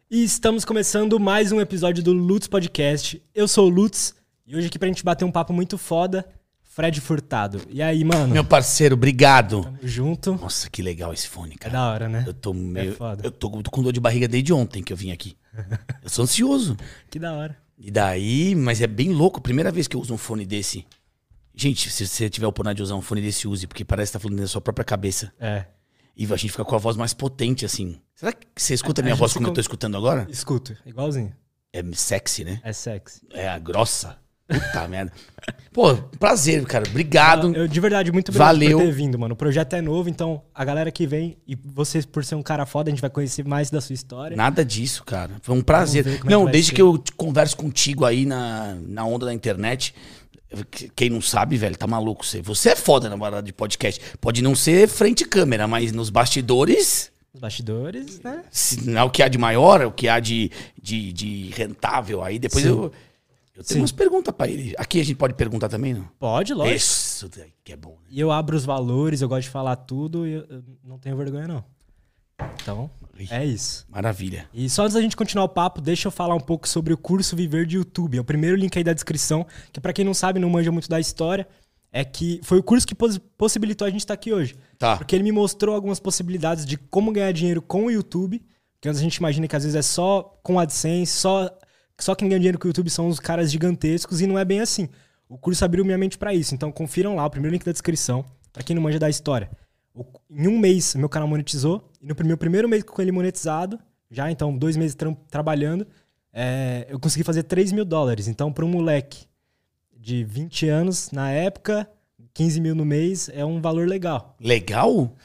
E estamos começando mais um episódio do Lutz Podcast. Eu sou o Lutz e hoje aqui pra gente bater um papo muito foda, Fred Furtado. E aí, mano? Meu parceiro, obrigado. Tamo junto. Nossa, que legal esse fone, É cara. da hora, né? Eu tô meio... foda. Eu tô com dor de barriga desde ontem que eu vim aqui. Eu sou ansioso. Que da hora. E daí, mas é bem louco. Primeira vez que eu uso um fone desse. Gente, se você tiver a oportunidade de usar um fone desse, use, porque parece que tá falando da sua própria cabeça. É. E a gente fica com a voz mais potente, assim. Será que você escuta a minha voz como eu tô escutando agora? Escuto, igualzinho. É sexy, né? É sexy. É a grossa. Puta merda. Pô, prazer, cara. Obrigado. Eu, de verdade, muito obrigado Valeu. por ter vindo, mano. O projeto é novo, então a galera que vem, e você por ser um cara foda, a gente vai conhecer mais da sua história. Nada disso, cara. Foi um prazer. Vamos ver como é que Não, vai desde ser. que eu converso contigo aí na onda da internet, quem não sabe, velho, tá maluco. Você é foda na parada de podcast. Pode não ser frente câmera, mas nos bastidores, Os bastidores, né? não é o que há de maior, é o que há de rentável. Aí depois Sim. eu tenho Sim. umas perguntas pra ele. Aqui a gente pode perguntar também, não? Pode, lógico. Isso daí que é bom, né? E eu abro os valores, eu gosto de falar tudo e eu não tenho vergonha, não. Então, é isso. Maravilha. E só antes da gente continuar o papo, deixa eu falar um pouco sobre o curso Viver de YouTube. É o primeiro link aí da descrição, que pra quem não sabe, não manja muito da história, é que foi o curso que possibilitou a gente estar aqui hoje. Tá. Porque ele me mostrou algumas possibilidades de como ganhar dinheiro com o YouTube, que antes a gente imagina que às vezes é só com AdSense, só quem ganha dinheiro com o YouTube são os caras gigantescos, e não é bem assim. O curso abriu minha mente pra isso, então confiram lá, o primeiro link da descrição, pra quem não manja da história. Em um mês, meu canal monetizou. E no meu primeiro mês com ele monetizado, já então 2 meses trabalhando, eu consegui fazer $3 mil. Então, para um moleque de 20 anos, na época, 15 mil no mês, é um valor legal. Legal?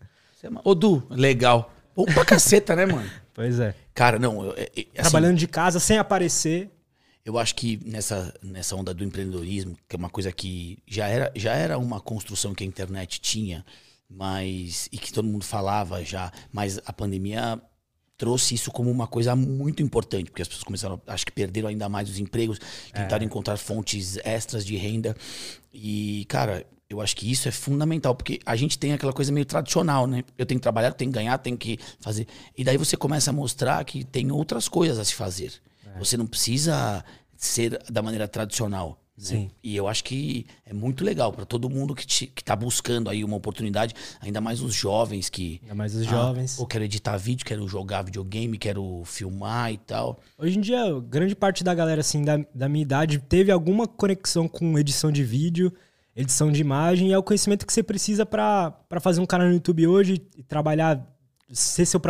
Ô, Du, legal. Bom pra caceta, né, mano? Pois é. Cara, não... assim, Trabalhando de casa, sem aparecer. eu acho que nessa onda do empreendedorismo, que é uma coisa que já era uma construção que a internet tinha, e que todo mundo falava já, mas a pandemia trouxe isso como uma coisa muito importante, porque as pessoas começaram, acho que perderam ainda mais os empregos, tentaram encontrar fontes extras de renda. E, cara, eu acho que isso é fundamental, porque a gente tem aquela coisa meio tradicional, né? Eu tenho que trabalhar, eu tenho que ganhar, tenho que fazer. E daí você começa a mostrar que tem outras coisas a se fazer. Você não precisa ser da maneira tradicional. Né? Sim. E eu acho que é muito legal para todo mundo que tá buscando aí uma oportunidade, ainda mais os jovens que... Ainda mais os jovens. Ou quero editar vídeo, quero jogar videogame, quero filmar e tal. Hoje em dia, grande parte da galera assim, da minha idade teve alguma conexão com edição de vídeo, edição de imagem, e é o conhecimento que você precisa pra fazer um canal no YouTube hoje e trabalhar, ser seu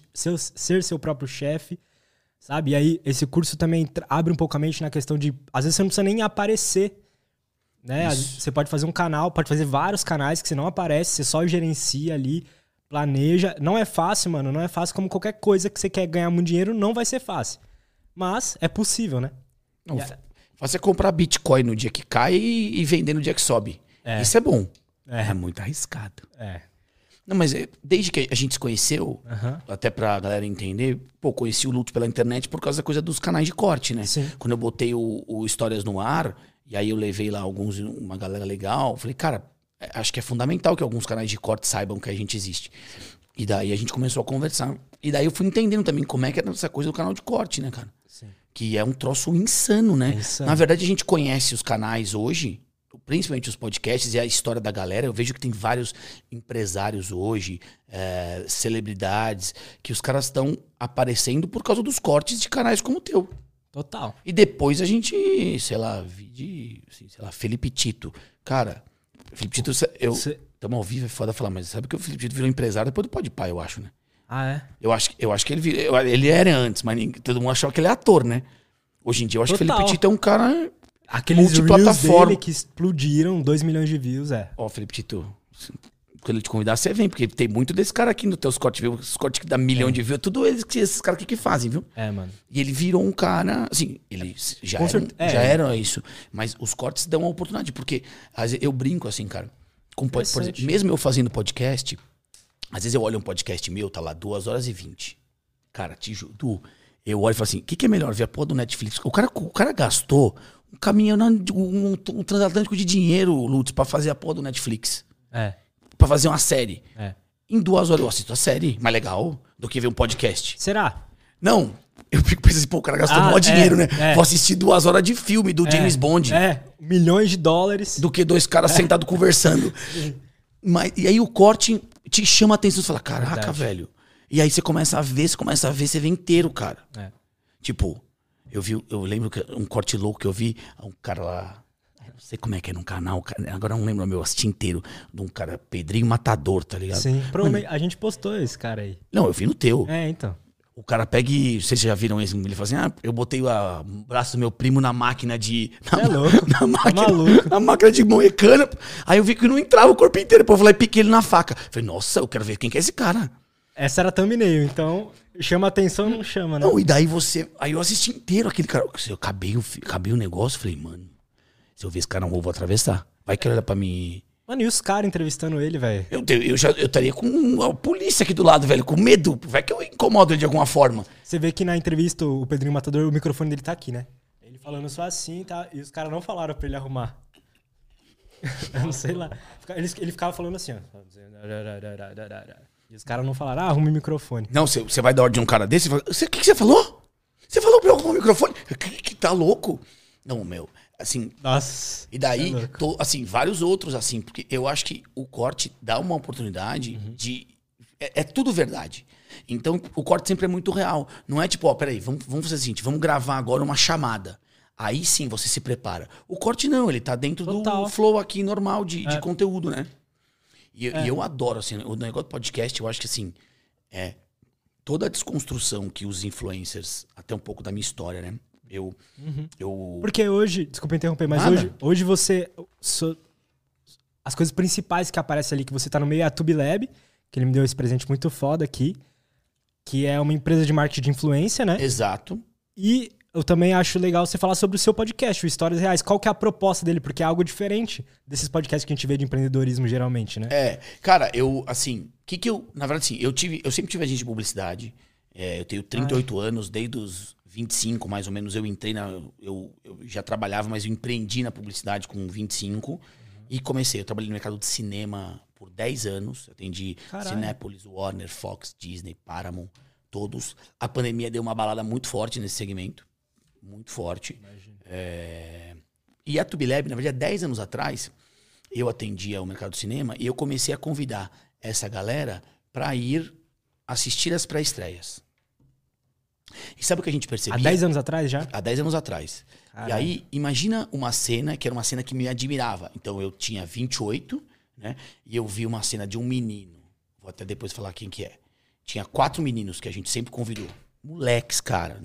próprio chefe, sabe? E aí, esse curso também abre um pouco a mente na questão de, às vezes você não precisa nem aparecer, né? Às vezes você pode fazer um canal, pode fazer vários canais que você não aparece, você só gerencia ali, planeja. Não é fácil, mano, não é fácil, como qualquer coisa que você quer ganhar muito dinheiro, não vai ser fácil. Mas é possível, né? Não, você comprar Bitcoin no dia que cai e vender no dia que sobe. Isso é bom. É muito arriscado. Não, mas desde que a gente se conheceu, até pra galera entender, conheci o Lutz pela internet por causa da coisa dos canais de corte, né? Sim. Quando eu botei o Histórias no ar, e aí eu levei lá uma galera legal, falei, cara, acho que é fundamental que alguns canais de corte saibam que a gente existe. E daí a gente começou a conversar. E daí eu fui entendendo também como é que era essa coisa do canal de corte, né, cara? Sim. Que é um troço insano, né? É insano. Na verdade, a gente conhece os canais hoje, principalmente os podcasts e a história da galera. Eu vejo que tem vários empresários hoje, celebridades, que os caras estão aparecendo por causa dos cortes de canais como o teu. Total. E depois a gente, sei lá, Felipe Tito. Cara, Felipe Tito, estamos ao vivo, é foda falar, mas sabe que o Felipe Tito virou empresário depois do Podpah, eu acho, né? Ah, é? Eu acho que ele era antes, mas todo mundo achava que ele é ator, né? Hoje em dia eu acho que o Total. Felipe Tito é um cara Aqueles reels multiplataforma. dele que explodiram, 2 milhões de views, Ó, Felipe Tito, quando ele te convidar, você vem, porque tem muito desse cara aqui no teus cortes, viu? Os cortes que dá 1 milhão de views, tudo esses caras aqui que fazem, viu? É, mano. E ele virou um cara, assim, ele já era isso, mas os cortes dão uma oportunidade, porque às vezes eu brinco assim, cara, por exemplo, mesmo eu fazendo podcast, às vezes eu olho um podcast meu, tá lá 2 horas e 20. Cara, te juro, eu olho e falo assim, o que é melhor, ver a porra do Netflix? O cara gastou um caminhão, um transatlântico de dinheiro, Lutz, pra fazer a porra do Netflix. Pra fazer uma série. Em 2 horas eu assisto a série, mais legal do que ver um podcast. Será? Não, eu fico pensando assim, pô, o cara gastou maior dinheiro, né? Vou assistir 2 horas de filme do James Bond. Milhões de dólares. Do que 2 caras sentados conversando. E aí o corte te chama a atenção. Você fala, caraca, velho. E aí você começa a ver, você vê inteiro, cara. Tipo, eu lembro que um corte louco que eu vi, um cara lá, não sei como é que é num canal, agora eu não lembro, eu assisti inteiro, de um cara, Pedrinho Matador, tá ligado? Sim, provavelmente a gente postou esse cara aí. Não, eu vi no teu. Então. O cara pega e, não sei se vocês já viram isso, ele fala assim, eu botei o braço do meu primo na máquina de... É louco, na máquina de moer cana. Aí eu vi que não entrava o corpo inteiro, depois eu falei, piquei ele na faca. Falei, nossa, eu quero ver quem que é esse cara. Essa era a thumbnail, então chama atenção ou não chama, né? Não, e daí aí eu assisti inteiro aquele cara. Eu acabei o negócio, falei, mano, se eu ver esse cara, não vou atravessar. Vai que ele olha pra mim... Mano, e os caras entrevistando ele, velho? Eu estaria com a polícia aqui do lado, velho, com medo. Vai que eu incomodo ele de alguma forma. Você vê que na entrevista, o Pedrinho Matador, o microfone dele tá aqui, né? Ele falando só assim, tá? E os caras não falaram pra ele arrumar. Eu não sei lá. Ele ficava falando assim, ó. E os caras não falaram, arrume o microfone. Não, você vai dar ordem de um cara desse e fala, o que você falou? Você falou pra eu arrumar o microfone? Que tá louco? Não, meu... Assim, nossa, e daí, assim, vários outros, assim, porque eu acho que o corte dá uma oportunidade de... É tudo verdade. Então, o corte sempre é muito real. Não é tipo, peraí, vamos fazer o seguinte, vamos gravar agora uma chamada. Aí sim você se prepara. O corte não, ele tá dentro do flow aqui normal de conteúdo, né? E eu adoro, assim, o negócio do podcast, eu acho que, assim, toda a desconstrução que os influencers, até um pouco da minha história, né? Porque hoje, desculpa interromper, mas hoje você... as coisas principais que aparecem ali, que você tá no meio, é a TubeLab, que ele me deu esse presente muito foda aqui, que é uma empresa de marketing de influência, né? Exato. E eu também acho legal você falar sobre o seu podcast, o Histórias Reais. Qual que é a proposta dele? Porque é algo diferente desses podcasts que a gente vê de empreendedorismo, geralmente, né? Cara, na verdade, assim, eu sempre tive agente de publicidade. Eu tenho 38 anos, desde os 25, mais ou menos, eu entrei eu já trabalhava, mas eu empreendi na publicidade com 25 e comecei. Eu trabalhei no mercado de cinema por 10 anos. Atendi Cinépolis, Warner, Fox, Disney, Paramount, todos. A pandemia deu uma balada muito forte nesse segmento. Muito forte. E a TubeLab, na verdade, 10 anos atrás, eu atendia o mercado de cinema e eu comecei a convidar essa galera para ir assistir as pré-estreias. E sabe o que a gente percebia? Há 10 anos atrás já? Há 10 anos atrás. Caralho. E aí, imagina uma cena que era uma cena que me admirava. Então, eu tinha 28, né? E eu vi uma cena de um menino. Vou até depois falar quem que é. Tinha 4 meninos que a gente sempre convidou. Moleques, cara.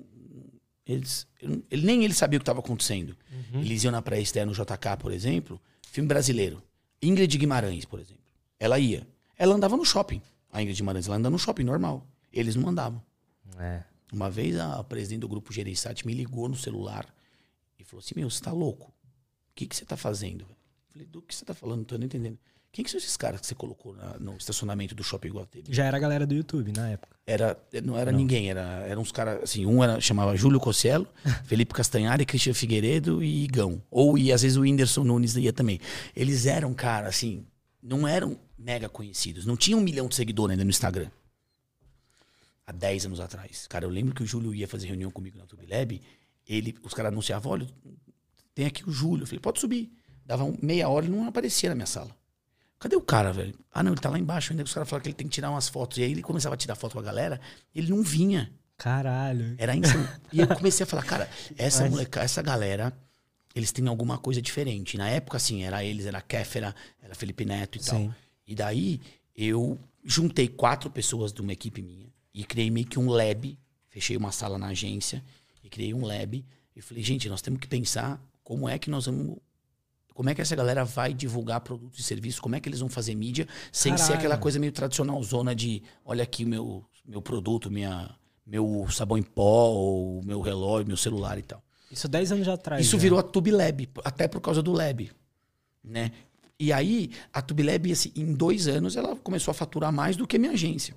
Nem eles sabiam o que estava acontecendo. Eles iam na pré-estreia no JK, por exemplo. Filme brasileiro. Ingrid Guimarães, por exemplo. Ela ia. Ela andava no shopping. A Ingrid Guimarães, ela anda no shopping normal. Eles não andavam. Uma vez a presidente do grupo Gereissat me ligou no celular e falou assim, você tá louco? O que você tá fazendo? Eu falei, do que você tá falando? Não tô nem entendendo. Quem que são esses caras que você colocou no estacionamento do Shopping Iguatemi? Já era a galera do YouTube na época. Não era ninguém, eram uns caras, assim, chamava Júlio Cossielo, Felipe Castanhari, Cristian Figueiredo e Igão. E às vezes o Whindersson Nunes ia também. Eles eram, cara, assim, não eram mega conhecidos, não tinham 1 milhão de seguidores ainda no Instagram. Há 10 anos atrás. Cara, eu lembro que o Júlio ia fazer reunião comigo na TubeLab, os caras anunciavam, olha, tem aqui o Júlio. Eu falei, pode subir. Dava meia hora e não aparecia na minha sala. Cadê o cara, velho? Ah, não, ele tá lá embaixo ainda. Os caras falaram que ele tem que tirar umas fotos. E aí ele começava a tirar foto com a galera e ele não vinha. Caralho. Era insano. E eu comecei a falar, cara, essa galera, eles têm alguma coisa diferente. Na época, assim, era a Kéfera, era Felipe Neto e tal. E daí, eu juntei 4 pessoas de uma equipe minha. E criei meio que um lab, fechei uma sala na agência e criei um lab. E falei, gente, nós temos que pensar como é que essa galera vai divulgar produtos e serviços, como é que eles vão fazer mídia, sem ser aquela coisa meio tradicional, zona de, olha aqui o meu produto, meu sabão em pó, ou meu relógio, meu celular e tal. Isso 10 anos atrás. Isso virou a TubeLab, até por causa do lab, né? E aí, a TubeLab, assim, em 2 anos, ela começou a faturar mais do que a minha agência.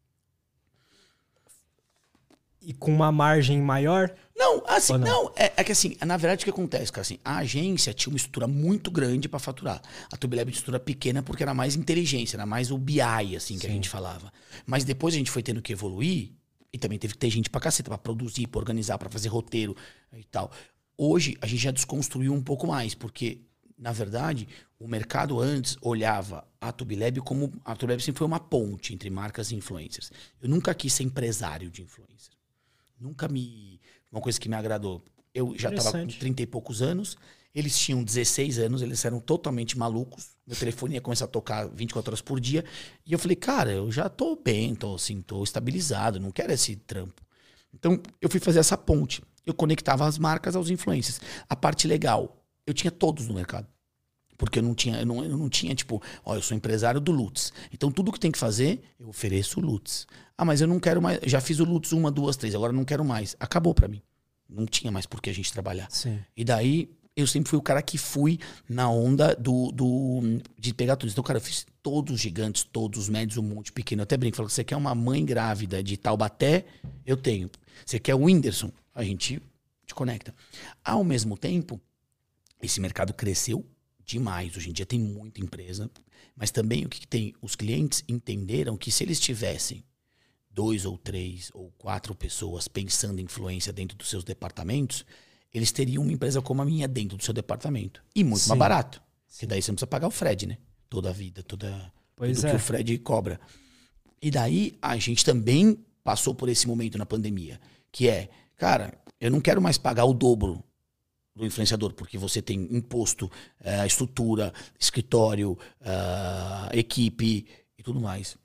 E com uma margem maior? Não, assim, não. É que assim, na verdade o que acontece, cara, assim, a agência tinha uma estrutura muito grande para faturar. A TubeLab tinha uma estrutura pequena porque era mais inteligência, era mais o BI, assim, que a gente falava. Mas depois a gente foi tendo que evoluir, E também teve que ter gente pra caceta, pra produzir, pra organizar, pra fazer roteiro e tal. Hoje, a gente já desconstruiu um pouco mais, porque, na verdade, o mercado antes olhava a Tubilab como... A Tubilab sempre foi uma ponte entre marcas e influencers. Eu nunca quis ser empresário de influencer. Nunca me... Uma coisa que me agradou. Eu já estava com 30 e poucos anos, eles tinham 16 anos, eles eram totalmente malucos. Meu telefone ia começar a tocar 24 horas por dia. E eu falei, cara, eu já tô bem, tô estabilizado, não quero esse trampo. Então, eu fui fazer essa ponte. Eu conectava as marcas aos influencers. A parte legal, eu tinha todos no mercado. Porque eu não tinha, tipo, ó, eu sou empresário do Lutz. Então, tudo que tem que fazer, eu ofereço o Lutz. Ah, mas eu não quero mais. Já fiz o Lutz 1, 2, 3, agora eu não quero mais. Acabou pra mim. Não tinha mais por que a gente trabalhar. Sim. E daí, eu sempre fui o cara que fui na onda de pegar tudo. Então, cara, eu fiz todos os gigantes, todos os médios, um monte pequeno. Eu até brinco, falo, você quer uma mãe grávida de Taubaté? Eu tenho. Você quer o Whindersson? A gente te conecta. Ao mesmo tempo, esse mercado cresceu demais. Hoje em dia tem muita empresa. Mas também o que tem? Os clientes entenderam que se eles tivessem 2 ou 3 ou 4 pessoas pensando em influência dentro dos seus departamentos, eles teriam uma empresa como a minha dentro do seu departamento. E muito mais barato. Porque daí você não precisa pagar o Fred, né? Toda a vida, tudo que o Fred cobra. E daí a gente também passou por esse momento na pandemia, que é, cara, eu não quero mais pagar o dobro do influenciador, porque você tem imposto, estrutura, escritório, equipe e tudo mais.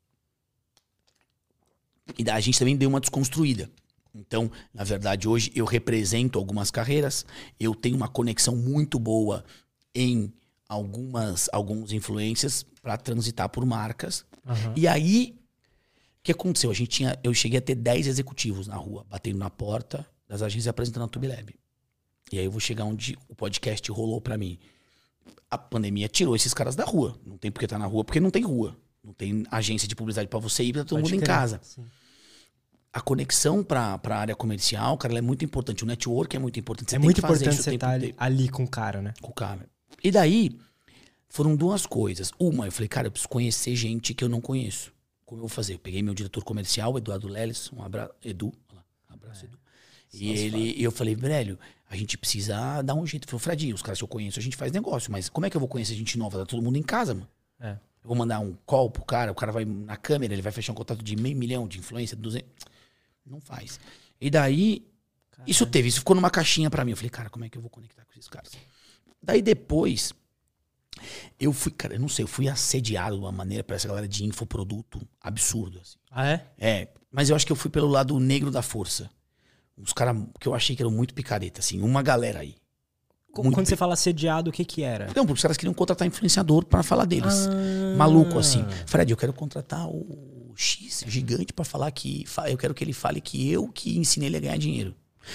E daí a gente também deu uma desconstruída. Então, na verdade, hoje eu represento algumas carreiras, eu tenho uma conexão muito boa em alguns influencers para transitar por marcas. Uhum. E aí, o que aconteceu? Eu cheguei a ter 10 executivos na rua, batendo na porta das agências e apresentando a Tubilab. E aí eu vou chegar onde o podcast rolou para mim. A pandemia tirou esses caras da rua. Não tem por que estar na rua, porque não tem rua. Não tem agência de publicidade para você ir, pra todo mundo em casa. Sim. A conexão para a área comercial, cara, ela é muito importante. O network é muito importante. É muito importante você estar ali com o cara, né? Com o cara. E daí, foram 2 coisas. Uma, eu falei, cara, eu preciso conhecer gente que eu não conheço. Como eu vou fazer? Eu peguei meu diretor comercial, Eduardo Leles, um abraço, Edu. Um abraço, Edu. E eu falei, velho, a gente precisa dar um jeito. Ele falou, Fredinho, os caras que eu conheço, a gente faz negócio, mas como é que eu vou conhecer gente nova? Tá todo mundo em casa, mano. É. Eu vou mandar um call pro cara, o cara vai na câmera, ele vai fechar um contato de 500 mil de influência, 200. Não faz. E daí, isso ficou numa caixinha pra mim. Eu falei, cara, como é que eu vou conectar com esses caras? Daí depois, eu fui, cara, eu não sei, eu fui assediado de uma maneira pra essa galera de infoproduto absurdo. Assim. Ah, é? É, mas eu acho que eu fui pelo lado negro da força. Uns caras que eu achei que eram muito picareta, assim, uma galera aí. Quando você fala assediado, o que era? Não, porque os caras queriam contratar influenciador pra falar deles. Maluco, assim. Fred, eu quero contratar o X gigante pra falar que... Eu quero que ele fale que eu que ensinei ele a ganhar dinheiro.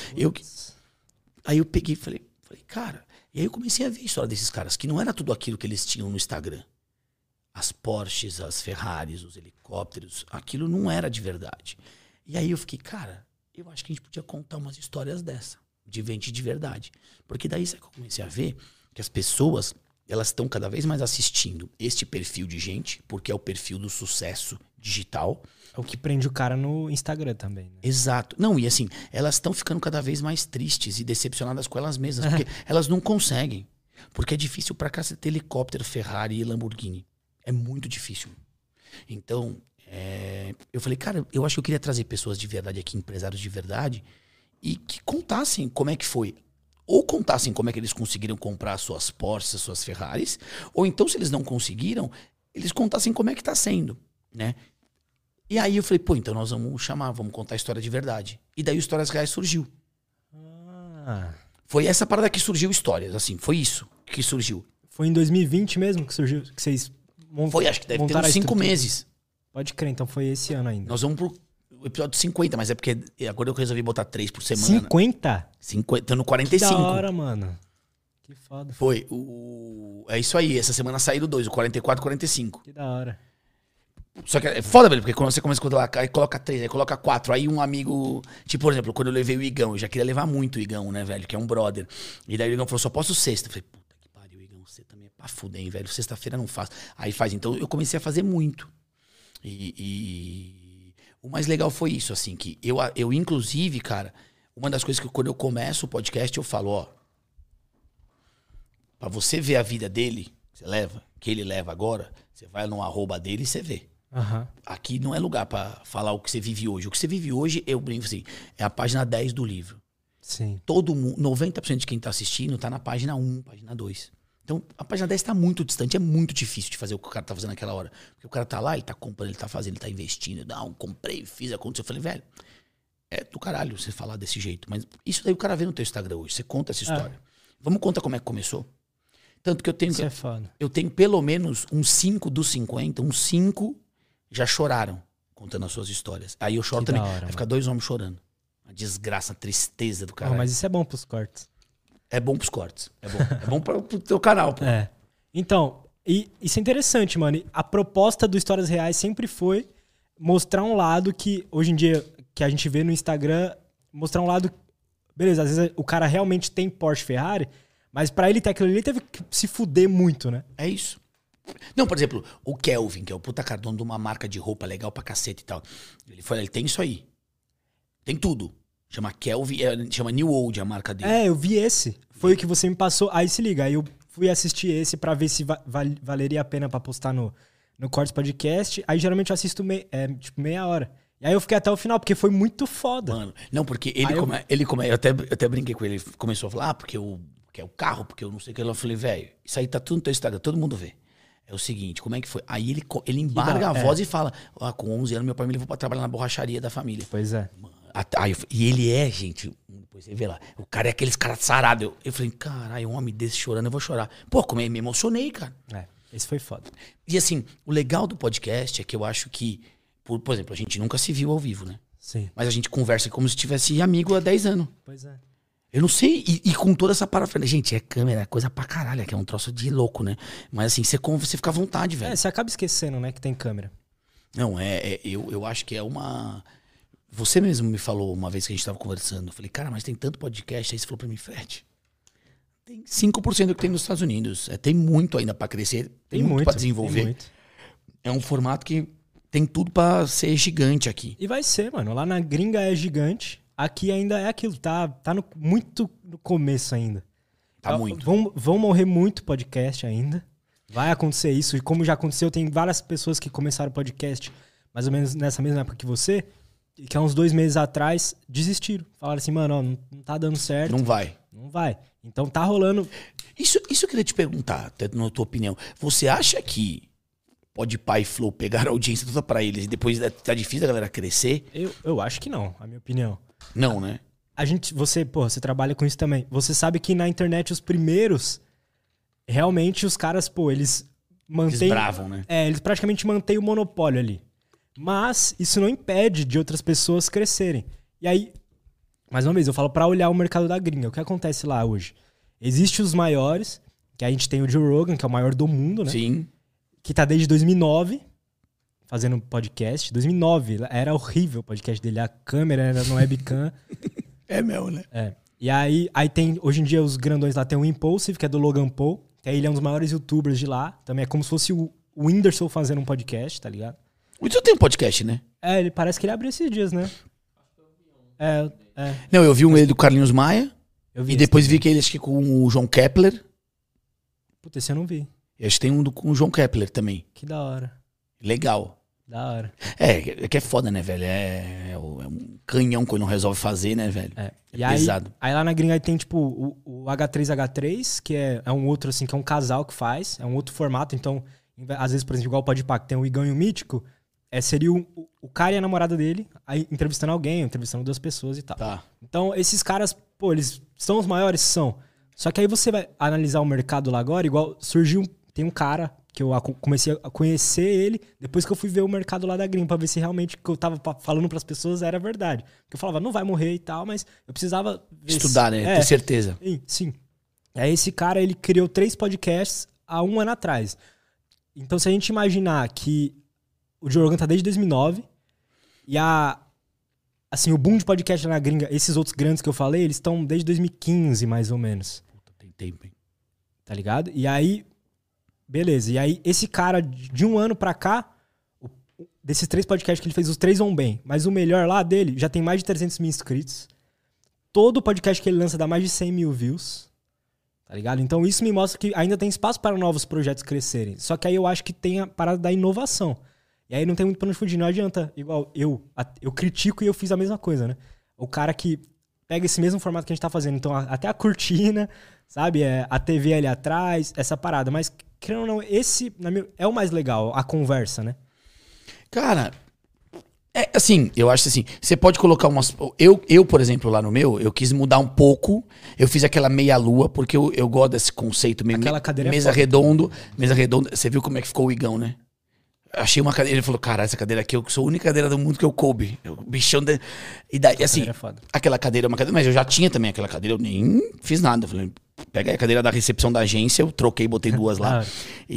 Aí eu peguei e falei, cara... E aí eu comecei a ver a história desses caras, que não era tudo aquilo que eles tinham no Instagram. As Porsches, as Ferraris, os helicópteros, aquilo não era de verdade. E aí eu fiquei, cara, eu acho que a gente podia contar umas histórias dessa, de gente de verdade. Porque daí sabe que eu comecei a ver que as pessoas, elas estão cada vez mais assistindo este perfil de gente, porque é o perfil do sucesso digital. É o que prende o cara no Instagram também, né? Exato. Não, e assim, elas estão ficando cada vez mais tristes e decepcionadas com elas mesmas, porque elas não conseguem. Porque é difícil pra cá você ter helicóptero, Ferrari e Lamborghini. É muito difícil. Então, eu falei, cara, eu acho que eu queria trazer pessoas de verdade aqui, empresários de verdade, e que contassem como é que foi. Ou contassem como é que eles conseguiram comprar suas Porsches, suas Ferraris, ou então, se eles não conseguiram, eles contassem como é que tá sendo, né? E aí eu falei, pô, então nós vamos contar a história de verdade. E daí o Histórias Reais surgiu. Foi essa parada que surgiu Histórias, assim, foi isso que surgiu. Foi em 2020 mesmo que surgiu, que vocês Foi, acho que deve ter uns 5 meses. Pode crer, então foi esse ano ainda. Nós vamos pro episódio 50, mas é porque agora eu resolvi botar 3 por semana. 50? 50, tô no 45. Que da hora, mano. Que foda. Foi, é isso aí, essa semana saíram 2, o 44 e 45. Que da hora. Só que é foda, velho, porque quando você começa a contar lá, aí coloca 3, aí coloca 4, aí um amigo... Tipo, por exemplo, quando eu levei o Igão, eu já queria levar muito o Igão, né, velho, que é um brother. E daí o Igão falou, só posso sexta. Eu falei, puta que pariu, Igão, você também é pra fuder, hein, velho, sexta-feira não faço. Aí faz, então eu comecei a fazer muito. o mais legal foi isso, assim, que eu inclusive, cara, uma das coisas que quando eu começo o podcast, eu falo, ó, pra você ver a vida dele, que ele leva agora, você vai no @ dele e você vê. Uhum. Aqui não é lugar pra falar o que você vive hoje. O que você vive hoje, eu brinco assim, é a página 10 do livro. Sim. Todo mundo, 90% de quem tá assistindo tá na página 1, página 2. Então, a página 10 tá muito distante, é muito difícil de fazer o que o cara tá fazendo naquela hora. Porque o cara tá lá, ele tá comprando, ele tá fazendo, ele tá investindo. Não, comprei, fiz, aconteceu. Eu falei, velho, é do caralho você falar desse jeito. Mas isso daí o cara vê no teu Instagram hoje, você conta essa história. Vamos contar como é que começou? Tanto que eu tenho... Isso é foda. Eu tenho pelo menos uns 5 dos 50, uns 5 já choraram contando as suas histórias. Aí eu choro Que também. da hora, Aí fica 2 homens chorando. A desgraça, a tristeza do cara. Mas isso é bom pros cortes. É bom pros cortes. É bom pro teu canal, pô. É. Então, isso é interessante, mano. E a proposta do Histórias Reais sempre foi mostrar um lado que, hoje em dia, que a gente vê no Instagram, mostrar um lado... Beleza, às vezes o cara realmente tem Porsche, Ferrari, mas pra ele ter aquilo ali, ele teve que se fuder muito, né? É isso. Não, por exemplo, o Kelvin, que é o puta cara dono de uma marca de roupa legal pra cacete e tal. Ele tem isso aí. Tem tudo. Chama Kelvin, chama New Old a marca dele. É, eu vi esse. Foi o que você me passou. Aí se liga, aí eu fui assistir esse pra ver se valeria a pena pra postar no Cortes Podcast. Aí geralmente eu assisto meia hora. E aí eu fiquei até o final, porque foi muito foda. Mano, não, porque eu até brinquei com ele, ele começou a falar, porque é o carro, porque eu não sei o que. Eu falei, velho, isso aí tá tudo no teu Instagram, todo mundo vê. É o seguinte, como é que foi? Aí ele embarga a voz e fala, com 11 anos meu pai me levou pra trabalhar na borracharia da família. Pois é. E ele gente, depois você vê lá, o cara é aqueles caras sarados. Eu falei, caralho, um homem desse chorando, eu vou chorar. Pô, como eu me emocionei, cara. Esse foi foda. E assim, o legal do podcast é que eu acho que, por exemplo, a gente nunca se viu ao vivo, né? Sim. Mas a gente conversa como se tivesse amigo há 10 anos. Pois é. Eu não sei, e com toda essa parafernália. Gente, câmera, é coisa pra caralho, que é um troço de louco, né? Mas assim, você fica à vontade, velho. Você acaba esquecendo, né, que tem câmera. Não, eu acho que é uma... Você mesmo me falou uma vez que a gente tava conversando, eu falei, cara, mas tem tanto podcast, aí você falou pra mim, Fred, tem 5% do que tem nos Estados Unidos. Tem muito ainda pra crescer, tem muito pra desenvolver. É um formato que tem tudo pra ser gigante aqui. E vai ser, mano. Lá na gringa é gigante. Aqui ainda é aquilo, tá muito no começo ainda. Tá muito. Vão morrer muito podcast ainda. Vai acontecer isso. E como já aconteceu, tem várias pessoas que começaram o podcast mais ou menos nessa mesma época que você, e que há uns 2 meses atrás desistiram. Falaram assim, mano, ó, não tá dando certo. Não vai. Não vai. Então tá rolando... Isso eu queria te perguntar, até na tua opinião. Você acha que Podpah e Flow pegaram a audiência toda pra eles e depois tá difícil a galera crescer? Eu acho que não, a minha opinião. Não, né? Você trabalha com isso também. Você sabe que na internet os primeiros, realmente os caras, eles mantêm... Desbravam, né? Eles praticamente mantêm o monopólio ali. Mas isso não impede de outras pessoas crescerem. E aí, mais uma vez, eu falo pra olhar o mercado da gringa. O que acontece lá hoje? Existem os maiores, que a gente tem o Joe Rogan, que é o maior do mundo, né? Sim. Que tá desde 2009... fazendo podcast. 2009, era horrível o podcast dele. A câmera era no webcam. É meu, né? E aí tem, hoje em dia, os grandões lá. Tem o Impulsive, que é do Logan Paul. Que aí ele é um dos maiores youtubers de lá. Também é como se fosse o Whindersson fazendo um podcast, tá ligado? O Whindersson tem um podcast, né? Ele parece que ele abriu esses dias, né? Não, eu vi ele do Carlinhos Maia. Vi e depois vi que ele, acho que com o João Kepler. Puta, esse eu não vi. E acho que tem um com o João Kepler também. Que da hora. Legal. Da hora. É que é foda, né, velho? É um canhão quando não resolve fazer, né, velho? É pesado. Aí lá na gringa tem, tipo, o H3H3, que é um outro, assim, que é um casal que faz. É um outro formato. Então, às vezes, por exemplo, igual o Podpah, que tem o Igão e o Mítico, seria o cara e a namorada dele aí entrevistando alguém, entrevistando 2 pessoas e tal. Tá. Então, esses caras, eles são os maiores? São. Só que aí você vai analisar o mercado lá agora, igual tem um cara... que eu comecei a conhecer ele depois que eu fui ver o mercado lá da gringa, pra ver se realmente o que eu tava falando pras pessoas era verdade. Porque eu falava, não vai morrer e tal, mas eu precisava... estudar, né? Ter certeza. Sim. Aí esse cara, ele criou 3 podcasts há 1 ano atrás. Então, se a gente imaginar que o Joe Rogan tá desde 2009 e o boom de podcast na gringa, esses outros grandes que eu falei, eles estão desde 2015, mais ou menos. Puta, tem tempo, hein? Tá ligado? E aí... Beleza, e aí esse cara, de 1 ano pra cá, desses 3 podcasts que ele fez, os 3 vão bem. Mas o melhor lá dele já tem mais de 300 mil inscritos. Todo podcast que ele lança dá mais de 100 mil views. Tá ligado? Então isso me mostra que ainda tem espaço para novos projetos crescerem. Só que aí eu acho que tem a parada da inovação. E aí não tem muito pra onde fugir. Não adianta. Igual eu critico e eu fiz a mesma coisa, né? O cara que pega esse mesmo formato que a gente tá fazendo. Então até a cortina, sabe? A TV ali atrás, essa parada. Mas, querendo ou não, esse é o mais legal, a conversa, né? Cara, assim, eu acho assim, você pode colocar umas... Eu, por exemplo, lá no meu, eu quis mudar um pouco. Eu fiz aquela meia-lua, porque eu gosto desse conceito meio... Aquela cadeira mesa redonda. Você viu como é que ficou o Igão, né? Achei uma cadeira, ele falou, cara, essa cadeira aqui, eu sou a única cadeira do mundo que eu coube. O bichão... E daí, assim, aquela cadeira é uma cadeira... Mas eu já tinha também aquela cadeira, eu nem fiz nada. Eu falei, pega aí a cadeira da recepção da agência, eu troquei, botei 2 lá.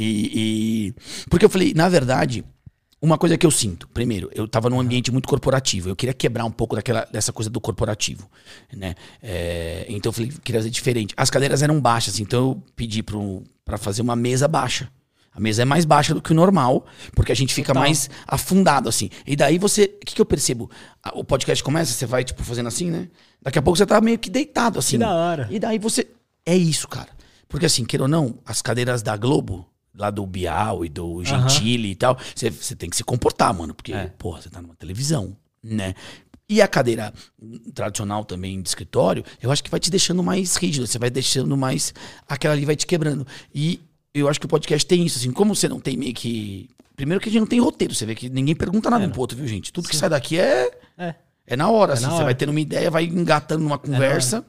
Porque eu falei, na verdade... Uma coisa que eu sinto, primeiro, eu tava num ambiente muito corporativo, eu queria quebrar um pouco dessa coisa do corporativo, né? Então eu falei, queria fazer diferente. As cadeiras eram baixas, então eu pedi pra fazer uma mesa baixa. A mesa é mais baixa do que o normal, porque a gente fica mais afundado, assim. E daí o que eu percebo? O podcast começa, você vai, tipo, fazendo assim, né? Daqui a pouco você tá meio que deitado, assim. Que da hora. E daí é isso, cara. Porque assim, queira ou não, as cadeiras da Globo... Lá do Bial e do Gentili e tal, você tem que se comportar, mano. Porque, porra, você tá numa televisão, né? E a cadeira tradicional também de escritório, eu acho que vai te deixando mais rígido. Você vai deixando mais... Aquela ali vai te quebrando. E eu acho que o podcast tem isso, assim. Como você não tem meio que... Primeiro que a gente não tem roteiro. Você vê que ninguém pergunta nada um pro outro, viu, gente? Tudo que sai daqui é na hora, assim. Você vai tendo uma ideia, vai engatando numa conversa.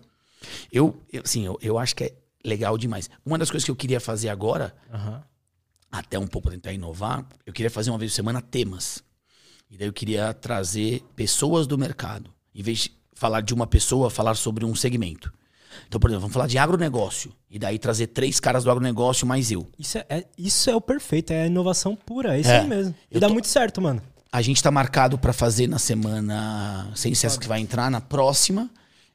Eu acho que é legal demais. Uma das coisas que eu queria fazer agora... até um pouco tentar inovar, eu queria fazer uma vez por semana temas. E daí eu queria trazer pessoas do mercado. Em vez de falar de uma pessoa, falar sobre um segmento. Então, por exemplo, vamos falar de agronegócio. E daí trazer 3 caras do agronegócio mais eu. Isso é o perfeito, é a inovação pura, é isso aí mesmo. E dá muito certo, mano. A gente tá marcado pra fazer na semana, sem sucesso que vai entrar, na próxima.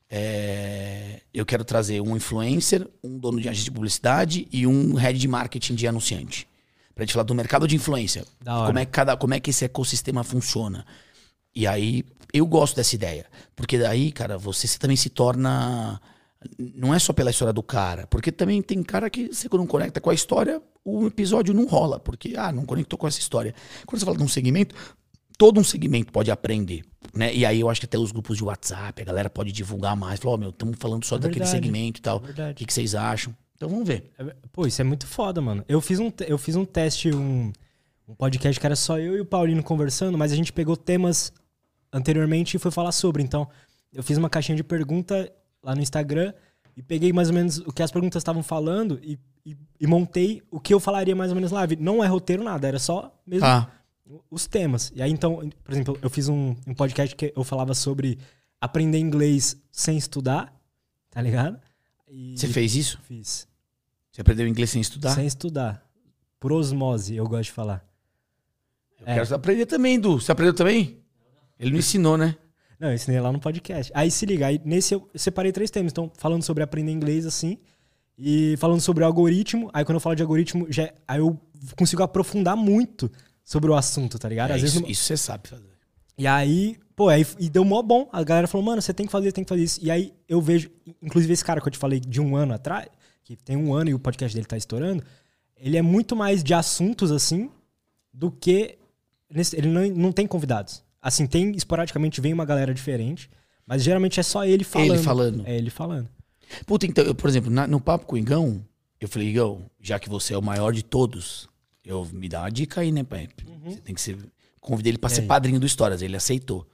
Eu quero trazer um influencer, um dono de agência de publicidade e um head de marketing de anunciante. Pra gente falar do mercado de influência. Como é que esse ecossistema funciona. E aí, eu gosto dessa ideia. Porque daí, cara, você também se torna... Não é só pela história do cara. Porque também tem cara que você não conecta com a história, o episódio não rola. Porque, não conectou com essa história. Quando você fala de um segmento, todo um segmento pode aprender. Né? E aí eu acho que até os grupos de WhatsApp, a galera pode divulgar mais. Falar, estamos falando só daquele segmento e tal. O que vocês acham? Então vamos ver. Pô, isso é muito foda, mano. Eu fiz um teste, um podcast que era só eu e o Paulino conversando, mas a gente pegou temas anteriormente e foi falar sobre. Então, eu fiz uma caixinha de pergunta lá no Instagram e peguei mais ou menos o que as perguntas estavam falando e montei o que eu falaria mais ou menos lá. Não é roteiro, nada, era só mesmo os temas. E aí, então, por exemplo, eu fiz um podcast que eu falava sobre aprender inglês sem estudar, tá ligado? Você fez isso? Fiz. Você aprendeu inglês sem estudar? Sem estudar. Por osmose, eu gosto de falar. Eu quero aprender também, Du. Você aprendeu também? Ele me ensinou, né? Não, eu ensinei lá no podcast. Aí se liga, aí nesse eu separei 3 temas. Então, falando sobre aprender inglês, assim, e falando sobre o algoritmo. Aí quando eu falo de algoritmo, aí eu consigo aprofundar muito sobre o assunto, tá ligado? Às vezes isso você sabe fazer. E aí, e deu mó bom. A galera falou, mano, você tem que fazer isso. E aí eu vejo, inclusive esse cara que eu te falei de 1 ano atrás, que tem 1 ano e o podcast dele tá estourando, ele é muito mais de assuntos, assim, do que... Ele não tem convidados. Assim, esporadicamente vem uma galera diferente, mas geralmente é só ele falando. Ele falando. É ele falando. Puta, então, por exemplo, no papo com o Igão, eu falei, Igão, já que você é o maior de todos, me dá uma dica aí, né, pai? Você tem que ser... Convidei ele pra ser padrinho do Histórias, ele aceitou.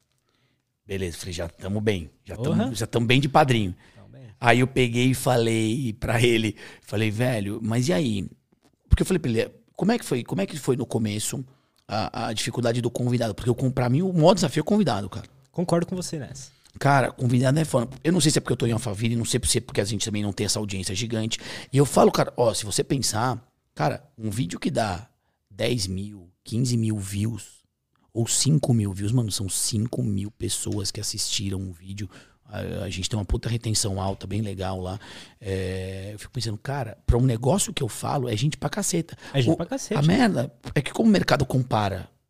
Beleza, falei, já estamos bem. Já estamos bem de padrinho. Aí eu peguei e falei pra ele, velho, mas e aí? Porque eu falei pra ele, como é que foi no começo a dificuldade do convidado? Porque pra mim o maior desafio é o convidado, cara. Concordo com você nessa. Cara, convidado é foda. Eu não sei se é porque eu tô em Alphaville, não sei se é porque a gente também não tem essa audiência gigante. E eu falo, cara, se você pensar, cara, um vídeo que dá 10 mil, 15 mil views, ou 5 mil views, mano, são 5 mil pessoas que assistiram um vídeo. A gente tem uma puta retenção alta, bem legal lá. Eu fico pensando, cara, pra um negócio que eu falo, é gente pra caceta. É gente pra cacete. A merda é que como o mercado compara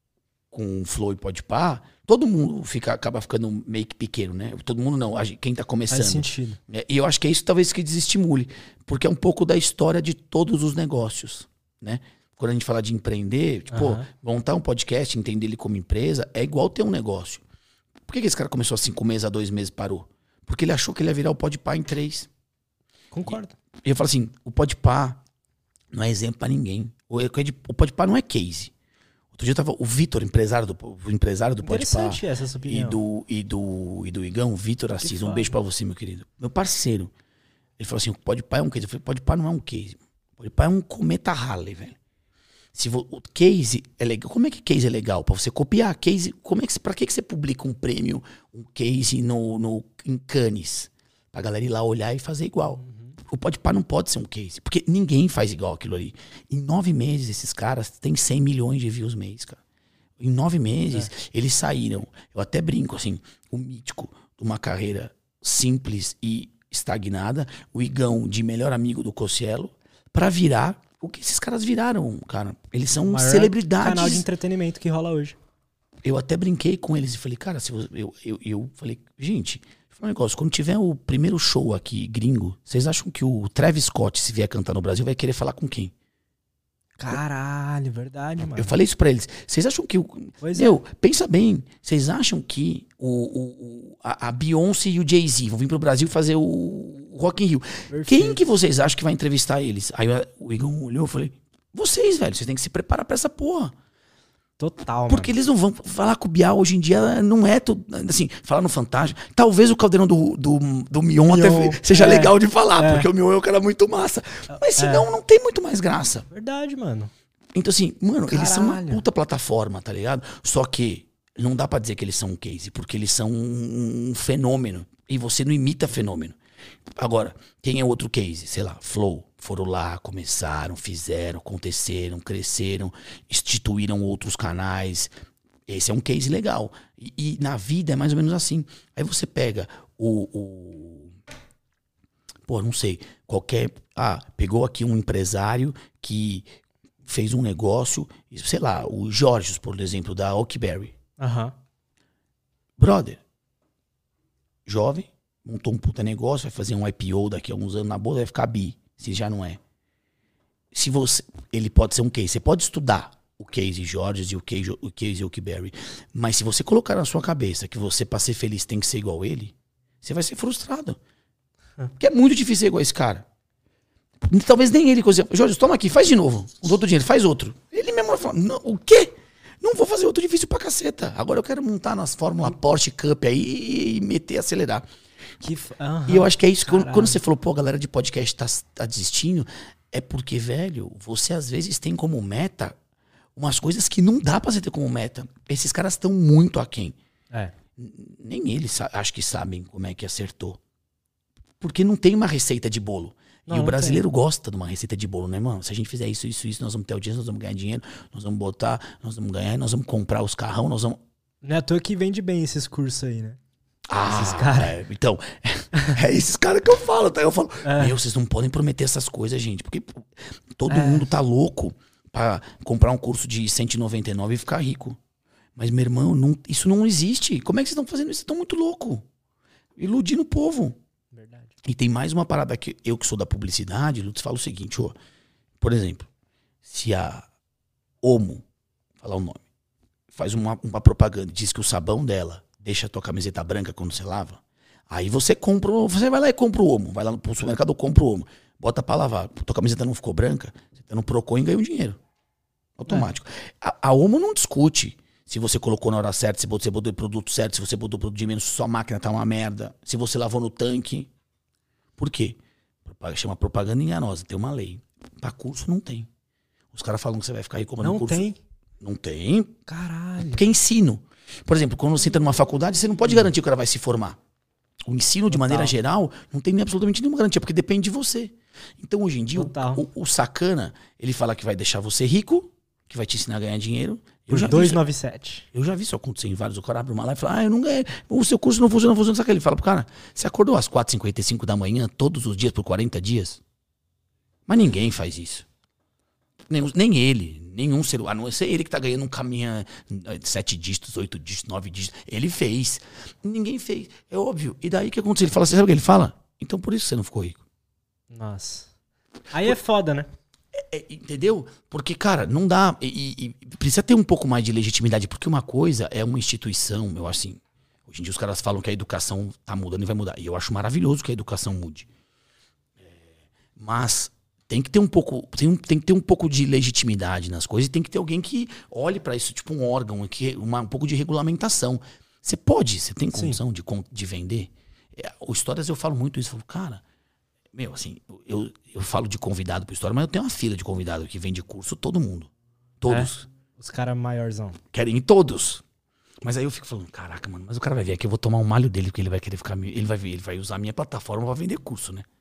com Flow e Podpah, todo mundo acaba ficando meio que pequeno, né? Todo mundo não, quem tá começando. Faz sentido. E eu acho que é isso talvez que desestimule, porque é um pouco da história de todos os negócios, né? Quando a gente fala de empreender, tipo, montar um podcast, entender ele como empresa, é igual ter um negócio. Por que esse cara começou há 5 meses, há 2 meses parou? Porque ele achou que ele ia virar o Podpah em 3. Concordo. E eu falo assim, o Podpah não é exemplo pra ninguém. O Podpah não é case. Outro dia tava o Vitor, empresário do Podpah. Interessante essa sua opinião. E do Igão, o Vitor Assis. Um beijo pra você, meu querido. Meu parceiro. Ele falou assim, o Podpah é um case. Eu falei, Podpah não é um case. O Podpah é um cometa Halley, velho. O case é legal. Como é que case é legal? Pra você copiar case, pra que você publica um prêmio, um case em Cannes? Pra galera ir lá olhar e fazer igual. O Podpah não pode ser um case, porque ninguém faz igual aquilo ali. Em 9 meses, esses caras têm 100 milhões de views mês, cara. Em 9 meses, eles saíram. Eu até brinco, assim, o mítico de uma carreira simples e estagnada, o Igão de melhor amigo do Cossielo, pra virar o que esses caras viraram, cara. Eles são celebridades. Canal de entretenimento que rola hoje. Eu até brinquei com eles e falei, cara, eu falei, gente, um negócio, quando tiver o primeiro show aqui, gringo, vocês acham que o Travis Scott, se vier cantar no Brasil, vai querer falar com quem? Caralho, verdade, mano. Eu falei isso pra eles. Vocês acham que pensa bem, vocês acham que a Beyoncé e o Jay-Z vão vir pro Brasil fazer o Rock in Rio? Perfeito. Quem que vocês acham que vai entrevistar eles? Aí o Igor olhou e falei, vocês, velho, vocês têm que se preparar pra essa porra. Total, porque mano. Eles não vão falar com o Bial hoje em dia, não é tudo, assim, falar no Fantástico. Talvez o caldeirão do Mion até seja legal de falar, porque o Mion é um cara muito massa. Mas senão não tem muito mais graça. Verdade, mano. Então assim, mano, eles são uma puta plataforma, tá ligado? Só que não dá pra dizer que eles são um case, porque eles são um fenômeno. E você não imita fenômeno. Agora, quem é outro case? Sei lá, Flow. Foram lá, começaram, fizeram, aconteceram, cresceram, instituíram outros canais. Esse é um case legal. E na vida é mais ou menos assim. Aí você pega pô, não sei, pegou aqui um empresário que fez um negócio, sei lá, o Jorge, por exemplo, da Oakberry. Brother, jovem, montou um puta negócio, vai fazer um IPO daqui a uns anos na bolsa, vai ficar bi. Se já não é. Ele pode ser um case. Você pode estudar o case Jorge e o case Oakberry. Mas se você colocar na sua cabeça que você, pra ser feliz, tem que ser igual ele, você vai ser frustrado. Porque é muito difícil ser igual esse cara. Talvez nem ele coisa. Jorge, toma aqui, faz de novo. Os outro dinheiro, faz outro. Ele mesmo vai falar, não, o quê? Não vou fazer outro difícil pra caceta. Agora eu quero montar nas Fórmula Porsche Cup aí e meter, acelerar. E eu acho que é isso. Quando você falou, pô, a galera de podcast tá desistindo, é porque, velho, você às vezes tem como meta umas coisas que não dá pra você ter como meta. Esses caras estão muito aquém. Nem eles acho que sabem como é que acertou. Porque não tem uma receita de bolo. Não, e o brasileiro gosta de uma receita de bolo, né, mano? Se a gente fizer isso, nós vamos ter audiência, nós vamos ganhar dinheiro, nós vamos botar, nós vamos ganhar, nós vamos comprar os carrão, nós vamos... Não é à toa que vende bem esses cursos aí, né? Esses caras. Então, é esses caras que eu falo, tá? Eu falo, vocês não podem prometer essas coisas, gente, porque todo mundo tá louco pra comprar um curso de 199 e ficar rico. Mas, meu irmão, isso não existe. Como é que vocês estão fazendo isso? Vocês estão muito loucos. Iludindo o povo. Verdade. E tem mais uma parada que eu que sou da publicidade, Lutz, fala o seguinte, por exemplo, se a Omo, falar o nome, faz uma propaganda e diz que o sabão dela deixa a tua camiseta branca quando você lava, aí você vai lá e compra o Omo, vai lá no supermercado, compra o Omo, bota pra lavar, tua camiseta não ficou branca, você tá no Procon e ganha um dinheiro. Automático. A Omo não discute se você colocou na hora certa, se você botou o produto certo, se você botou o produto de menos, se sua máquina tá uma merda, se você lavou no tanque. Por quê? Chama propaganda enganosa, tem uma lei. Pra curso não tem. Os caras falam que você vai ficar rico, mas no curso... Não tem. Caralho. Porque é ensino. Por exemplo, quando você entra numa faculdade, você não pode garantir que o cara vai se formar. O ensino, de maneira geral, não tem absolutamente nenhuma garantia, porque depende de você. Então, hoje em dia, o sacana, ele fala que vai deixar você rico, que vai te ensinar a ganhar dinheiro. Por 297. Eu já vi isso acontecer em vários. O cara abre uma live e fala, eu não ganhei. O seu curso não funciona. Sabe o que ele fala pro cara? Você acordou às 4h55 da manhã, todos os dias, por 40 dias? Mas ninguém faz isso. Nem ele, nenhum ser humano. A não ser ele que tá ganhando um caminho 7 dígitos, 8 dígitos, 9 dígitos. Ele fez. Ninguém fez. É óbvio. E daí o que aconteceu? Ele fala assim, sabe o que ele fala? Então por isso você não ficou rico. Nossa. Aí é foda, né? Entendeu? Porque, cara, não dá. E precisa ter um pouco mais de legitimidade. Porque uma coisa é uma instituição, eu acho assim. Hoje em dia os caras falam que a educação tá mudando e vai mudar. E eu acho maravilhoso que a educação mude. Mas tem que ter um pouco, tem que ter um pouco de legitimidade nas coisas e tem que ter alguém que olhe pra isso, tipo um órgão, um pouco de regulamentação. Você tem condição de vender? O Histórias eu falo muito isso. Eu falo, cara, meu, assim, eu falo de convidado pro História, mas eu tenho uma fila de convidado que vende curso, todo mundo. Todos. Os caras maiorzão. Querem ir todos. Mas aí eu fico falando, caraca, mano, mas o cara vai vir aqui, eu vou tomar um malho dele, porque ele vai querer ficar. Ele vai usar a minha plataforma pra vender curso, né?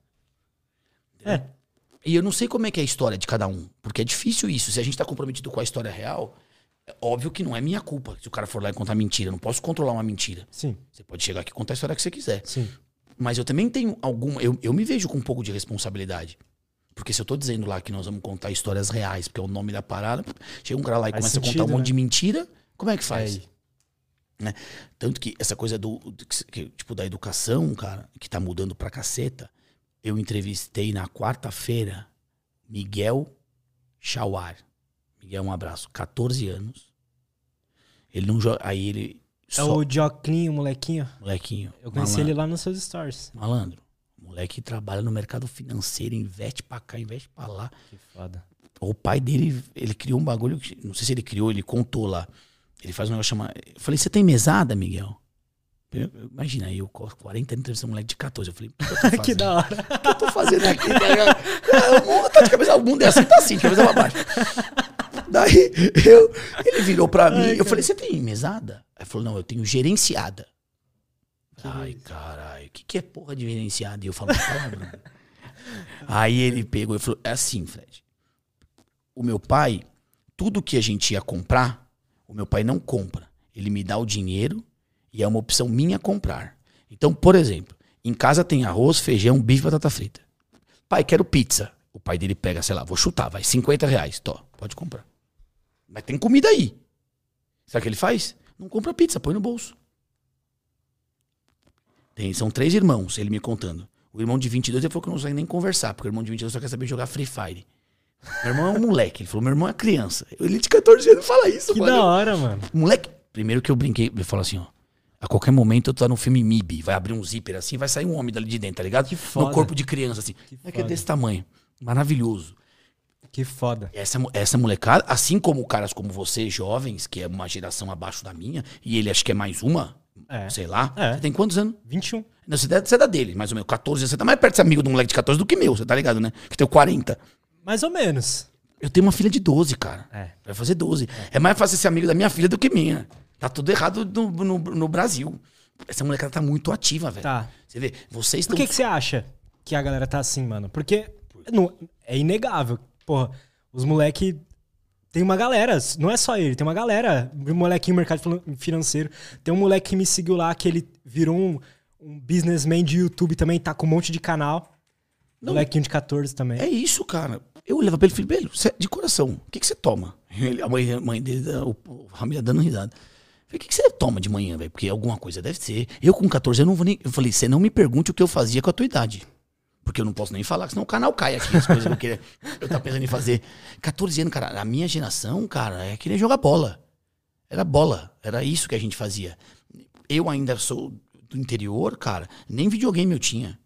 E eu não sei como é que é a história de cada um. Porque é difícil isso. Se a gente tá comprometido com a história real, é óbvio que não é minha culpa. Se o cara for lá e contar mentira, eu não posso controlar uma mentira. Sim. Você pode chegar aqui e contar a história que você quiser. Sim. Mas eu também tenho alguma. Eu me vejo com um pouco de responsabilidade. Porque se eu tô dizendo lá que nós vamos contar histórias reais, porque é o nome da parada, chega um cara lá e começa a contar um monte de mentira, como é que faz? Né? Tanto que essa coisa tipo, da educação, cara, que tá mudando pra caceta. Eu entrevistei na quarta-feira Miguel Chauar. Miguel, um abraço. 14 anos. Ele não joga. Aí ele. É o Joclinho, molequinho? Molequinho. Eu conheci ele lá nos seus stories. Malandro. O moleque trabalha no mercado financeiro, investe pra cá, investe pra lá. Que foda. O pai dele, ele criou um bagulho. Não sei se ele criou, ele contou lá. Ele faz um negócio chamado. Eu falei, você tem mesada, Miguel? Imagina, eu com 40 anos entrevistando um moleque de 14. Eu falei, o que eu tô fazendo? Que da hora. O que eu tô fazendo aqui? O mundo tá de cabeça, o mundo é assim, tá assim, de cabeça pra baixo. Daí ele virou pra mim. Eu falei, você tem mesada? Aí ele falou, não, eu tenho gerenciada. Ai, caralho, o que é porra de gerenciada? E eu falo, palavra. Aí ele pegou e falou, é assim, Fred. O meu pai, tudo que a gente ia comprar, o meu pai não compra. Ele me dá o dinheiro e é uma opção minha comprar. Então, por exemplo, em casa tem arroz, feijão, bife e batata frita. Pai, quero pizza. O pai dele pega, sei lá, vou chutar, vai, R$50. Tó, pode comprar. Mas tem comida aí. Sabe o que ele faz? Não compra pizza, põe no bolso. São 3 irmãos, ele me contando. O irmão de 22, ele falou que não consegue nem conversar, porque o irmão de 22 só quer saber jogar Free Fire. Meu irmão é um moleque. Ele falou, meu irmão é criança. Ele de 14 anos fala isso, que mano. Que da hora, mano. Moleque, primeiro que eu brinquei, ele falou assim, ó. A qualquer momento eu tô no filme MIB. Vai abrir um zíper assim, vai sair um homem dali de dentro, tá ligado? Que foda. No corpo de criança, assim. Que é desse tamanho. Maravilhoso. Que foda. Essa molecada, assim como caras como você, jovens, que é uma geração abaixo da minha, e ele acho que é mais uma, sei lá. Você tem quantos anos? 21. Não, você é da dele, mais ou menos. 14, você tá mais perto de ser amigo de um moleque de 14 do que meu, você tá ligado, né? Que tem 40. Mais ou menos. Eu tenho uma filha de 12, cara. Vai fazer 12. É mais fácil ser amigo da minha filha do que minha. Tá tudo errado no Brasil. Essa molecada tá muito ativa, velho. Tá. Você vê, vocês estão... Por que você acha que a galera tá assim, mano? Porque não, é inegável. Porra, os moleque... Tem uma galera, não é só ele, tem uma galera. Um molequinho no mercado financeiro. Tem um moleque que me seguiu lá, que ele virou um businessman de YouTube também, tá com um monte de canal. Não, molequinho de 14 também. É isso, cara. Eu olhava pra ele e falei, Belo, de coração, o que você toma? A mãe dele, a família dando risada. Eu falei, o que você toma de manhã, velho? Porque alguma coisa deve ser. Eu com 14 anos não vou nem... Eu falei, você não me pergunte o que eu fazia com a tua idade. Porque eu não posso nem falar, senão o canal cai aqui, as coisas que eu tava pensando em fazer. 14 anos, cara, a minha geração, cara, é querer jogar bola. Era bola, era isso que a gente fazia. Eu ainda sou do interior, cara, nem videogame eu tinha.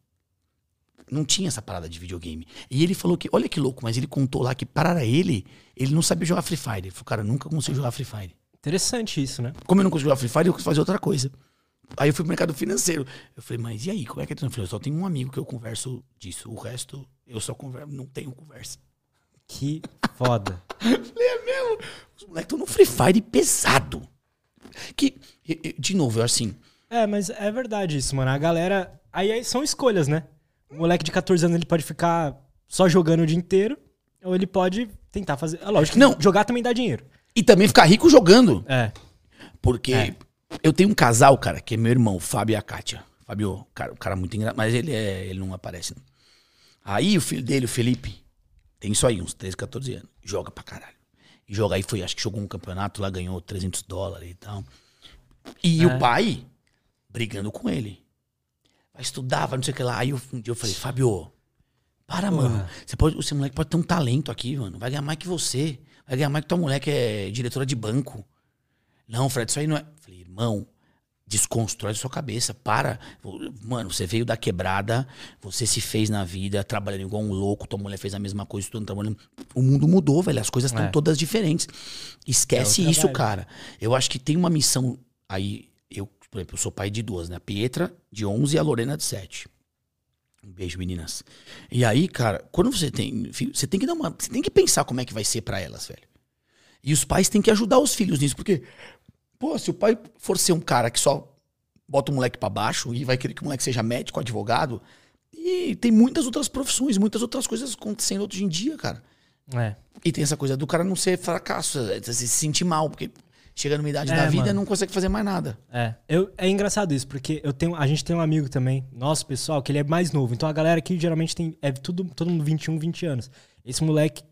Não tinha essa parada de videogame. E ele falou que, olha que louco, mas ele contou lá que para ele não sabia jogar Free Fire. Ele falou, cara, eu nunca consegui jogar Free Fire. Interessante isso, né? Como eu não consegui jogar Free Fire, eu quis fazer outra coisa. Aí eu fui pro mercado financeiro. Eu falei, mas e aí, como é que é? Eu falei, eu só tenho um amigo que eu converso disso. O resto, eu só converso, não tenho conversa. Que foda. Eu falei, é mesmo? Os moleques estão no Free Fire pesado. Que, de novo, eu assim... Mas é verdade isso, mano. A galera... Aí são escolhas, né? O moleque de 14 anos, ele pode ficar só jogando o dia inteiro, ou ele pode tentar fazer... É lógico que não, jogar também dá dinheiro. E também ficar rico jogando. Porque... Eu tenho um casal, cara, que é meu irmão, o Fábio e a Kátia. Fábio, um cara muito engraçado, mas ele não aparece, não. Aí o filho dele, o Felipe, Tem isso aí, uns 13, 14 anos. Joga pra caralho. E joga aí, acho que jogou um campeonato lá, ganhou $300 e tal. E o pai brigando com ele. Vai estudar, vai não sei o que lá. Aí um dia eu falei, Fábio, mano. Esse moleque pode ter um talento aqui, mano. Vai ganhar mais que você. Vai ganhar mais que tua mulher que é diretora de banco. Não, Fred, isso aí não é... Eu falei, irmão, desconstrói a sua cabeça. Para. Mano, você veio da quebrada, você se fez na vida, trabalhando igual um louco, tua mulher fez a mesma coisa, estudando, trabalhando. O mundo mudou, velho. As coisas estão todas diferentes. Esquece isso, cara. Eu acho que tem uma missão aí. Por exemplo, eu sou pai de 2, né? A Pietra, de 11, e a Lorena, de 7. Um beijo, meninas. E aí, cara, quando você tem filho, você tem que você tem que pensar como é que vai ser pra elas, velho. E os pais têm que ajudar os filhos nisso, porque, pô, se o pai for ser um cara que só bota o moleque pra baixo e vai querer que o moleque seja médico, advogado, e tem muitas outras profissões, muitas outras coisas acontecendo hoje em dia, cara. E tem essa coisa do cara não ser fracasso, se sentir mal, porque chega numa idade da vida e não consegue fazer mais nada. É engraçado isso, porque a gente tem um amigo também, nosso pessoal, que ele é mais novo. Então a galera aqui geralmente tem. Todo mundo 21, 20 anos. Esse moleque,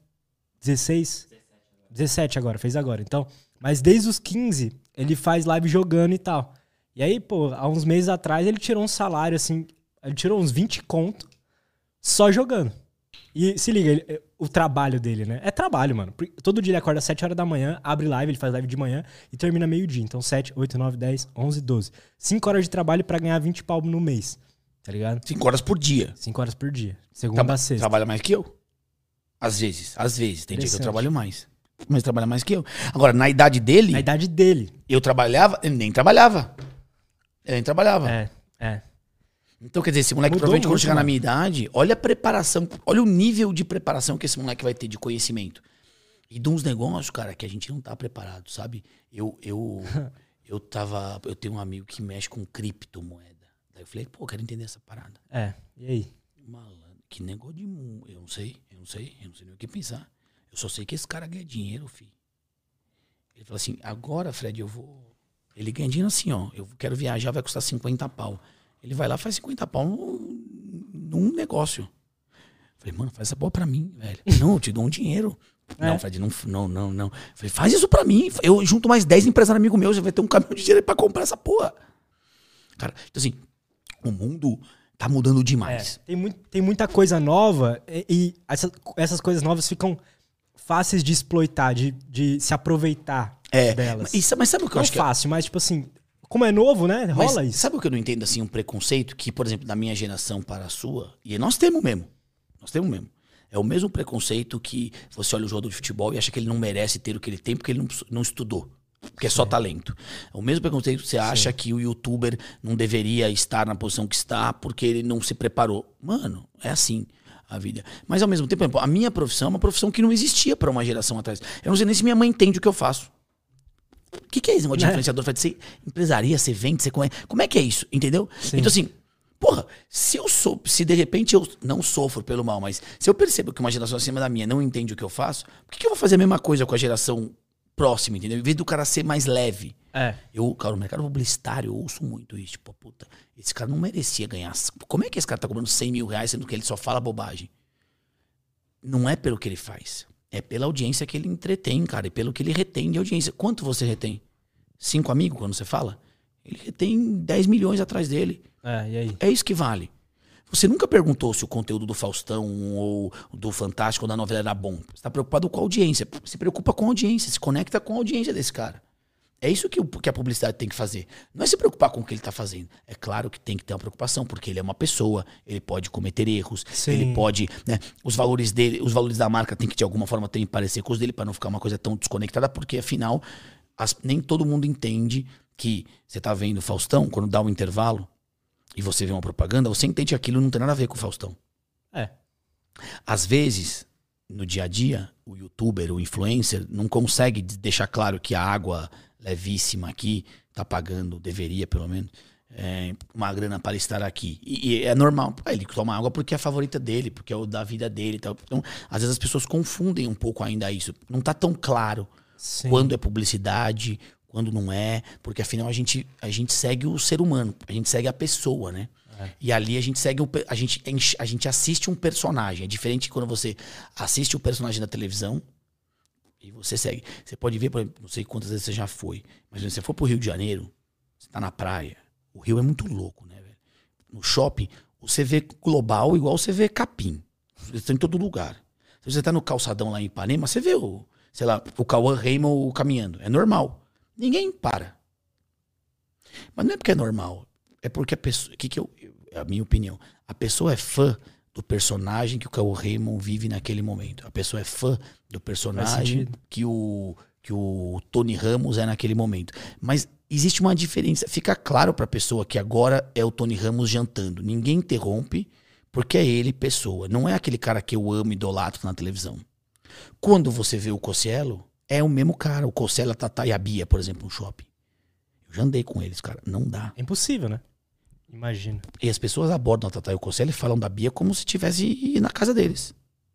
17 agora, fez agora. Então, mas desde os 15, ele faz live jogando e tal. E aí, pô, há uns meses atrás, ele tirou um salário, assim, ele tirou uns 20 conto só jogando. E se liga, o trabalho dele, né? É trabalho, mano. Todo dia ele acorda às 7 horas da manhã, abre live, ele faz live de manhã e termina meio-dia. Então 7, 8, 9, 10, 11, 12. 5 horas de trabalho pra ganhar 20 pau no mês. Tá ligado? 5 horas por dia. 5 horas por dia. Segunda a sexta. Trabalha mais que eu? Às vezes. Tem dia que eu trabalho mais. Mas trabalha mais que eu. Agora, na idade dele... Na idade dele. Eu trabalhava... Ele nem trabalhava. É. Então, quer dizer, esse moleque provavelmente quando chegar na minha idade, olha a preparação, olha o nível de preparação que esse moleque vai ter de conhecimento. E de uns negócios, cara, que a gente não tá preparado, sabe? Eu tenho um amigo que mexe com criptomoeda. Daí eu falei, pô, eu quero entender essa parada. E aí? Malandro, que negócio de mundo. Eu não sei nem o que pensar. Eu só sei que esse cara ganha dinheiro, filho. Ele falou assim, agora, Fred, eu vou... Ele ganha dinheiro assim, ó, eu quero viajar, vai custar 50 pau. Ele vai lá e faz 50 pau num negócio. Falei, mano, faz essa porra pra mim, velho. Não, eu te dou um dinheiro. Não, Fred, não. Falei, faz isso pra mim. Eu junto mais 10 empresários amigos meus, já vai ter um caminhão de dinheiro pra comprar essa porra. Cara, então assim, o mundo tá mudando demais. Tem muita coisa nova e essas coisas novas ficam fáceis de exploitar, de se aproveitar delas. Mas sabe o que eu acho que... Não fácil, mas tipo assim... Como é novo, né? Rola isso. Sabe o que eu não entendo, assim, um preconceito que, por exemplo, da minha geração para a sua, e nós temos mesmo. É o mesmo preconceito que você olha o jogador de futebol e acha que ele não merece ter o que ele tem porque ele não estudou. Porque é só talento. É o mesmo preconceito que você acha que o youtuber não deveria estar na posição que está porque ele não se preparou. Mano, é assim a vida. Mas ao mesmo tempo, a minha profissão é uma profissão que não existia para uma geração atrás. Eu não sei nem se minha mãe entende o que eu faço. O que é esse negócio de influenciador? Você empresaria, você vende, você conhece. Como é que é isso? Entendeu? Sim. Então, assim, porra, se de repente eu não sofro pelo mal, mas se eu percebo que uma geração acima da minha não entende o que eu faço, por que eu vou fazer a mesma coisa com a geração próxima, entendeu? Em vez do cara ser mais leve. Cara, o mercado publicitário, eu ouço muito isso. Tipo, puta, esse cara não merecia ganhar. Como é que esse cara tá cobrando 100 mil reais sendo que ele só fala bobagem? Não é pelo que ele faz. É pela audiência que ele entretém, cara. E pelo que ele retém de audiência. Quanto você retém? 5 amigos, quando você fala? Ele retém 10 milhões atrás dele. E aí? É isso que vale. Você nunca perguntou se o conteúdo do Faustão ou do Fantástico ou da novela era bom. Você tá preocupado com a audiência. Se preocupa com a audiência. Se conecta com a audiência desse cara. É isso que a publicidade tem que fazer. Não é se preocupar com o que ele está fazendo. É claro que tem que ter uma preocupação, porque ele é uma pessoa, ele pode cometer erros, ele pode... Né, os valores dele, os valores da marca tem que de alguma forma ter parecer com os dele, para não ficar uma coisa tão desconectada, porque afinal, nem todo mundo entende que você tá vendo o Faustão, quando dá um intervalo, e você vê uma propaganda, você entende que aquilo não tem nada a ver com o Faustão. Às vezes, no dia a dia, o youtuber, o influencer, não consegue deixar claro que a água... levíssima aqui, tá pagando, deveria pelo menos, uma grana para estar aqui. E é normal. Ele toma água porque é a favorita dele, porque é o da vida dele e tal. Então, às vezes as pessoas confundem um pouco ainda isso. Não tá tão claro quando é publicidade, quando não é, porque afinal a gente segue o ser humano, a gente segue a pessoa, né? E ali a gente segue a gente assiste um personagem. É diferente quando você assiste o personagem da televisão e você segue. Você pode ver, por exemplo, não sei quantas vezes você já foi, mas se você for pro Rio de Janeiro, você tá na praia, o Rio é muito louco, né, velho? No shopping, você vê global igual você vê capim. Você está em todo lugar. Se você tá no calçadão lá em Ipanema, você vê sei lá, o Cauã Raymond caminhando. É normal. Ninguém para. Mas não é porque é normal. É porque a pessoa... a minha opinião. A pessoa é fã do personagem que o Cauã Raymond vive naquele momento. A pessoa é fã do personagem que o Tony Ramos é naquele momento. Mas existe uma diferença. Fica claro pra pessoa que agora é o Tony Ramos jantando. Ninguém interrompe porque é ele pessoa. Não é aquele cara que eu amo, idolatro na televisão. Quando você vê o Cossielo, é o mesmo cara. O Cossielo, a Tatá e a Bia, por exemplo, no shopping. Eu já andei com eles, cara. Não dá. É impossível, né? Imagina. E as pessoas abordam a Tatá e o Cossielo e falam da Bia como se tivesse na casa deles.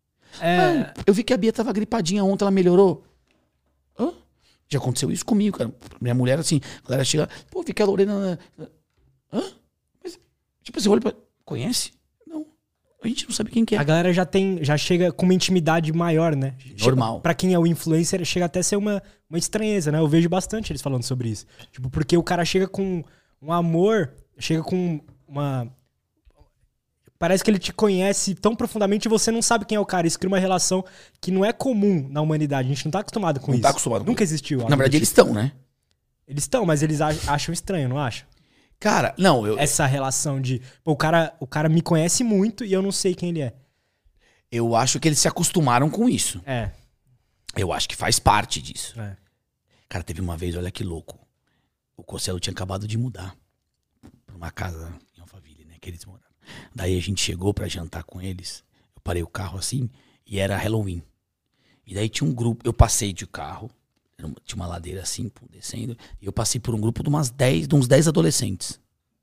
Eu vi que a Bia tava gripadinha ontem, ela melhorou. Hã? Já aconteceu isso comigo, cara. Minha mulher, assim, a galera chega... Pô, vi que a Lorena... Hã? Mas, tipo assim, olha pra... Conhece? Não. A gente não sabe quem que é. A galera já chega com uma intimidade maior, né? Normal. Pra quem é o influencer, chega até a ser uma estranheza, né? Eu vejo bastante eles falando sobre isso. Tipo, porque o cara chega com um amor, chega com uma... Parece que ele te conhece tão profundamente e você não sabe quem é o cara. Isso cria uma relação que não é comum na humanidade. A gente não tá acostumado com isso. Não tá acostumado com Nunca existiu. Na verdade, eles estão, né? Eles estão, mas eles acham estranho, não acham? Cara, não, Essa relação de... Pô, o cara me conhece muito e eu não sei quem ele é. Eu acho que eles se acostumaram com isso. É. Eu acho que faz parte disso. É. Cara, teve uma vez, olha que louco. O Cossielo tinha acabado de mudar pra uma casa em Alphaville, né? Que eles moraram. Daí a gente chegou pra jantar com eles. Eu parei o carro assim e era Halloween. E daí tinha um grupo. Eu passei de carro. Tinha uma ladeira assim, descendo. E eu passei por um grupo de uns 10 adolescentes.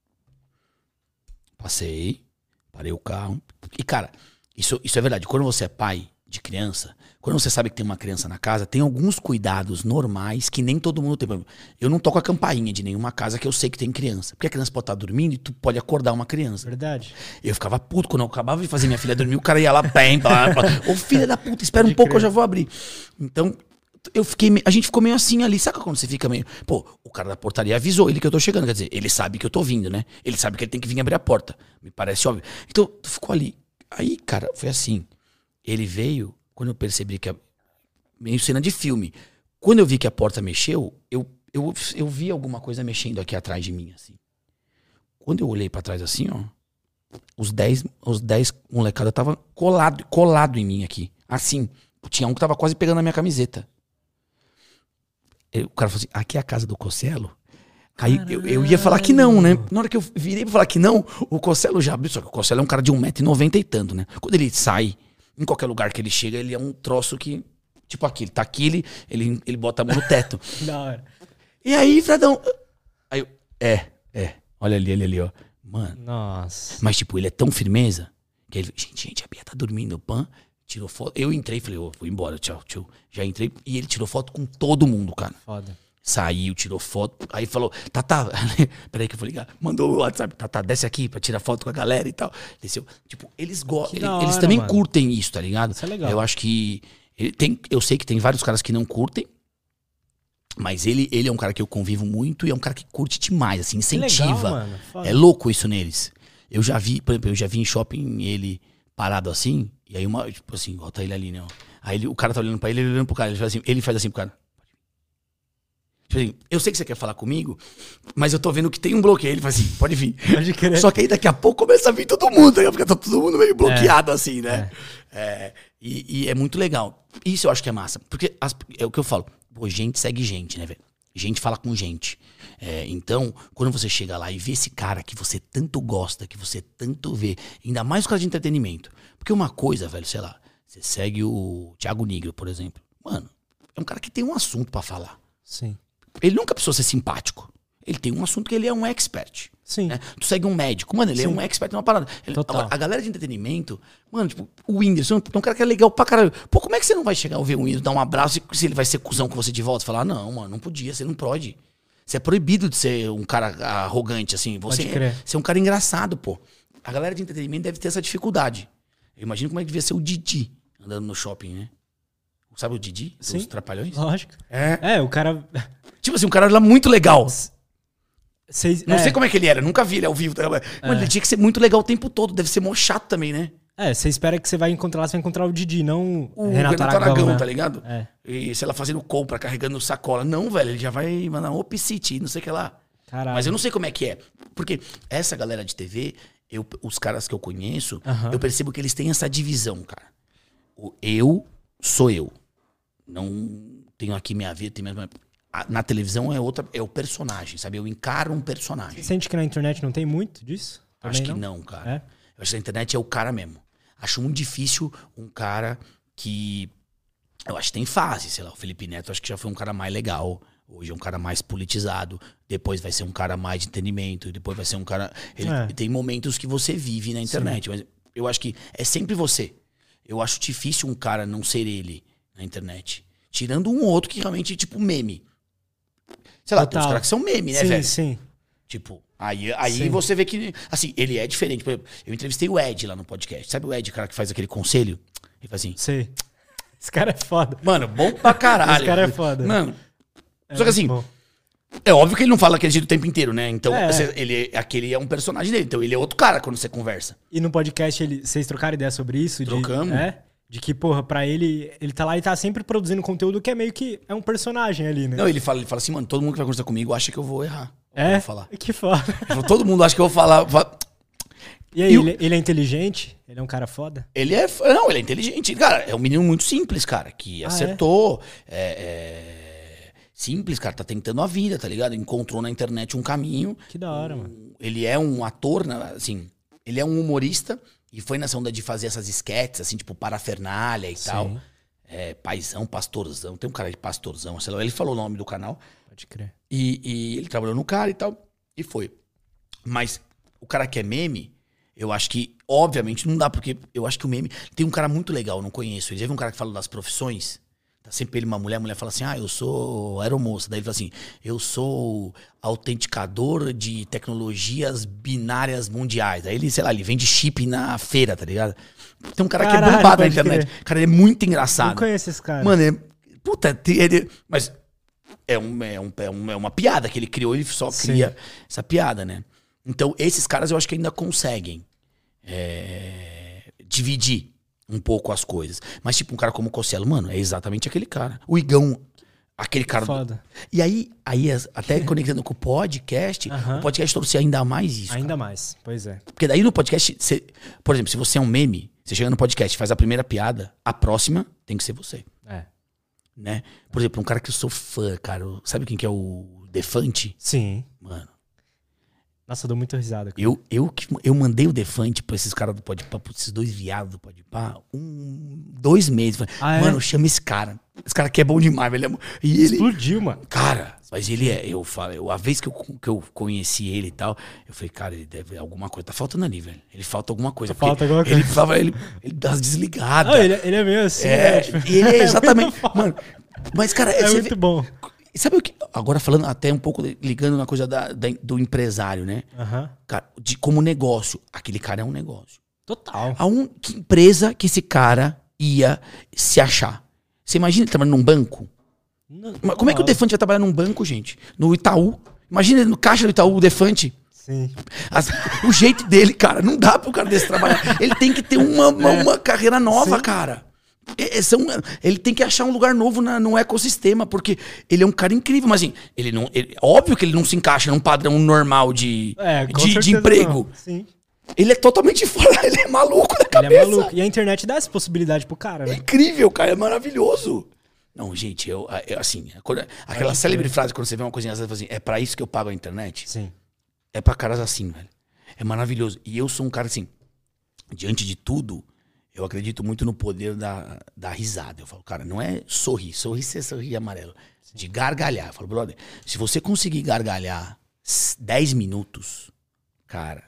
Passei, parei o carro. E, cara, isso é verdade. Quando você é pai de criança, quando você sabe que tem uma criança na casa, tem alguns cuidados normais que nem todo mundo tem. Eu não toco a campainha de nenhuma casa que eu sei que tem criança. Porque a criança pode estar dormindo e tu pode acordar uma criança. Verdade. Eu ficava puto quando eu acabava de fazer minha filha dormir, o cara ia lá, bem, ô filha da puta, espera um pouco, eu já vou abrir. Então... a gente ficou meio assim ali, sabe quando você fica meio... Pô, o cara da portaria avisou ele que eu tô chegando, quer dizer, ele sabe que eu tô vindo, né? Ele sabe que ele tem que vir abrir a porta, me parece óbvio. Então, tu ficou ali. Aí, cara, foi assim, ele veio, quando eu percebi que... meio cena de filme. Quando eu vi que a porta mexeu, eu vi alguma coisa mexendo aqui atrás de mim, assim. Quando eu olhei pra trás assim, ó, os 10 molecada tava colado em mim aqui, assim. Tinha um que tava quase pegando a minha camiseta. O cara falou assim, aqui é a casa do Cossielo? Aí eu ia falar que não, né? Na hora que eu virei pra falar que não, o Cossielo já abriu. Só que o Cossielo é um cara de 1,90 m e tanto, né? Quando ele sai, em qualquer lugar que ele chega, ele é um troço que... Tipo aqui, ele tá aqui, ele bota a mão no teto. Da hora. E aí, Fredão... Aí eu... Olha ali, ó. Mano. Nossa. Mas tipo, ele é tão firmeza que ele... Gente, a Bia tá dormindo, pan... Tirou foto. Eu entrei e falei, vou embora, tchau. Já entrei e ele tirou foto com todo mundo, cara. Foda. Saiu, tirou foto. Aí falou, Tatá, peraí que eu vou ligar. Mandou o WhatsApp, Tatá, desce aqui pra tirar foto com a galera e tal. Desceu. Tipo, eles gostam. Eles também curtem isso, tá ligado? Isso é legal. Eu acho que... eu sei que tem vários caras que não curtem. Mas ele é um cara que eu convivo muito e é um cara que curte demais, assim, incentiva. Legal, mano. É louco isso neles. Eu já vi, por exemplo, em shopping ele parado assim... E aí tipo assim, bota ele ali, né? Ó. Aí o cara tá olhando pra ele olhando pro cara. Ele faz assim pro cara. Tipo assim, eu sei que você quer falar comigo, mas eu tô vendo que tem um bloqueio. Ele faz assim, pode vir. Pode querer. Só que aí daqui a pouco começa a vir todo mundo, né? Porque tá todo mundo meio bloqueado assim, né? E é muito legal. Isso eu acho que é massa. Porque é o que eu falo. Pô, gente segue gente, né, velho? Gente fala com gente. Então, quando você chega lá e vê esse cara que você tanto gosta, que você tanto vê, ainda mais o cara de entretenimento. Porque uma coisa, velho, sei lá, você segue o Thiago Nigro, por exemplo. Mano, é um cara que tem um assunto pra falar. Sim. Ele nunca precisou ser simpático. Ele tem um assunto que ele é um expert. Sim. Né? Tu segue um médico, mano, ele é um expert numa parada. A galera de entretenimento, mano, tipo, o Whindersson é um cara que é legal pra caralho. Pô, como é que você não vai chegar a ver o Whindersson, dar um abraço e se ele vai ser cuzão com você de volta? Falar, não, mano, não podia, você não pode. Você é proibido de ser um cara arrogante, assim. Você é um cara engraçado, pô. A galera de entretenimento deve ter essa dificuldade. Eu imagino como é que devia ser o Didi andando no shopping, né? Sabe o Didi? Sim. Os Trapalhões? Lógico. É, o cara... Tipo assim, um cara lá muito legal. Não sei como é que ele era, nunca vi ele ao vivo. Mano, ele tinha que ser muito legal o tempo todo. Deve ser mó chato também, né? Você espera que você vai encontrar o Didi, não o Renato Aragão, né? Tá ligado? É. E sei lá, fazendo compra, carregando sacola. Não, velho, ele já vai mandar City, não sei o que lá. Caralho. Mas eu não sei como é que é. Porque essa galera de TV, os caras que eu conheço, eu percebo que eles têm essa divisão, cara. Eu sou eu. Não tenho aqui minha vida, tem minha... Na televisão é o personagem, sabe? Eu encaro um personagem. Você sente que na internet não tem muito disso? Acho que não, cara. Eu acho que na internet é o cara mesmo. Acho muito difícil um cara que... Eu acho que tem fase, sei lá, o Felipe Neto acho que já foi um cara mais legal. Hoje é um cara mais politizado. Depois vai ser um cara mais de entendimento. Depois vai ser um cara... Tem momentos que você vive na internet. Sim. Mas eu acho que é sempre você. Eu acho difícil um cara não ser ele na internet. Tirando um ou outro que realmente, tipo, meme. Sei lá, tem uns caras que são meme, né, sim, velho? Sim. Tipo, aí você vê que... Assim, ele é diferente. Por exemplo, eu entrevistei o Ed lá no podcast. Sabe o Ed, o cara que faz aquele conselho? Ele faz assim... Sei. Esse cara é foda. Mano, bom pra caralho. Esse cara é foda. Mano, só que assim... Bom. É óbvio que ele não fala aquele jeito o tempo inteiro, né? Então, aquele é um personagem dele. Então, ele é outro cara quando você conversa. E no podcast, vocês trocaram ideia sobre isso? Trocamos. De que, porra, pra ele tá lá e tá sempre produzindo conteúdo que é meio que é um personagem ali, né? Não, ele fala assim, mano, todo mundo que vai conversar comigo acha que eu vou errar. É? Vou falar. Que foda. Todo mundo acha que eu vou falar. E aí, ele é inteligente? Ele é um cara foda? Não, ele é inteligente. Cara, é um menino muito simples, cara, que acertou. Simples, cara, tá tentando a vida, tá ligado? Encontrou na internet um caminho. Que da hora, mano. Ele é um ator, assim, ele é um humorista. E foi nessa onda de fazer essas sketches, assim, tipo, parafernália e tal. Paizão, pastorzão. Tem um cara de pastorzão, sei lá. Ele falou o nome do canal. Pode crer. E ele trabalhou no cara e tal. E foi. Mas o cara que é meme, eu acho que, obviamente, não dá, porque eu acho que o meme... Tem um cara muito legal, não conheço. Ele já viu um cara que fala das profissões? Tá sempre ele, uma mulher, a mulher fala assim, eu sou aeromoça. Daí ele fala assim, eu sou autenticador de tecnologias binárias mundiais. Aí ele, sei lá, ele vende chip na feira, tá ligado? Tem um cara que é bombado na internet. Cara, ele é muito engraçado. Não conheço esse cara. Mano, puta, mas é uma piada que ele criou, ele só cria essa piada, né? Então, esses caras eu acho que ainda conseguem dividir um pouco as coisas. Mas, tipo, um cara como o Cossielo, mano, é exatamente aquele cara. O Igão, aquele cara... Foda. E aí até conectando com o podcast, o podcast trouxe ainda mais isso. Ainda mais, pois é. Porque daí no podcast, por exemplo, se você é um meme, você chega no podcast, faz a primeira piada, a próxima tem que ser você. Né? Por exemplo, um cara que eu sou fã, cara, sabe quem que é o Defante? Sim. Mano. Nossa, eu dou muita risada. Eu mandei o Defante pra esses caras do Podpah, pra esses dois viados do Podpah, 2 meses. Falei, mano, chama esse cara. Esse cara aqui é bom demais, velho. E ele explodiu, mano. Cara, mas ele a vez que eu conheci ele e tal, eu falei, cara, ele deve alguma coisa. Tá faltando ali, velho. Ele falta alguma coisa. Falta alguma coisa. Ele dá umas desligadas. Ele é meio assim, né? E ele é exatamente. Mano, mas, cara, é muito bom. Sabe o que? Agora falando até um pouco, ligando na coisa do empresário, né? Cara, como negócio. Aquele cara é um negócio. Total. Que empresa que esse cara ia se achar? Você imagina ele trabalhando num banco? Não, como é que o Defante vai trabalhar num banco, gente? No Itaú? Imagina ele no caixa do Itaú, o Defante. Sim. O jeito dele, cara, não dá pro cara desse trabalhar. Ele tem que ter uma carreira nova, cara. Ele tem que achar um lugar novo no ecossistema, porque ele é um cara incrível, mas assim, óbvio que ele não se encaixa num padrão normal de emprego. Sim. Ele é totalmente fora, ele é maluco da cabeça. Ele é maluco. E a internet dá essa possibilidade pro cara, né? É incrível, cara, é maravilhoso. Não, gente, assim, aquela célebre frase quando você vê uma coisinha assim, você fala assim, é pra isso que eu pago a internet? Sim. É pra caras assim, velho. É maravilhoso. E eu sou um cara assim, diante de tudo, eu acredito muito no poder da risada. Eu falo, cara, não é sorrir você sorrir amarelo. Sim. De gargalhar. Eu falo, brother, se você conseguir gargalhar 10 minutos, cara...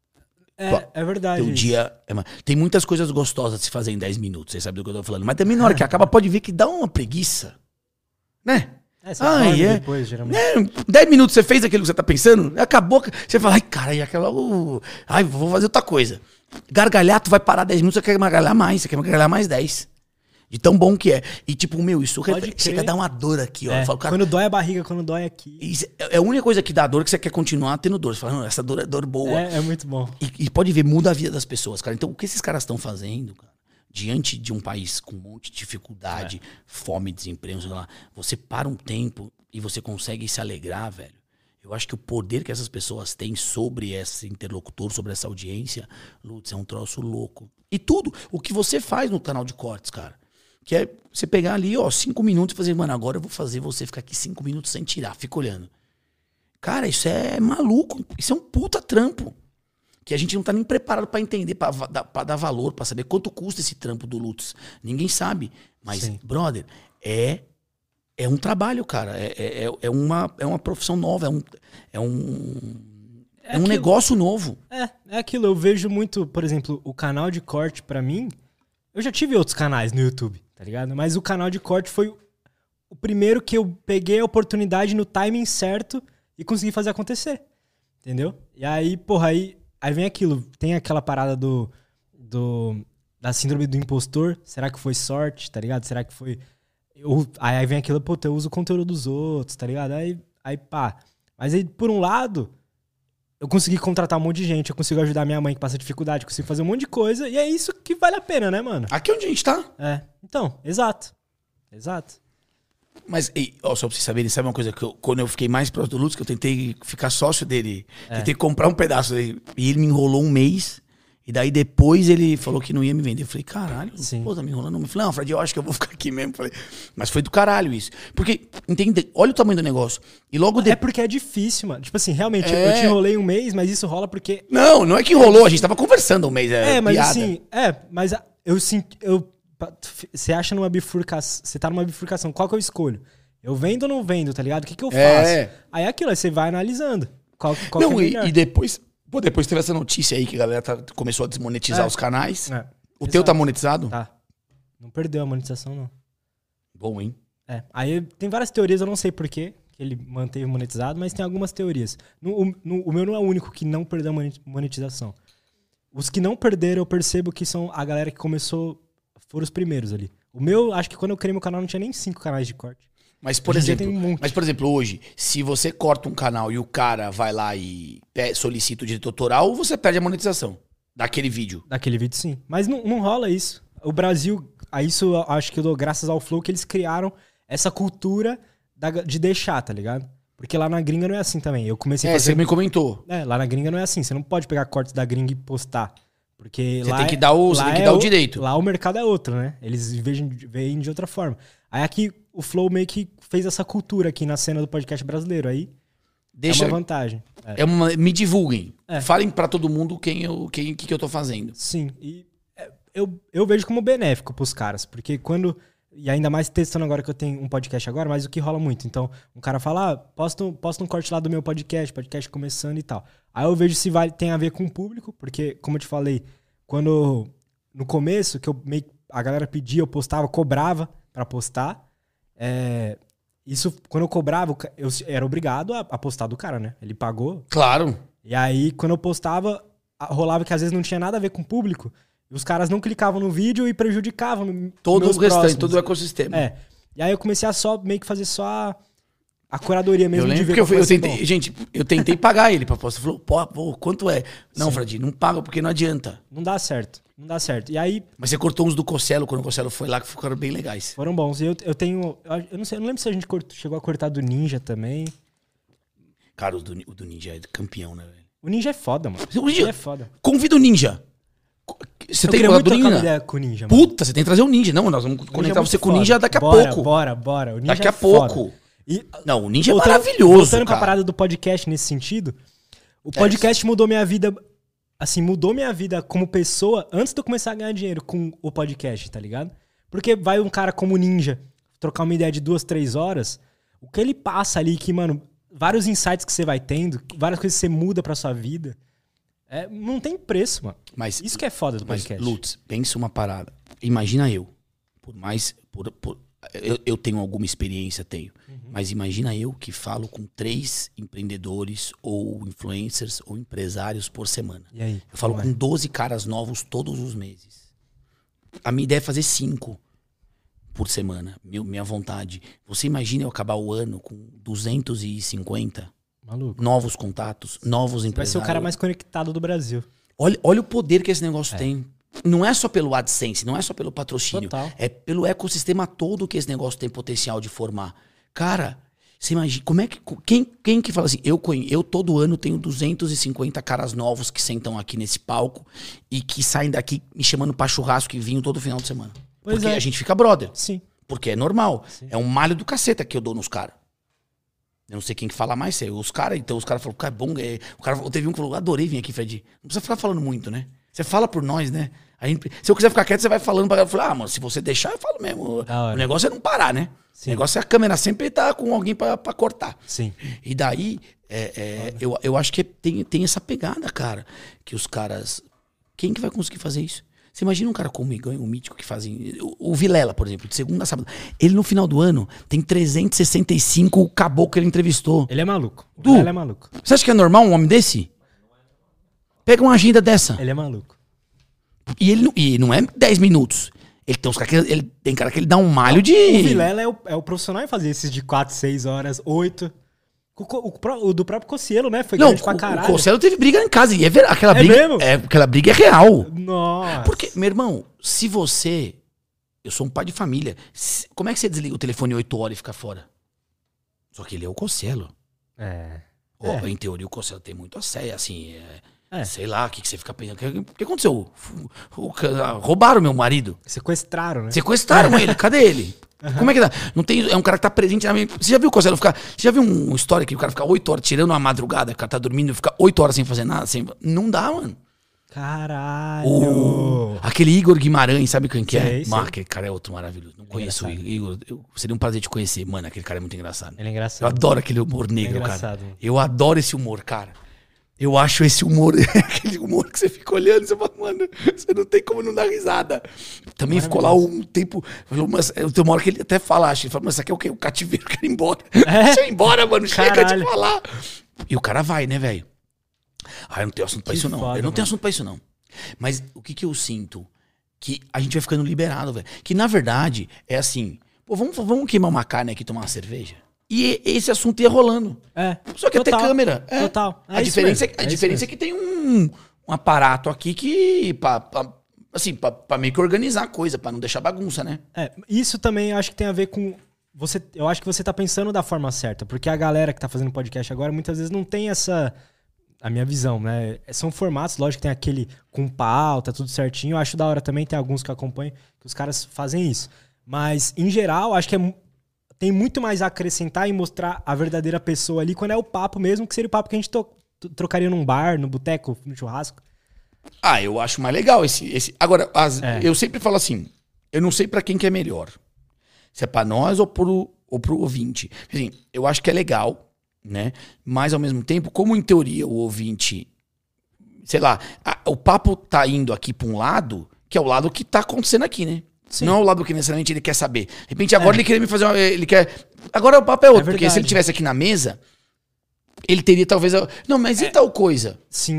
É verdade. Teu dia... Tem muitas coisas gostosas de se fazer em 10 minutos, você sabe do que eu tô falando. Mas também na hora que acaba pode ver que dá uma preguiça, né? Você dorme depois, geralmente. 10 minutos você fez aquilo que você tá pensando, acabou. Você fala, ai, cara, ai, vou fazer outra coisa. Gargalhar, tu vai parar 10 minutos, você quer gargalhar mais, você quer gargalhar mais 10. De tão bom que é. E tipo, isso chega a dar uma dor aqui, ó. Falo, cara, quando dói a barriga, quando dói aqui. É a única coisa que dá dor que você quer continuar tendo dor. Você fala, não, essa dor é dor boa. É muito bom. E pode ver, muda a vida das pessoas, cara. Então, o que esses caras estão fazendo, cara? Diante de um país com um monte de dificuldade, fome, desemprego, sei lá, você para um tempo e você consegue se alegrar, velho. Eu acho que o poder que essas pessoas têm sobre esse interlocutor, sobre essa audiência, Lutz, é um troço louco. E tudo, o que você faz no canal de cortes, cara, que é você pegar ali, 5 minutos e fazer, mano, agora eu vou fazer você ficar aqui 5 minutos sem tirar, fica olhando. Cara, isso é maluco, isso é um puta trampo. Que a gente não tá nem preparado pra entender, pra dar valor, pra saber quanto custa esse trampo do Lutz. Ninguém sabe. Mas, sim, brother, é um trabalho, cara. É uma profissão nova, é um negócio novo. É aquilo. Eu vejo muito, por exemplo, o canal de corte pra mim. Eu já tive outros canais no YouTube, tá ligado? Mas o canal de corte foi o primeiro que eu peguei a oportunidade no timing certo e consegui fazer acontecer. Entendeu? E aí, porra, Aí vem aquilo, tem aquela parada da síndrome do impostor. Será que foi sorte, tá ligado? Será que foi... Aí vem aquilo, pô, eu uso o conteúdo dos outros, tá ligado? Aí pá. Mas aí, por um lado, eu consegui contratar um monte de gente, eu consigo ajudar minha mãe que passa dificuldade, eu consigo fazer um monte de coisa, e é isso que vale a pena, né, mano? Aqui é onde a gente tá. Então, exato. Mas, só pra vocês saberem, sabe uma coisa? Quando eu fiquei mais próximo do Lutz, que eu tentei ficar sócio dele, tentei comprar um pedaço dele, e ele me enrolou um mês, e daí depois ele falou que não ia me vender. Eu falei, caralho, pô, tá me enrolando. Eu falei, não, Fred, eu acho que eu vou ficar aqui mesmo. Falei, mas foi do caralho isso. Porque, entende? Olha o tamanho do negócio. E logo É porque é difícil, mano. Tipo assim, realmente, eu te enrolei um mês, mas isso rola porque... Não é que enrolou, a gente tava conversando um mês, mas piada. Assim, mas eu sinto... Você acha numa bifurcação... Você tá numa bifurcação, qual que eu escolho? Eu vendo ou não vendo, tá ligado? O que eu faço? Aí é aquilo, aí você vai analisando. Qual que é melhor. E depois... Pô, depois teve essa notícia aí que a galera começou a desmonetizar os canais. O teu tá monetizado? Tá. Não perdeu a monetização, não. Bom, hein? Aí tem várias teorias, eu não sei porquê que ele manteve monetizado, mas tem algumas teorias. O meu não é o único que não perdeu a monetização. Os que não perderam, eu percebo que são a galera que começou... Foram os primeiros ali. O meu, acho que quando eu criei meu canal, não tinha nem 5 canais de corte. Mas, por exemplo, hoje, se você corta um canal e o cara vai lá e solicita o direito autoral, você perde a monetização daquele vídeo. Daquele vídeo, sim. Mas não rola isso. O Brasil, isso eu acho que eu dou graças ao Flow, que eles criaram essa cultura de deixar, tá ligado? Porque lá na gringa não é assim também. Eu comecei a fazer... você me comentou. Lá na gringa não é assim. Você não pode pegar cortes da gringa e postar. Porque você lá tem que dar o direito. Lá o mercado é outro, né? Eles veem de outra forma. Aí aqui o Flow meio que fez essa cultura aqui na cena do podcast brasileiro. Aí é uma vantagem. Me divulguem. Falem pra todo mundo o que eu tô fazendo. Sim. E eu vejo como benéfico pros caras. Porque quando... E ainda mais testando agora que eu tenho um podcast agora, mas o que rola muito. Então, um cara fala, posta um corte lá do meu podcast começando e tal. Aí eu vejo se tem a ver com o público, porque, como eu te falei, quando no começo, que a galera pedia, eu postava, cobrava pra postar. Isso, quando eu cobrava, eu era obrigado a postar do cara, né? Ele pagou. Claro. E aí, quando eu postava, rolava que às vezes não tinha nada a ver com o público. Os caras não clicavam no vídeo e prejudicavam todo o restante, todo o ecossistema. E aí eu comecei a meio que fazer só a curadoria mesmo. Eu lembro eu tentei pagar ele pra postar. Falou, pô, quanto é? Não, Fred, não paga porque não adianta. Não dá certo. E aí... Mas você cortou uns do Cocelo, quando o Cocelo foi lá, que ficaram bem legais. Foram bons. E eu tenho... Eu não sei, eu não lembro se a gente chegou a cortar do Ninja também. Cara, o do Ninja é campeão, né, velho? O Ninja é foda, mano. O Ninja é foda. Convida o Ninja. Você tem muito trocar uma ideia com o Ninja, mano. Puta, você tem que trazer o Ninja. Não, nós vamos conectar você com o Ninja daqui a pouco. Bora. O Ninja daqui a pouco. Não, o Ninja é maravilhoso, voltando pra parada do podcast nesse sentido, o podcast mudou minha vida, assim, mudou minha vida como pessoa antes de eu começar a ganhar dinheiro com o podcast, tá ligado? Porque vai um cara como o Ninja trocar uma ideia de 2, 3 horas, o que ele passa ali, que, mano, vários insights que você vai tendo, várias coisas que você muda pra sua vida... não tem preço, mano. Mas, isso que é foda do podcast. Lutz, pensa uma parada. Imagina eu. eu tenho alguma experiência, tenho. Mas imagina eu que falo com 3 empreendedores ou influencers ou empresários por semana. E aí? Eu falo com 12 caras novos todos os meses. A minha ideia é fazer 5 por semana, minha vontade. Você imagina eu acabar o ano com 250 Maluco. novos contatos, novos empresários. Vai ser o cara mais conectado do Brasil. Olha o poder que esse negócio tem. Não é só pelo AdSense, não é só pelo patrocínio. Total. É pelo ecossistema todo que esse negócio tem potencial de formar. Cara, você imagina, como é que... Quem que fala assim, eu todo ano tenho 250 caras novos que sentam aqui nesse palco e que saem daqui me chamando pra churrasco e vinho todo final de semana. Pois Porque é. a gente fica brother. Sim. Porque é normal. Sim. É um malho do caceta que eu dou nos caras. Eu não sei quem que fala mais, é os caras. Então os caras falaram, cara, é bom. Teve um que falou, adorei vir aqui, Fred. Não precisa ficar falando muito, né? Você fala por nós, né? Se eu quiser ficar quieto, você vai falando pra ela. Eu falei, mano, se você deixar, eu falo mesmo. O negócio é não parar, né? Sim. O negócio é a câmera sempre estar com alguém pra cortar. Sim. E daí, eu acho que tem essa pegada, cara. Que os caras... Quem que vai conseguir fazer isso? Você imagina um cara como o Igão, o Mítico, que fazem... O Vilela, por exemplo, de segunda a sábado. Ele, no final do ano, tem 365 caboclo que ele entrevistou. Ele é maluco. O Du, Vilela é maluco. Você acha que é normal um homem desse? Pega uma agenda dessa. Ele é maluco. E não é 10 minutos. Ele tem cara que ele dá um malho de... O Vilela é o profissional em fazer esses de 4, 6 horas, 8. O do próprio Cossielo, né? Foi grande pra caralho. O Cossielo teve briga em casa. E aquela É briga... mesmo? Aquela briga é real. Nossa. Porque, meu irmão, se você... Eu sou um pai de família. Como é que você desliga o telefone 8 horas e fica fora? Só que ele é o Cossielo. Em teoria, o Cossielo tem muito a sério, assim... Sei lá, o que você fica pensando? O que aconteceu? Roubaram meu marido. Sequestraram, né? Sequestraram ele. Cadê ele? Como é que dá? Não tem, é um cara que tá presente na minha... Você já viu o Cossielo ficar... Você já viu uma história que o cara fica 8 horas tirando uma madrugada, o cara tá dormindo e fica 8 horas sem fazer nada? Não dá, mano. Caralho. Aquele Igor Guimarães, sabe quem que é? Sei. Aquele cara é outro maravilhoso. Não conheço o Igor. Seria um prazer te conhecer. Mano, aquele cara é muito engraçado. Ele é engraçado. Eu adoro aquele humor negro, cara. Engraçado. Eu adoro esse humor, cara. Eu acho esse humor, aquele humor que você fica olhando e você fala, mano, você não tem como não dar risada. Também ficou lá um tempo, mas tem uma hora que ele até fala, acho, ele fala, mas isso aqui é o quê? O cativeiro, eu quero ir embora. Deixa eu ir embora, mano, chega de falar. E o cara vai, né, velho? Eu não tenho assunto pra isso, não. Foda, Eu não tenho assunto pra isso, não. Mas o que eu sinto? Que a gente vai ficando liberado, velho. Que, na verdade, é assim, pô, vamos queimar uma carne aqui e tomar uma cerveja? E esse assunto ia rolando. Só que total, até câmera. Total. A diferença é que tem um aparato aqui que... Pra meio que organizar a coisa, pra não deixar bagunça, né? Isso também eu acho que tem a ver com... Eu acho que você tá pensando da forma certa. Porque a galera que tá fazendo podcast agora, muitas vezes não tem essa... A minha visão, né? São formatos, lógico que tem aquele com pauta, tudo certinho. Eu acho da hora também, tem alguns que acompanham, que os caras fazem isso. Mas, em geral, acho que tem muito mais a acrescentar e mostrar a verdadeira pessoa ali quando é o papo mesmo, que seria o papo que a gente trocaria num bar, no boteco, no churrasco. Eu acho mais legal esse... Agora, eu sempre falo assim, eu não sei pra quem que é melhor. Se é pra nós ou pro ouvinte. Assim, eu acho que é legal, né? Mas, ao mesmo tempo, como em teoria o ouvinte... Sei lá, o papo tá indo aqui pra um lado, que é o lado que tá acontecendo aqui, né? Sim. Não é o lado que necessariamente ele quer saber. De repente, agora ele queria me fazer ele quer... Agora o papo é outro, porque se ele tivesse aqui na mesa, ele teria talvez... Não, mas e tal coisa? Sim,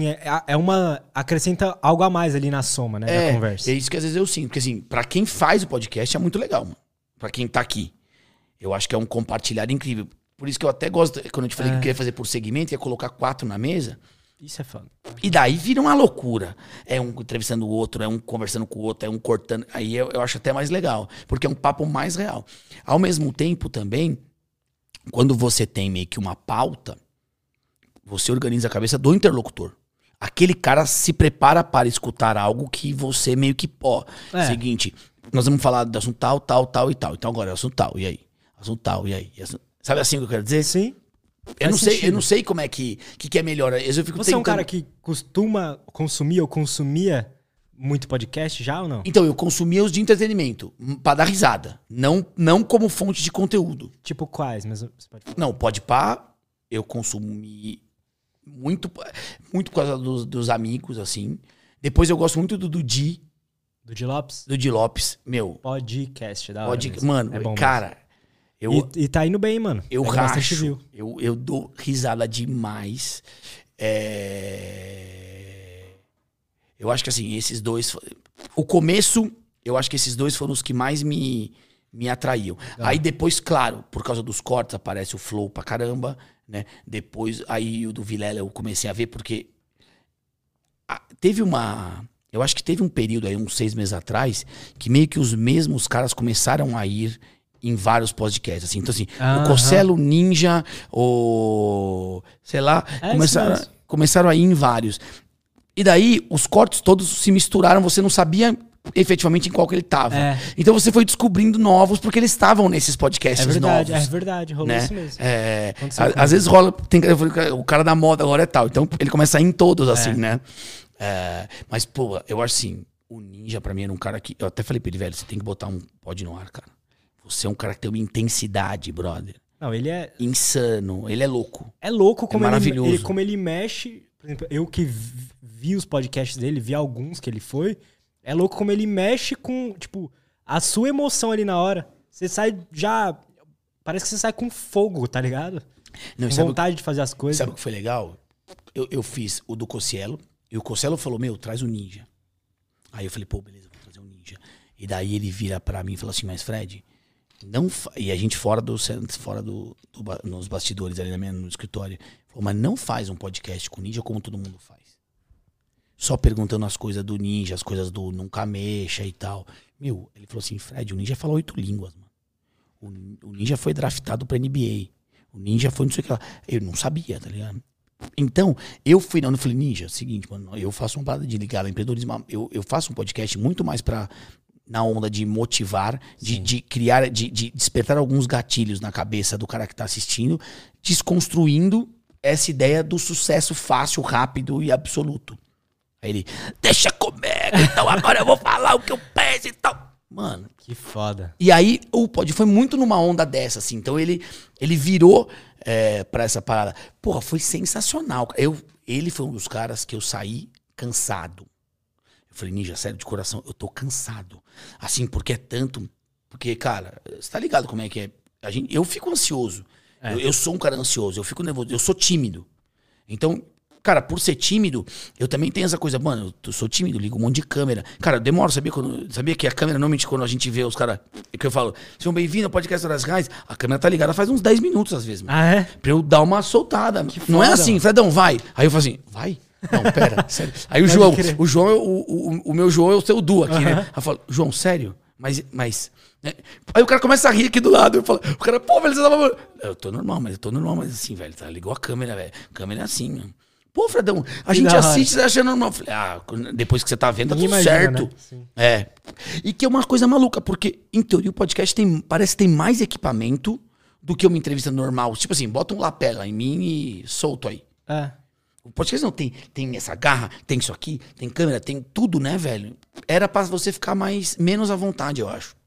acrescenta algo a mais ali na soma, né, da conversa. É isso que às vezes eu sinto. Porque assim, pra quem faz o podcast é muito legal, mano. Pra quem tá aqui. Eu acho que é um compartilhar incrível. Por isso que eu até gosto, quando eu te falei que eu queria fazer por segmento, ia colocar 4 na mesa... Isso é foda. E daí vira uma loucura. É um entrevistando o outro, é um conversando com o outro, é um cortando. Aí eu acho até mais legal, porque é um papo mais real. Ao mesmo tempo também, quando você tem meio que uma pauta, você organiza a cabeça do interlocutor. Aquele cara se prepara para escutar algo que você meio que... Seguinte, nós vamos falar do assunto tal, tal, tal e tal. Então agora é assunto tal, e aí? Assunto tal, e aí? Sabe assim o que eu quero dizer? Sim. Eu não sei como é que é melhor. Você é um cara que costuma consumir ou consumia muito podcast já ou não? Então, eu consumia os de entretenimento, pra dar risada. Não como fonte de conteúdo. Tipo quais? Mas você pode falar. Não, Podpah, eu consumi muito por causa dos amigos, assim. Depois eu gosto muito do Di. Do Di Lopes? Do Di Lopes, meu. Podcast, da hora mesmo. Mano, é bom cara... E tá indo bem, mano. Eu racho. Eu dou risada demais. Eu acho que assim, esses dois... O começo, eu acho que esses dois foram os que mais me atraíam. Aí depois, claro, por causa dos cortes, aparece o Flow pra caramba, né? Depois, aí o do Vilela eu comecei a ver, porque teve uma... Eu acho que teve um período aí, uns 6 meses atrás, que meio que os mesmos caras começaram a ir em vários podcasts, assim. Então, assim, o Cocelo, Ninja, sei lá, começaram a ir em vários. E daí, os cortes todos se misturaram, você não sabia efetivamente em qual que ele tava. Então você foi descobrindo novos, porque eles estavam nesses podcasts novos. É verdade, rolou isso mesmo. Às vezes rola, o cara da moda agora é tal, então ele começa a ir em todos, assim, né? Mas, pô, eu acho assim, o Ninja pra mim era um cara que... Eu até falei pra ele, velho, você tem que botar um pod no ar, cara. Você é um cara que tem uma intensidade, brother. Não, ele é... Insano, ele é louco. É louco como maravilhoso. como ele mexe... Por exemplo, eu que vi os podcasts dele, vi alguns que ele foi... É louco como ele mexe com, tipo, a sua emoção ali na hora. Você sai já... Parece que você sai com fogo, tá ligado? Não, com vontade de fazer as coisas. Sabe o que foi legal? Eu fiz o do Cocielo, e o Cocielo falou, meu, traz o Ninja. Aí eu falei, pô, beleza, vou trazer o Ninja. E daí ele vira pra mim e fala assim, mas Fred, não... E a gente nos bastidores ali no escritório. Falou, mas não faz um podcast com o Ninja como todo mundo faz. Só perguntando as coisas do Ninja, as coisas do Nunca Mexa e tal. Meu, ele falou assim, Fred, o Ninja fala 8 línguas, mano. O Ninja foi draftado pra NBA. O Ninja foi não sei o que lá. Eu não sabia, tá ligado? Então, eu falei, Ninja, seguinte, mano, eu faço uma parada de ligar ao empreendedorismo. Eu faço um podcast muito mais na onda de motivar, de criar, de despertar alguns gatilhos na cabeça do cara que tá assistindo, desconstruindo essa ideia do sucesso fácil, rápido e absoluto. Aí ele, deixa comigo, então agora eu vou falar o que eu penso e tal. Mano. Que foda. E aí o pod foi muito numa onda dessa, assim. Então ele virou pra essa parada. Porra, foi sensacional. Ele foi um dos caras que eu saí cansado. Eu falei, Ninja, sério, de coração, eu tô cansado. Assim, porque é tanto... Porque, cara, você tá ligado como é que é? Eu fico ansioso. Eu sou um cara ansioso, eu fico nervoso, eu sou tímido. Então... Cara, por ser tímido, eu também tenho essa coisa. Mano, eu sou tímido, ligo um monte de câmera. Cara, eu demoro, sabia que a câmera, normalmente, quando a gente vê os caras... É que eu falo, sejam bem-vindos ao podcast das Reais. A câmera tá ligada faz uns 10 minutos, às vezes. Mano, pra eu dar uma soltada. Não é assim, Fredão, vai. Aí eu falo assim, vai? Não, pera, sério. Aí o João, o meu João é o seu Du aqui, né? Aí eu falo, João, sério? Mas né? Aí o cara começa a rir aqui do lado. Eu falo, o cara, pô, velho, você tava... Eu tô normal, mas assim, velho, tá, ligou a câmera, velho. A câmera é assim, mano. Pô, Fredão, a gente assiste e acha normal. Falei, depois que você tá vendo, tá tudo certo. Né? E que é uma coisa maluca, porque, em teoria, o podcast parece que tem mais equipamento do que uma entrevista normal. Tipo assim, bota um lapela em mim e solto aí. O podcast não tem essa garra, tem isso aqui, tem câmera, tem tudo, né, velho? Era pra você ficar menos à vontade, eu acho.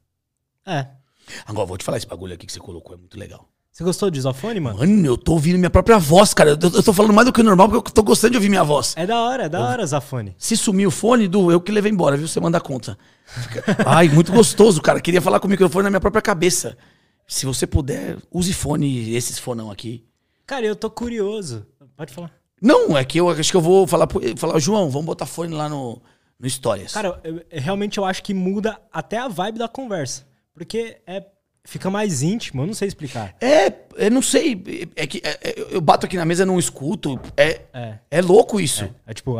Agora, vou te falar, esse bagulho aqui que você colocou é muito legal. Você gostou do isofone, mano? Mano, eu tô ouvindo minha própria voz, cara. Eu tô falando mais do que o normal, porque eu tô gostando de ouvir minha voz. É da hora, Zafone. Se sumir o fone, eu que levei embora, viu? Você manda conta. Ai, muito gostoso, cara. Queria falar com o microfone na minha própria cabeça. Se você puder, use fone, esses fonão aqui. Cara, eu tô curioso. Pode falar. Não, é que eu acho que eu vou falar, João, vamos botar fone lá no Stories. Cara, realmente eu acho que muda até a vibe da conversa. Porque fica mais íntimo, eu não sei explicar. Eu não sei. É que eu bato aqui na mesa e não escuto. É louco isso. É tipo,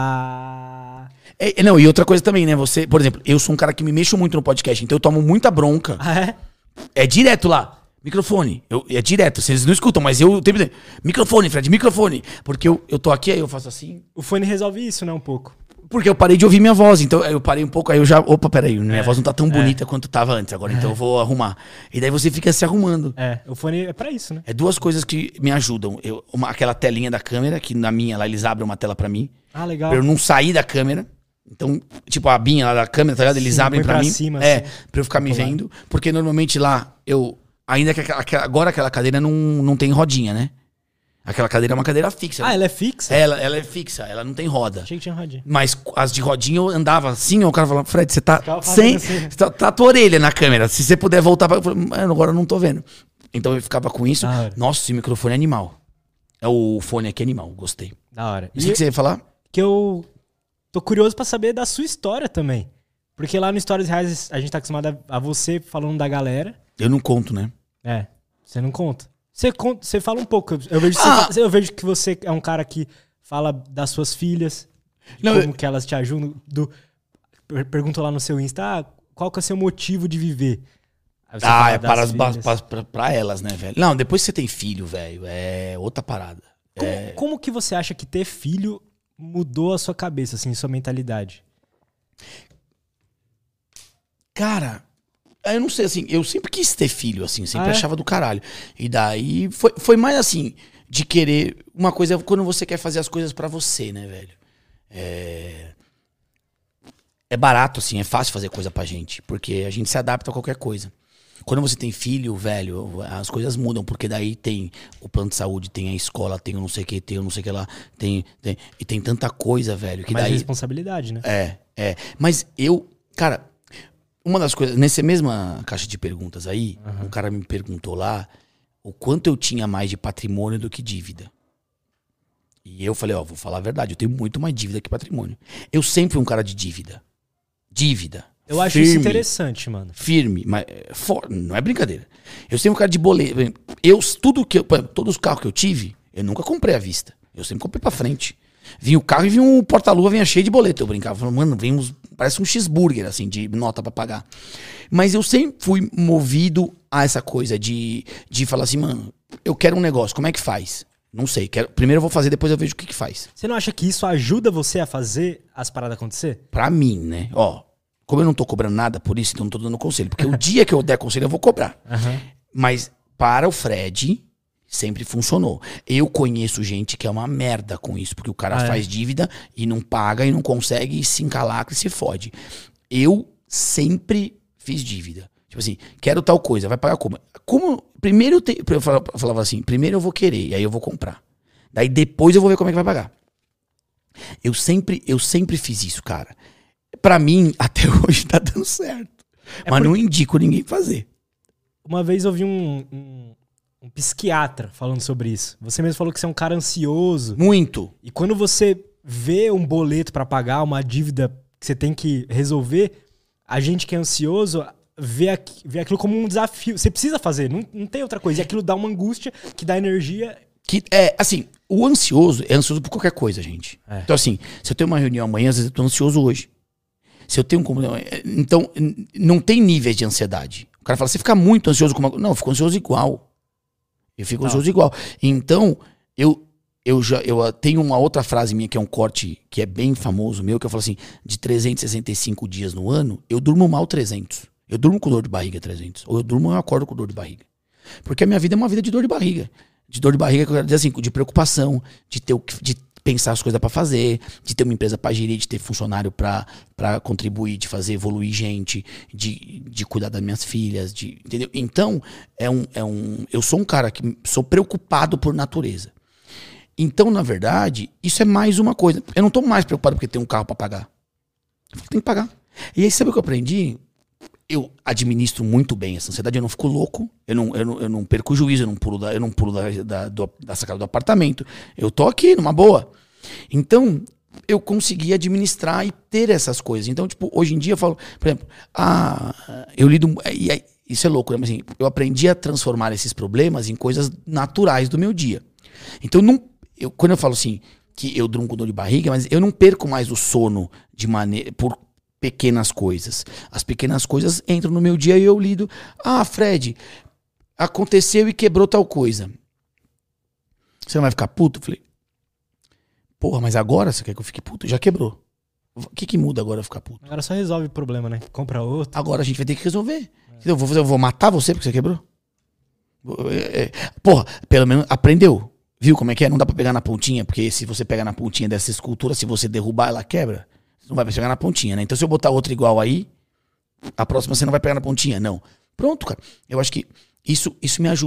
não, e outra coisa também, né? Você, por exemplo, eu sou um cara que me mexo muito no podcast, então eu tomo muita bronca. É direto lá. Microfone. É direto, vocês não escutam, mas eu tenho. Microfone, Fred, microfone. Porque eu tô aqui, aí eu faço assim. O fone resolve isso, né? Um pouco. Porque eu parei de ouvir minha voz, então eu parei um pouco, aí eu já... Opa, peraí, minha voz não tá tão bonita quanto tava antes agora, então eu vou arrumar. E daí você fica se arrumando. O fone é pra isso, né? É duas coisas que me ajudam. Aquela telinha da câmera, que na minha lá eles abrem uma tela pra mim. Legal. Pra eu não sair da câmera. Então, tipo, a abinha lá da câmera, tá ligado? Eles abrem pra mim. Cima, pra eu ficar me vendo. Porque normalmente lá, ainda que agora aquela cadeira não tem rodinha, né? Aquela cadeira é uma cadeira fixa. Ah, ela é fixa? Ela é fixa, ela não tem roda. Achei que tinha rodinha. Mas as de rodinha eu andava assim, ó, o cara falava, Fred, você tá Ficava sem... fazendo assim. Tá a tua orelha na câmera. Se você puder voltar pra... Eu falei, mano, agora eu não tô vendo. Então eu ficava com isso. Da hora. Nossa, esse microfone é animal. É o fone aqui é animal, gostei. Da hora. O que você ia falar? Que eu tô curioso pra saber da sua história também. Porque lá no Histórias Reais a gente tá acostumado a você falando da galera. Eu não conto, né? É, você não conta. Você fala um pouco. Eu vejo, eu vejo que você é um cara que fala das suas filhas, como que elas te ajudam. Perguntou lá no seu Insta, qual que é o seu motivo de viver? Aí você fala é para elas, né, velho? Não, depois que você tem filho, velho, é outra parada. Como que você acha que ter filho mudou a sua cabeça, assim, sua mentalidade? Cara, eu não sei, assim, eu sempre quis ter filho, assim, sempre achava do caralho. E daí foi mais assim, de querer. Uma coisa é quando você quer fazer as coisas pra você, né, velho? É barato, assim, é fácil fazer coisa pra gente, porque a gente se adapta a qualquer coisa. Quando você tem filho, velho, as coisas mudam, porque daí tem o plano de saúde, tem a escola, tem o não sei o que, tem o não sei o que lá, e tem tanta coisa, velho, que mais daí... responsabilidade, né? Mas cara, uma das coisas, nessa mesma caixa de perguntas aí, o cara me perguntou lá o quanto eu tinha mais de patrimônio do que dívida. E eu falei, vou falar a verdade, eu tenho muito mais dívida que patrimônio. Eu sempre fui um cara de dívida. Eu acho isso interessante, mano. Firme, mas não é brincadeira. Eu sempre fui um cara de boleto. Todos os carros que eu tive, eu nunca comprei à vista. Eu sempre comprei pra frente. Vinha o carro e vinha um porta-luva, vinha cheio de boleto. Eu brincava, falava, mano, parece um cheeseburger, assim, de nota pra pagar. Mas eu sempre fui movido a essa coisa de falar assim, mano, eu quero um negócio, como é que faz? Não sei, primeiro eu vou fazer, depois eu vejo o que faz. Você não acha que isso ajuda você a fazer as paradas acontecer? Pra mim, né? Como eu não tô cobrando nada por isso, então não tô dando conselho. Porque o dia que eu der conselho, eu vou cobrar. Mas para o Fred, sempre funcionou. Eu conheço gente que é uma merda com isso, porque o cara faz dívida e não paga e não consegue e se encalacra e se fode. Eu sempre fiz dívida. Tipo assim, quero tal coisa, vai pagar como? Primeiro eu falava assim, primeiro eu vou querer, e aí eu vou comprar. Daí depois eu vou ver como é que vai pagar. Eu sempre fiz isso, cara. Pra mim, até hoje tá dando certo. Mas não indico ninguém fazer. Uma vez eu vi um psiquiatra falando sobre isso. Você mesmo falou que você é um cara ansioso. Muito. E quando você vê um boleto pra pagar, uma dívida que você tem que resolver, a gente que é ansioso vê aquilo como um desafio. Você precisa fazer, não tem outra coisa. E aquilo dá uma angústia, que dá energia. Assim, o ansioso é ansioso por qualquer coisa, gente. Então assim, se eu tenho uma reunião amanhã, às vezes eu tô ansioso hoje. Se eu tenho então, não tem níveis de ansiedade. O cara fala, você fica muito ansioso com uma coisa. Não, eu fico ansioso igual. Eu fico ansioso igual. Então, eu tenho uma outra frase minha, que é um corte que é bem famoso meu, que eu falo assim, de 365 dias no ano, eu durmo mal 300. Eu durmo com dor de barriga 300. Ou eu durmo e eu acordo com dor de barriga. Porque a minha vida é uma vida de dor de barriga. De dor de barriga, que eu quero dizer assim, de preocupação, de pensar as coisas pra fazer, de ter uma empresa pra gerir, de ter funcionário pra contribuir, de fazer evoluir gente, de cuidar das minhas filhas, entendeu? Então, eu sou um cara que sou preocupado por natureza. Então, na verdade, isso é mais uma coisa. Eu não tô mais preocupado porque tem um carro pra pagar. Tem que pagar. E aí, sabe o que eu aprendi? Eu administro muito bem essa ansiedade, eu não fico louco, eu não perco o juízo, eu não pulo da sacada do apartamento. Eu tô aqui, numa boa. Então, eu consegui administrar e ter essas coisas. Então, tipo, hoje em dia eu falo, por exemplo, eu lido... Isso é louco, né? Mas assim, eu aprendi a transformar esses problemas em coisas naturais do meu dia. Então, quando eu falo assim, que eu durmo com dor de barriga, mas eu não perco mais o sono por pequenas coisas. As pequenas coisas entram no meu dia e eu lido. Fred, aconteceu e quebrou tal coisa. Você não vai ficar puto? Eu falei, porra, mas agora você quer que eu fique puto? Já quebrou. O que muda agora eu ficar puto? Agora só resolve o problema, né? Compra outro. Agora a gente vai ter que resolver. Eu vou matar você porque você quebrou? Porra, pelo menos aprendeu. Viu como é que é? Não dá pra pegar na pontinha, porque se você pegar na pontinha dessa escultura, se você derrubar, ela quebra. Não vai pegar na pontinha, né? Então se eu botar outra igual aí, a próxima você não vai pegar na pontinha, não. Pronto, cara. Eu acho que isso me ajuda.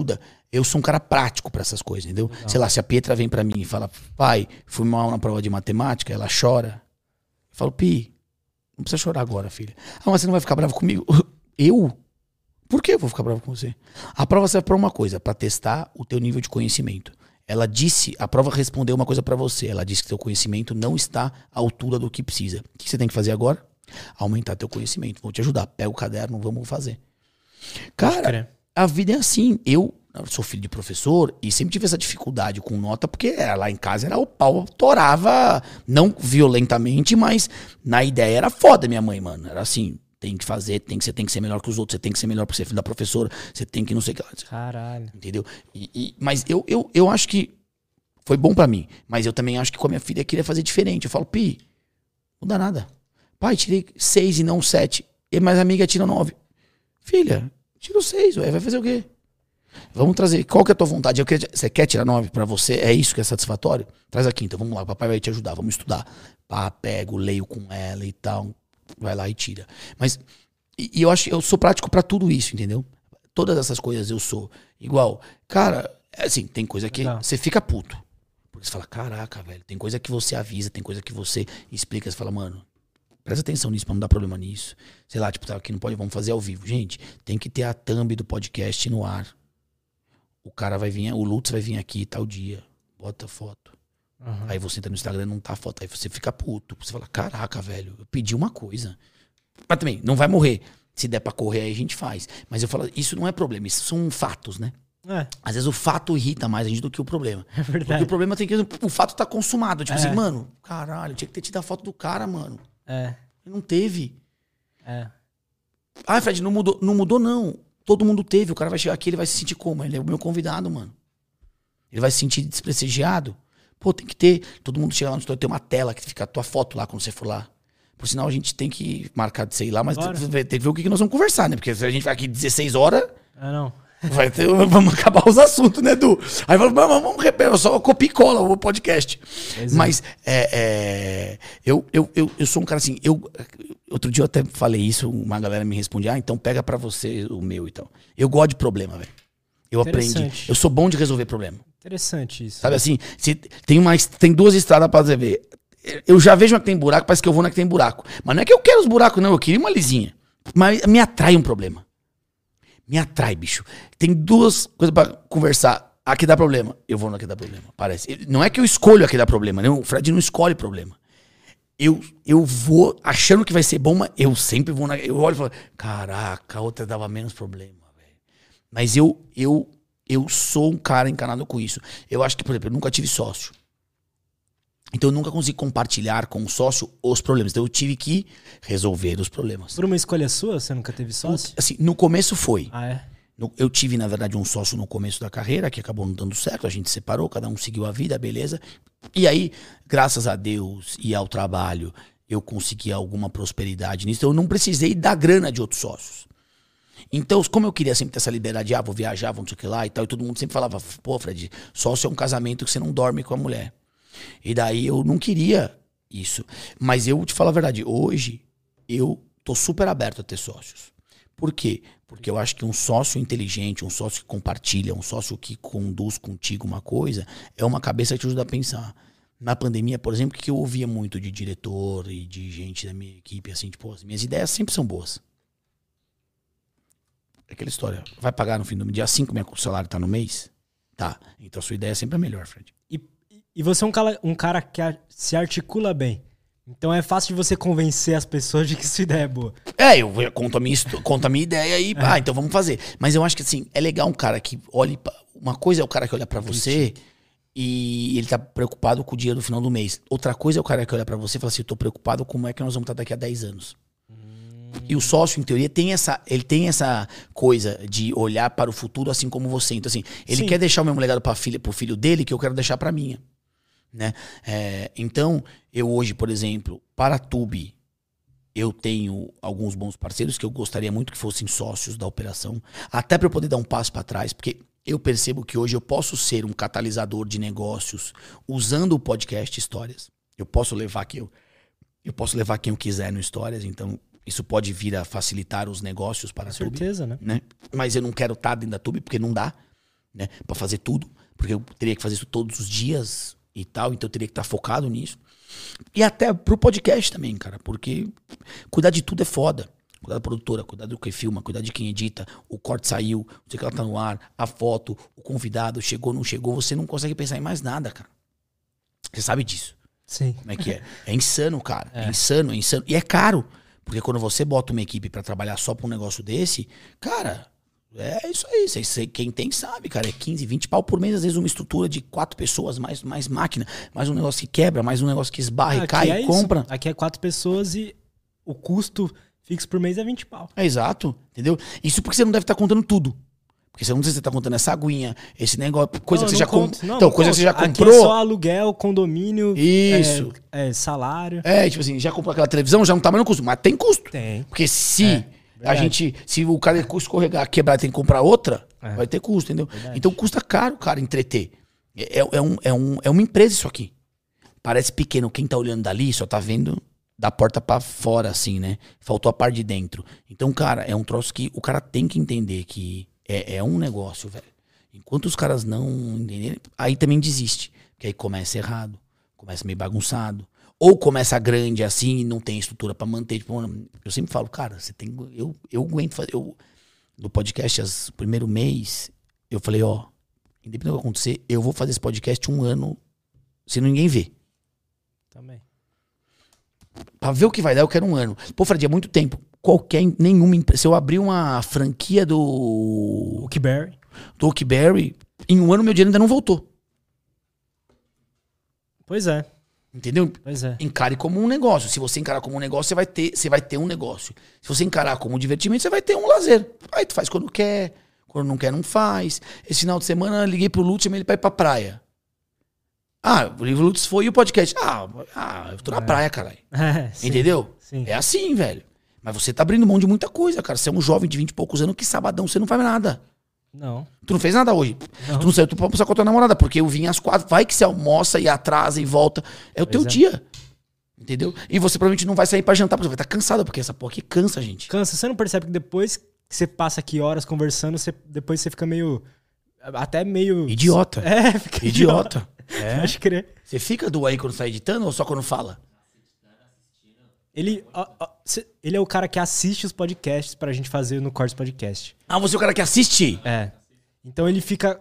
Eu sou um cara prático pra essas coisas, entendeu? Sei lá, se a Pietra vem pra mim e fala, pai, fui mal na prova de matemática, ela chora. Eu falo, Pi, não precisa chorar agora, filha. Ah, mas você não vai ficar bravo comigo? Eu? Por que eu vou ficar bravo com você? A prova serve pra uma coisa, pra testar o teu nível de conhecimento. Ela disse, a prova respondeu uma coisa pra você. Ela disse que teu conhecimento não está à altura do que precisa. O que você tem que fazer agora? Aumentar teu conhecimento. Vou te ajudar. Pega o caderno, vamos fazer. Cara, a vida é assim. Eu sou filho de professor e sempre tive essa dificuldade com nota, porque lá em casa era o pau torava, não violentamente, mas na ideia era foda minha mãe, mano. Era assim, tem que fazer, você tem que ser melhor que os outros, você tem que ser melhor por ser filho da professora, você tem que não sei o que lá. Caralho. Entendeu? Mas eu acho que foi bom pra mim, mas eu também acho que com a minha filha eu queria fazer diferente. Eu falo, Pi, não dá nada. Pai, tirei 6 e não 7. E mais amiga tira 9. Filha, tira o 6, ué, vai fazer o quê? Vamos trazer. Qual que é a tua vontade? Você quer tirar 9 pra você? É isso que é satisfatório? Traz aqui, então vamos lá. Papai vai te ajudar, vamos estudar. Pá, pego, leio com ela e tal. Vai lá e tira. Mas, e eu acho que eu sou prático pra tudo isso, entendeu? Todas essas coisas eu sou. Igual, cara, assim, tem coisa que você fica puto. Porque você fala, caraca, velho, tem coisa que você avisa, tem coisa que você explica, você fala, mano, presta atenção nisso pra não dar problema nisso. Sei lá, tipo, tá aqui não pode, vamos fazer ao vivo. Gente, tem que ter a thumb do podcast no ar. O cara vai vir, o Lutz vai vir aqui tal dia. Bota foto. Uhum. Aí você entra no Instagram, não tá foto. Aí você fica puto. Você fala, caraca, velho, eu pedi uma coisa. Mas também, não vai morrer. Se der pra correr, aí a gente faz. Mas eu falo, isso não é problema, isso são fatos, né? É. Às vezes o fato irrita mais a gente do que o problema. É verdade. Porque o problema tem que... O fato tá consumado. Tipo assim, mano, caralho, tinha que ter tido a foto do cara, mano. Não teve. Ah, Fred, não mudou. Não mudou, não. Todo mundo teve. O cara vai chegar aqui, ele vai se sentir como? Ele é o meu convidado, mano. Ele vai se sentir desprestigiado. Pô, tem que ter. Todo mundo chega lá no estúdio, tem uma tela que fica a tua foto lá quando você for lá. Por sinal, a gente tem que marcar de sei lá, mas tem que ver o que nós vamos conversar, né? Porque se a gente vai aqui 16 horas... não. Vamos acabar os assuntos, né, Edu? Aí vamos repetir, só copia e cola o podcast. Mas eu sou um cara assim, outro dia eu até falei isso, uma galera me responde, então pega pra você o meu e tal. Eu gosto de problema, velho. Eu aprendi. Eu sou bom de resolver problema. Interessante isso. Sabe assim, se tem 2 estradas pra você ver. Eu já vejo uma que tem buraco, parece que eu vou na que tem buraco. Mas não é que eu quero os buracos, não. Eu queria uma lisinha. Mas me atrai um problema. Me atrai, bicho. Tem 2 coisas pra conversar. Aqui dá problema. Eu vou na que dá problema. Parece. Não é que eu escolho a que dá problema. Não. O Fred não escolhe problema. Eu vou achando que vai ser bom, mas eu sempre vou na... Eu olho e falo, caraca, a outra dava menos problema, velho. Mas eu sou um cara encanado com isso. Eu acho que, por exemplo, eu nunca tive sócio. Então eu nunca consegui compartilhar com o sócio os problemas. Então eu tive que resolver os problemas. Por uma escolha sua, você nunca teve sócio? Assim, no começo foi. Ah, é? Eu tive, na verdade, um sócio no começo da carreira, que acabou não dando certo. A gente separou, cada um seguiu a vida, beleza. E aí, graças a Deus e ao trabalho, eu consegui alguma prosperidade nisso. Então eu não precisei da grana de outros sócios. Então, como eu queria sempre ter essa liberdade, vou viajar, vou não sei o que lá e tal, e todo mundo sempre falava, pô, Fred, sócio é um casamento que você não dorme com a mulher. E daí eu não queria isso. Mas eu te falo a verdade, hoje eu tô super aberto a ter sócios. Por quê? Porque eu acho que um sócio inteligente, um sócio que compartilha, um sócio que conduz contigo uma coisa, é uma cabeça que te ajuda a pensar. Na pandemia, por exemplo, que eu ouvia muito de diretor e de gente da minha equipe, assim, tipo, as minhas ideias sempre são boas. Aquela história, vai pagar no fim do dia 5 meu salário tá no mês? Tá, então a sua ideia sempre é melhor, Fred. E você é um cara que se articula bem. Então é fácil de você convencer as pessoas de que sua ideia é boa. Eu conto a minha ideia e então vamos fazer. Mas eu acho que assim, é legal um cara que olhe... Uma coisa é o cara que olha pra você e ele tá preocupado com o dia do final do mês. Outra coisa é o cara que olha pra você e fala assim, eu tô preocupado com como é que nós vamos estar daqui a 10 anos. E o sócio, em teoria, ele tem essa coisa de olhar para o futuro assim como você. Então assim, ele quer deixar o mesmo legado pro filho dele que eu quero deixar pra minha. Né? Então, eu hoje, por exemplo, para a Tube, eu tenho alguns bons parceiros que eu gostaria muito que fossem sócios da operação, até para eu poder dar um passo para trás, porque eu percebo que hoje eu posso ser um catalisador de negócios usando o podcast Histórias. Eu posso levar quem eu quiser no Histórias, então isso pode vir a facilitar os negócios para a Tube. Com certeza, né? Mas eu não quero estar dentro da Tube porque não dá. né? Pra fazer tudo. Porque eu teria que fazer isso todos os dias e tal. Então eu teria que estar focado nisso. E até pro podcast também, cara. Porque cuidar de tudo é foda. Cuidar da produtora, cuidar do que filma, cuidar de quem edita, o corte saiu, não sei o que ela tá no ar, a foto, o convidado, chegou, não chegou, você não consegue pensar em mais nada, cara. Você sabe disso. Sim. Como é que é? É insano, cara. É insano, é insano. E é caro. Porque quando você bota uma equipe pra trabalhar só pra um negócio desse, cara, é isso aí. Quem tem sabe, cara. É 15, 20 pau por mês, às vezes uma estrutura de 4 pessoas, mais máquina, mais um negócio que quebra, mais um negócio que esbarra e cai e compra. Aqui é 4 pessoas e o custo fixo por mês é 20 pau. É exato, entendeu? Isso porque você não deve estar contando tudo. Porque você não sei se você tá contando essa aguinha, esse negócio, coisa que você já comprou. Então, coisa que você já comprou. Aqui é só aluguel, condomínio, isso. Salário. Tipo assim, já comprou aquela televisão, já não tá mais no custo, mas tem custo. Tem. Porque se se o cara escorregar, quebrar, tem que comprar outra, vai ter custo, entendeu? Verdade. Então custa caro, cara, entreter. É uma empresa isso aqui. Parece pequeno, quem tá olhando dali só tá vendo da porta pra fora, assim, né? Faltou a parte de dentro. Então, cara, é um troço que o cara tem que entender que é um negócio, velho. Enquanto os caras não entenderem, aí também desiste. Porque aí começa errado, começa meio bagunçado. Ou começa grande assim e não tem estrutura pra manter. Tipo, eu sempre falo, cara, você tem. Eu aguento fazer. No podcast, o primeiro mês, eu falei, ó, independente do que acontecer, eu vou fazer esse podcast 1 ano se ninguém ver. Também. Pra ver o que vai dar, eu quero 1 ano. Pô, Fred, é muito tempo. Nenhuma empresa. Se eu abrir uma franquia do Huckberry, em 1 ano meu dinheiro ainda não voltou. Pois é. Entendeu? Pois é. Encare como um negócio. Se você encarar como um negócio, você vai ter um negócio. Se você encarar como um divertimento, você vai ter um lazer. Aí tu faz quando quer, quando não quer, não faz. Esse final de semana, liguei pro Lutz e chamei ele pra ir pra praia. O Lutz foi e o podcast. Eu tô na praia, caralho. Entendeu? Sim. É assim, velho. Mas você tá abrindo mão de muita coisa, cara. Você é um jovem de 20 e poucos anos que sabadão você não faz nada. Não. Tu não fez nada hoje. Não. Tu não saiu pra almoçar com a tua namorada, porque eu vim às 4, vai que você almoça e atrasa e volta. É o teu dia. Entendeu? E você provavelmente não vai sair pra jantar, porque você vai estar cansado, porque essa porra aqui cansa, gente. Cansa. Você não percebe que depois que você passa aqui horas conversando, depois você fica meio... Até meio... Idiota. Fica idiota. Acho que crer. Você fica do aí quando tá editando ou só quando fala? Ele é o cara que assiste os podcasts pra gente fazer no Cortes Podcast. Você é o cara que assiste? É. Então ele fica...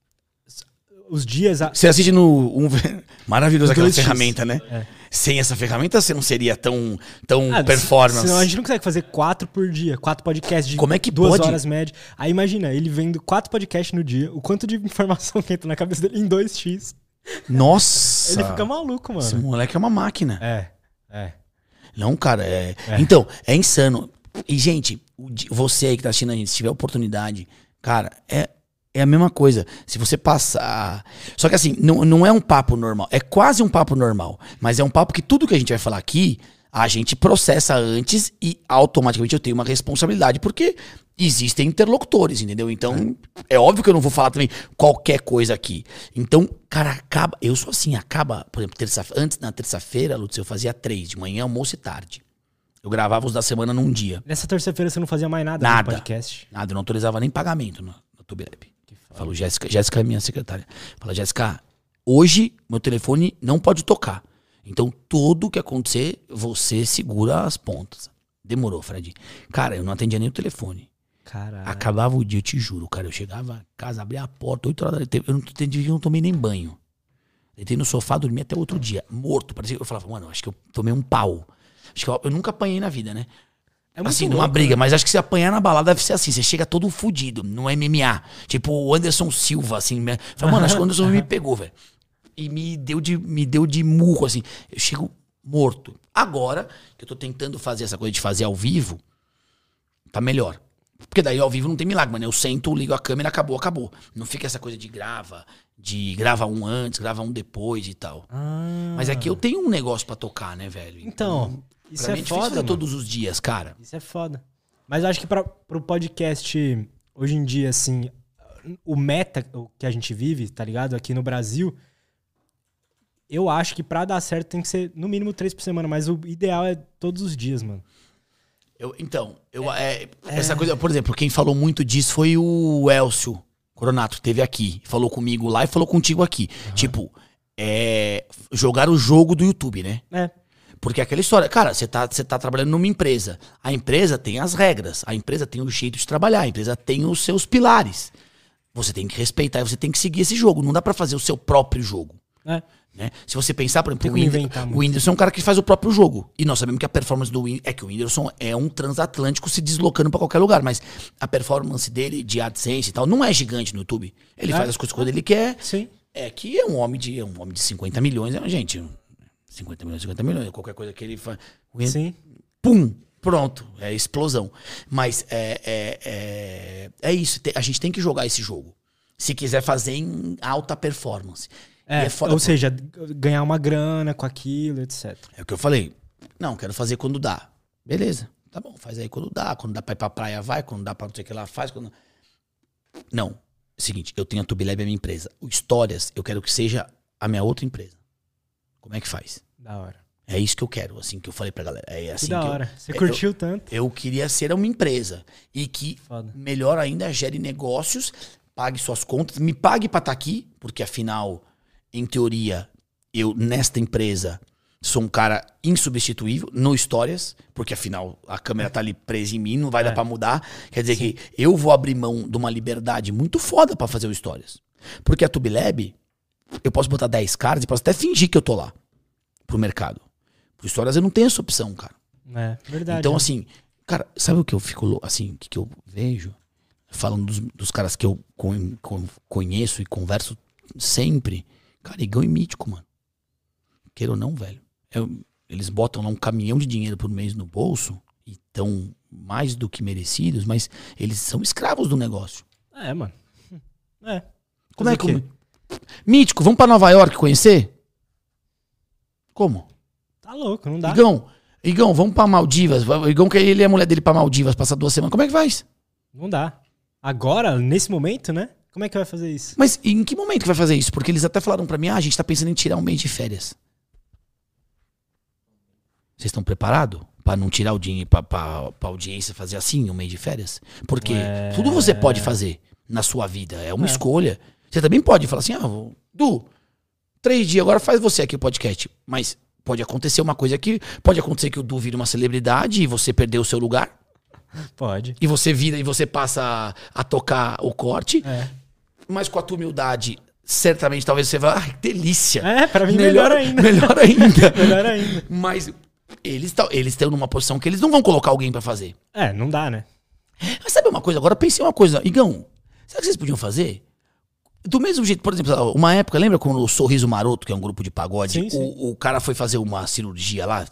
Os dias... Você assiste no... Maravilhoso aquela 2x. ferramenta, né? Sem essa ferramenta você não seria tão performance. Senão a gente não consegue fazer 4 por dia. 4 podcasts de Como é que 2 pode? horas média. Aí imagina, ele vendo 4 podcasts no dia, o quanto de informação que entra na cabeça dele em 2x. Nossa! Ele fica maluco, mano. Esse moleque é uma máquina. Não, cara, Então, é insano. E, gente, você aí que tá assistindo a gente, se tiver oportunidade, cara, é a mesma coisa. Se você passar... Só que assim, não é um papo normal. É quase um papo normal. Mas é um papo que tudo que a gente vai falar aqui, a gente processa antes e automaticamente eu tenho uma responsabilidade. Porque existem interlocutores, entendeu? Então, é óbvio que eu não vou falar também qualquer coisa aqui. Então, cara, acaba... Eu sou assim, por exemplo, antes na terça-feira, Lutz, eu fazia 3, de manhã, almoço e tarde. Eu gravava os da semana num dia. Nessa terça-feira você não fazia mais nada no podcast? Nada, eu não autorizava nem pagamento no Tubirep. Falou, Jéssica é minha secretária. Fala, Jéssica, hoje meu telefone não pode tocar. Então, tudo que acontecer, você segura as pontas. Demorou, Fred. Cara, eu não atendia nem o telefone. Caralho. Acabava o dia, eu te juro, cara. Eu chegava em casa, abria a porta, 8 horas da noite. Eu não tomei nem banho. Deitei no sofá, dormi até outro dia, morto. Eu falava, mano, acho que eu tomei um pau. Acho que eu nunca apanhei na vida, né? Assim, numa briga, mas acho que se apanhar na balada deve ser assim, você chega todo fudido, no MMA. Tipo o Anderson Silva, assim. Falei, mano, acho que o Anderson me pegou, velho. E me deu de murro, assim. Eu chego morto. Agora, que eu tô tentando fazer essa coisa de fazer ao vivo, tá melhor. Porque daí ao vivo não tem milagre, mano. Eu sento, ligo a câmera, acabou. Não fica essa coisa de grava um antes, grava um depois e tal. Mas aqui eu tenho um negócio pra tocar, né, velho? Então isso pra mim é foda, fazer todos os dias, cara. Isso é foda. Mas eu acho que pro podcast, hoje em dia, assim, o meta que a gente vive, tá ligado? Aqui no Brasil, eu acho que pra dar certo tem que ser no mínimo 3 por semana, mas o ideal é todos os dias, mano. Essa coisa, por exemplo, quem falou muito disso foi o Elcio, Coronato teve aqui, falou comigo lá e falou contigo aqui. Tipo, jogar o jogo do YouTube, né? Porque aquela história, cara, você tá trabalhando numa empresa. A empresa tem as regras, a empresa tem o jeito de trabalhar, a empresa tem os seus pilares. Você tem que respeitar e você tem que seguir esse jogo. Não dá pra fazer o seu próprio jogo. Né? Se você pensar, por exemplo, o Whindersson é um cara que faz o próprio jogo. E nós sabemos que a performance do Whindersson é que o Whindersson é um transatlântico se deslocando pra qualquer lugar. Mas a performance dele de AdSense e tal não é gigante no YouTube. Ele faz as coisas quando ele quer. Sim. É que é um homem de 50 milhões. Gente, 50 milhões. Qualquer coisa que ele faz. Sim. Pum! Pronto. É explosão. Mas é isso. A gente tem que jogar esse jogo. Se quiser fazer em alta performance. Ou seja, ganhar uma grana com aquilo, etc. É o que eu falei. Não, quero fazer quando dá. Beleza. Tá bom, faz aí quando dá. Quando dá pra ir pra praia, vai. Quando dá pra não sei o que lá, faz. Não. É o seguinte, eu tenho a TubeLab, a minha empresa. O Histórias, eu quero que seja a minha outra empresa. Como é que faz? Da hora. É isso que eu quero, assim, que eu falei pra galera. É assim que da hora. Você curtiu tanto. Eu queria ser uma empresa. E que, melhor ainda, gere negócios, pague suas contas, me pague pra estar aqui, porque afinal... Em teoria, eu, nesta empresa, sou um cara insubstituível no Histórias, porque afinal a câmera tá ali presa em mim, não vai dar pra mudar. Quer dizer que eu vou abrir mão de uma liberdade muito foda pra fazer o Histórias. Porque a TubeLab, eu posso botar 10 caras e posso até fingir que eu tô lá pro mercado. Pro Histórias eu não tenho essa opção, cara. Verdade. Então, assim, cara, sabe o que eu fico, assim, o que eu vejo? Falando dos caras que eu conheço e converso sempre. Cara, Igão e Mítico, mano. Queira ou não, velho. Eles botam lá um caminhão de dinheiro por mês no bolso e estão mais do que merecidos, mas eles são escravos do negócio. Mano. Como é que... Mítico, vamos pra Nova York conhecer? Como? Tá louco, não dá. Igão, vamos pra Maldivas. Igão quer ele e a mulher dele pra Maldivas, passar 2 semanas. Como é que faz? Não dá. Agora, nesse momento, né? Como é que vai fazer isso? Mas em que momento que vai fazer isso? Porque eles até falaram pra mim, a gente tá pensando em tirar um mês de férias. Vocês estão preparados pra não tirar o dinheiro, pra audiência fazer assim, um mês de férias? Porque tudo você pode fazer na sua vida, é uma escolha. Você também pode falar assim, Du, 3 dias, agora faz você aqui o podcast. Mas pode acontecer uma coisa aqui, pode acontecer que o Du vire uma celebridade e você perdeu o seu lugar. Pode. E você vira e você passa a tocar o corte. Mas com a tua humildade, certamente, talvez você vá... Ai, que delícia. Pra mim melhor ainda. Melhor ainda. Melhor ainda. Mas eles estão numa posição que eles não vão colocar alguém pra fazer. Não dá, né? Mas sabe uma coisa? Agora pensei uma coisa. Igão, sabe o que vocês podiam fazer? Do mesmo jeito, por exemplo, uma época, lembra quando o Sorriso Maroto, que é um grupo de pagode, o cara foi fazer uma cirurgia lá,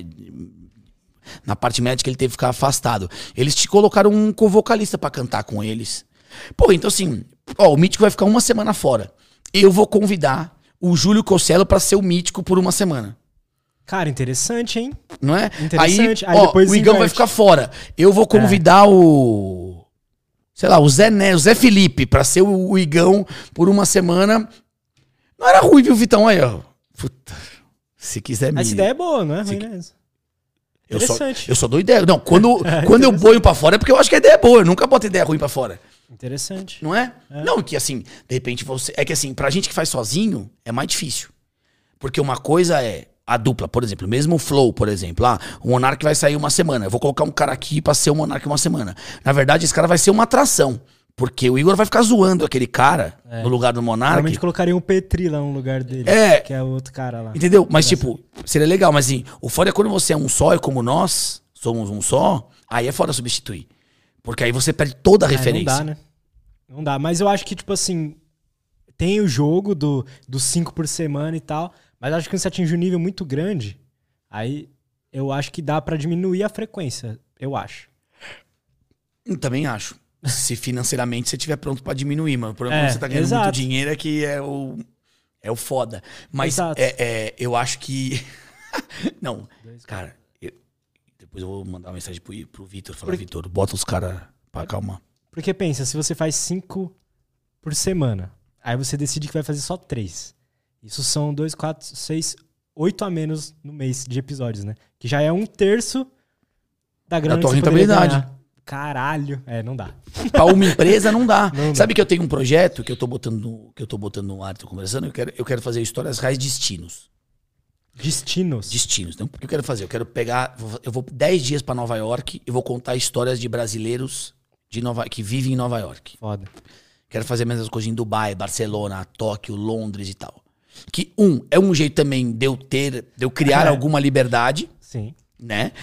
na parte médica ele teve que ficar afastado. Eles te colocaram um co-vocalista pra cantar com eles. Pô, então assim, o Mítico vai ficar 1 semana fora. Eu vou convidar o Júlio Cossello pra ser o Mítico por 1 semana. Cara, interessante, hein? Não é? Interessante. Aí depois o Igão vai ficar fora. Eu vou convidar o... Sei lá, o Zé Felipe pra ser o Igão por 1 semana. Não era ruim, viu, Vitão? Aí, ó. Puta, se quiser... Essa ideia é boa, não é ruim, né? Eu só dou ideia. Não, quando eu ponho pra fora é porque eu acho que a ideia é boa. Eu nunca boto ideia ruim pra fora. Interessante. Não é? Não, que assim, de repente você... É que assim, pra gente que faz sozinho, é mais difícil. Porque uma coisa é a dupla, por exemplo, mesmo o Flow, por exemplo. O Monark vai sair 1 semana. Eu vou colocar um cara aqui pra ser o Monark 1 semana. Na verdade, esse cara vai ser uma atração. Porque o Igor vai ficar zoando aquele cara no lugar do Monark. Realmente colocaria um Petri lá no lugar dele. Que é o outro cara lá. Entendeu? Mas tipo, seria legal. Mas assim, o foda é quando você é um só, e como nós somos um só, aí é foda substituir. Porque aí você perde toda a referência. Não dá, né? Não dá. Mas eu acho que, tipo assim, tem o jogo dos 5 por semana e tal, mas acho que quando você atinge um nível muito grande, aí eu acho que dá pra diminuir a frequência. Eu acho. Também acho. Se financeiramente você estiver pronto pra diminuir, mano. Por exemplo, você tá ganhando muito dinheiro é que é o foda. Mas eu acho que... Não, cara, depois eu vou mandar uma mensagem pro Vitor. Falar, Vitor, bota os caras pra acalmar. Porque pensa, se você faz 5 por semana, aí você decide que vai fazer só 3. Isso são 2, 4, 6, 8 a menos no mês de episódios, né? Que já é 1/3 da grana da tua rentabilidade. Caralho. Não dá. Pra uma empresa não dá. Não Sabe que eu tenho um projeto que eu tô botando no ar, tô conversando, eu quero fazer histórias reais destinos. Destinos. Então, o que eu quero fazer? Eu quero pegar, eu vou 10 dias pra Nova York e vou contar histórias de brasileiros que vivem em Nova York. Foda. Quero fazer a mesma coisa em Dubai, Barcelona, Tóquio, Londres e tal. Que é um jeito também de eu criar alguma liberdade. Sim. Né?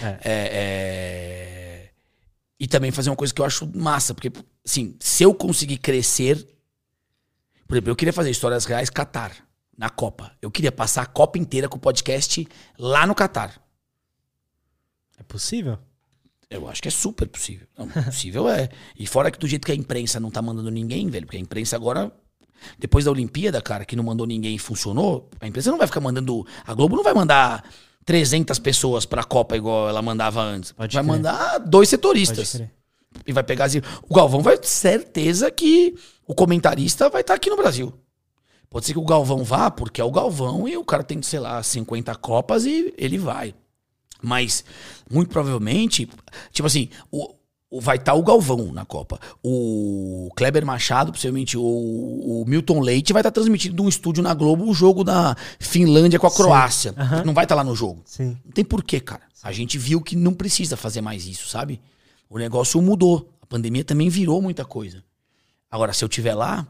E também fazer uma coisa que eu acho massa, porque, assim, se eu conseguir crescer... Por exemplo, eu queria fazer histórias reais Catar, na Copa. Eu queria passar a Copa inteira com o podcast lá no Catar. É possível? Eu acho que é super possível. Não, possível é. E fora que do jeito que a imprensa não tá mandando ninguém, velho, porque a imprensa agora... Depois da Olimpíada, cara, que não mandou ninguém e funcionou, a imprensa não vai ficar mandando... A Globo não vai mandar 300 pessoas pra Copa igual ela mandava antes. Vai mandar 2 setoristas. E vai pegar assim... O Galvão vai ter certeza que o comentarista vai estar aqui no Brasil. Pode ser que o Galvão vá, porque é o Galvão e o cara tem, sei lá, 50 Copas e ele vai. Mas, muito provavelmente, tipo assim... Vai estar o Galvão na Copa. O Kleber Machado, possivelmente o Milton Leite, vai estar transmitindo de um estúdio na Globo o jogo da Finlândia com a Croácia. Uhum. Não vai estar lá no jogo. Sim. Não tem porquê, cara. Sim. A gente viu que não precisa fazer mais isso, sabe? O negócio mudou. A pandemia também virou muita coisa. Agora, se eu estiver lá...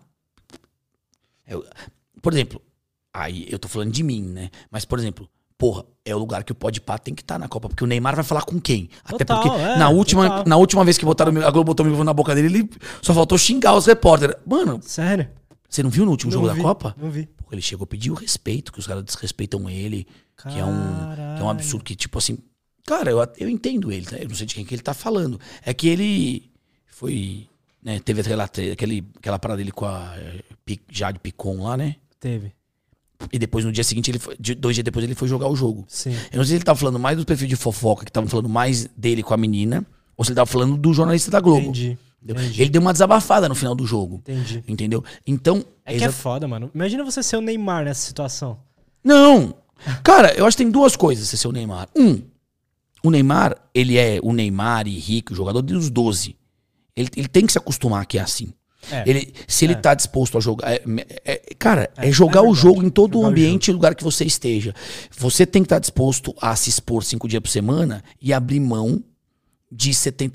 Por exemplo, aí eu tô falando de mim, né? Mas, por exemplo... Porra, é o lugar que o Podpah tem que estar na Copa. Porque o Neymar vai falar com quem? Até total, porque na última vez que botaram a Globo botou o microfone na boca dele, ele só faltou xingar os repórteres. Mano, sério? Você não viu no último jogo da Copa? Não vi. Porra, ele chegou a pedir o respeito, que os caras desrespeitam ele. Que é um absurdo, que tipo assim... Cara, eu entendo ele, tá? Eu não sei de quem que ele tá falando. É que ele foi... Né, teve aquela parada dele com a Jade Picon lá, né? Teve. E depois, no dia seguinte, 2 dias depois, ele foi jogar o jogo. Sim. Eu não sei se ele tava falando mais do perfil de fofoca, que estavam falando mais dele com a menina, ou se ele tava falando do jornalista da Globo. Entendi. Ele deu uma desabafada no final do jogo. Entendi. Entendeu? Então... que é foda, mano. Imagina você ser o Neymar nessa situação. Não! Cara, eu acho que tem 2 coisas você ser o Neymar. O Neymar, ele é o Neymar e Rico, jogador dos 12. Ele tem que se acostumar que é assim. Se ele tá disposto a jogar... jogar o jogo em todo o ambiente e lugar que você esteja. Você tem que estar disposto a se expor 5 dias por semana e abrir mão de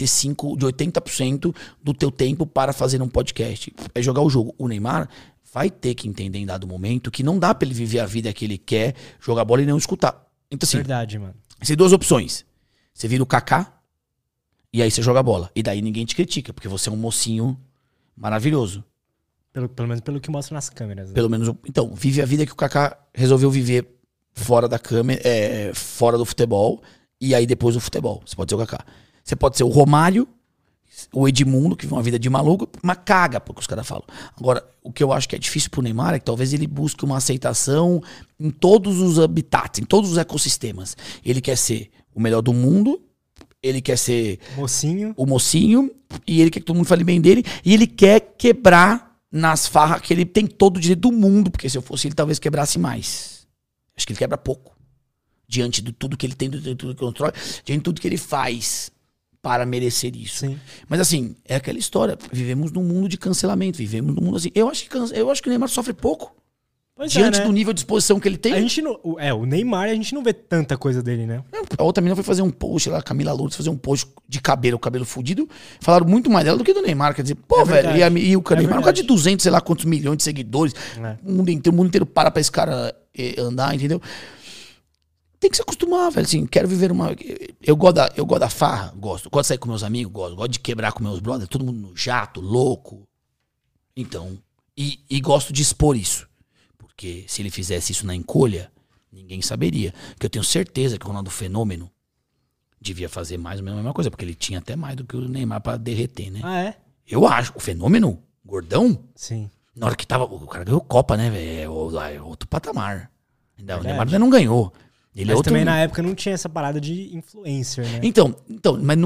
80% do teu tempo para fazer um podcast. É jogar o jogo. O Neymar vai ter que entender em dado momento que não dá pra ele viver a vida que ele quer, jogar bola e não escutar. Então, assim, verdade, mano. Você tem 2 opções. Você vira o Kaká e aí você joga bola. E daí ninguém te critica, porque você é um mocinho maravilhoso. Pelo menos pelo que mostra nas câmeras. Né? Pelo menos. Então, vive a vida que o Kaká resolveu viver fora da câmera, fora do futebol, e aí depois do futebol. Você pode ser o Kaká. Você pode ser o Romário, o Edmundo, que vive uma vida de maluco, mas caga porque os caras falam. Agora, o que eu acho que é difícil pro Neymar é que talvez ele busque uma aceitação em todos os habitats, em todos os ecossistemas. Ele quer ser o melhor do mundo, ele quer ser o mocinho, e ele quer que todo mundo fale bem dele, e ele quer quebrar nas farras que ele tem todo o direito do mundo, porque se eu fosse ele, talvez quebrasse mais. Acho que ele quebra pouco. Diante de tudo que ele tem, de tudo que ele controla, diante de tudo que ele faz para merecer isso. Sim. Mas assim, é aquela história. Vivemos num mundo de cancelamento, vivemos num mundo assim. Eu acho que o Neymar sofre pouco. Pois diante né? do nível de exposição que ele tem. A gente não, o Neymar, a gente não vê tanta coisa dele, né? A outra menina foi fazer um post lá, Camila Lourdes, fazer um post de cabelo, fudido. Falaram muito mais dela do que do Neymar. Quer dizer, pô, velho, e o Neymar é um cara de 200, sei lá quantos milhões de seguidores. O mundo inteiro para pra esse cara andar, entendeu? Tem que se acostumar, velho. Assim, quero viver uma... Eu gosto da farra, gosto de sair com meus amigos, gosto de quebrar com meus brothers, todo mundo no jato, louco. Então, e gosto de expor isso. Porque se ele fizesse isso na encolha, ninguém saberia. Porque eu tenho certeza que o Ronaldo Fenômeno devia fazer mais ou menos a mesma coisa, porque ele tinha até mais do que o Neymar pra derreter, né? Ah, é? Eu acho. O Fenômeno, gordão, sim. Na hora que tava... O cara ganhou Copa, né, velho? É outro patamar. O Neymar ainda não ganhou. Mas também na época não tinha essa parada de influencer, né? Então mas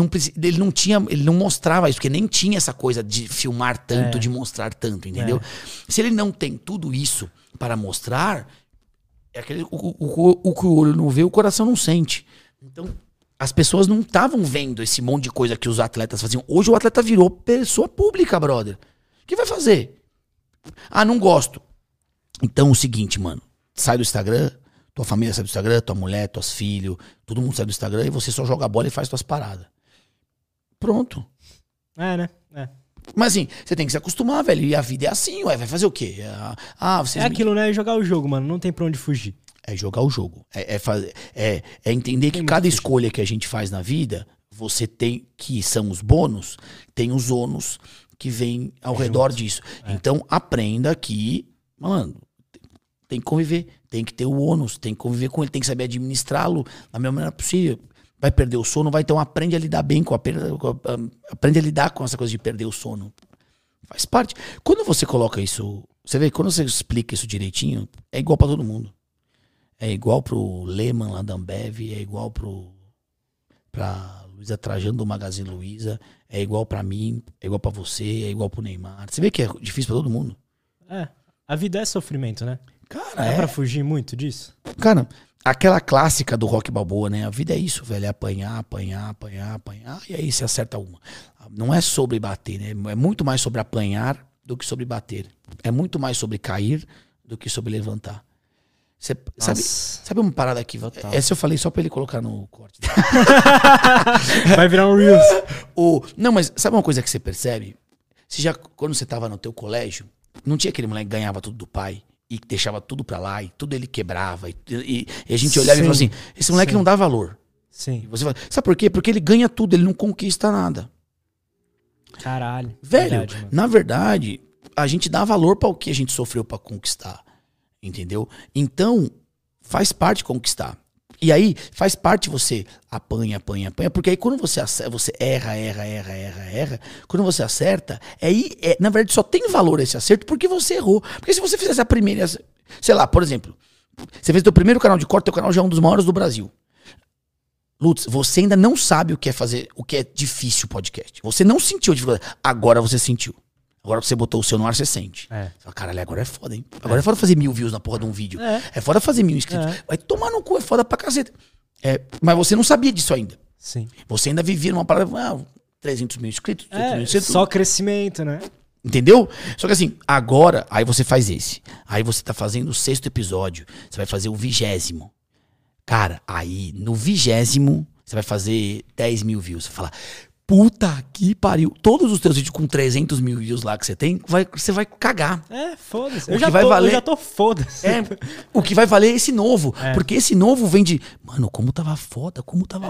ele não mostrava isso, porque nem tinha essa coisa de filmar tanto, de mostrar tanto, entendeu? Se ele não tem tudo isso para mostrar, é aquele o que o olho não vê, o coração não sente. Então, as pessoas não estavam vendo esse monte de coisa que os atletas faziam. Hoje o atleta virou pessoa pública, brother. O que vai fazer? Ah, não gosto. Então, o seguinte, mano. Sai do Instagram, tua família sai do Instagram, tua mulher, teus filhos, todo mundo sai do Instagram e você só joga bola e faz tuas paradas. Pronto. Né? Mas assim, você tem que se acostumar, velho. E a vida é assim, ué. Vai fazer o quê? É aquilo, né? É jogar o jogo, mano. Não tem pra onde fugir. É jogar o jogo. É entender que cada escolha que a gente faz na vida, você tem, que são os bônus, tem os ônus que vêm ao redor disso. Então, aprenda que, mano, tem que conviver. Tem que ter o ônus, tem que conviver com ele, tem que saber administrá-lo da melhor maneira possível. Vai perder o sono, então aprende a lidar bem aprende a lidar com essa coisa de perder o sono. Faz parte. Quando você coloca isso, você vê, quando você explica isso direitinho, é igual pra todo mundo. É igual pro Lehman lá da Ambev, é igual pra Luiza Trajano do Magazine Luiza, é igual pra mim, é igual pra você, é igual pro Neymar. Você vê que é difícil pra todo mundo? A vida é sofrimento, né? Cara, Dá pra fugir muito disso? Cara, aquela clássica do Rock Balboa, né? A vida é isso, velho. É apanhar. E aí você acerta uma. Não é sobre bater, né? É muito mais sobre apanhar do que sobre bater. É muito mais sobre cair do que sobre levantar. Você sabe uma parada aqui? Essa eu falei só pra ele colocar no corte. Vai virar um Reels. Não, mas sabe uma coisa que você percebe? Quando você tava no teu colégio, não tinha aquele moleque que ganhava tudo do pai e deixava tudo pra lá e tudo ele quebrava. E a gente olhava e falava assim, esse moleque não dá valor. Sim. E você fala, sabe por quê? Porque ele ganha tudo, ele não conquista nada. Caralho. Velho, na verdade, a gente dá valor para o que a gente sofreu para conquistar. Entendeu? Então, faz parte conquistar. E aí, faz parte você apanha. Porque aí quando você erra. Quando você acerta, na verdade só tem valor esse acerto porque você errou. Porque se você fizesse a primeira, sei lá, por exemplo, você fez o teu primeiro canal de corte, teu canal já é um dos maiores do Brasil. Lutz, você ainda não sabe o que é fazer, o que é difícil podcast. Você não sentiu a dificuldade. Agora você sentiu. Agora que você botou o seu no ar, você sente. Você fala, caralho, agora é foda, hein? Agora é foda fazer 1000 views na porra de um vídeo. É foda fazer 1000 inscritos. Vai tomar no cu, é foda pra caceta. Mas você não sabia disso ainda. Sim. Você ainda vivia numa parada, 300 mil inscritos. Só crescimento, né? Entendeu? Só que assim, agora, aí você faz esse. Aí você tá fazendo o 6º episódio. Você vai fazer o 20º. Cara, aí no 20º, você vai fazer 10 mil views. Você vai falar, puta que pariu. Todos os teus vídeos com 300 mil views lá que você tem, você vai cagar. Foda-se. Eu já tô foda-se. O que vai valer é esse novo. Porque esse novo vem de, mano, como tava foda.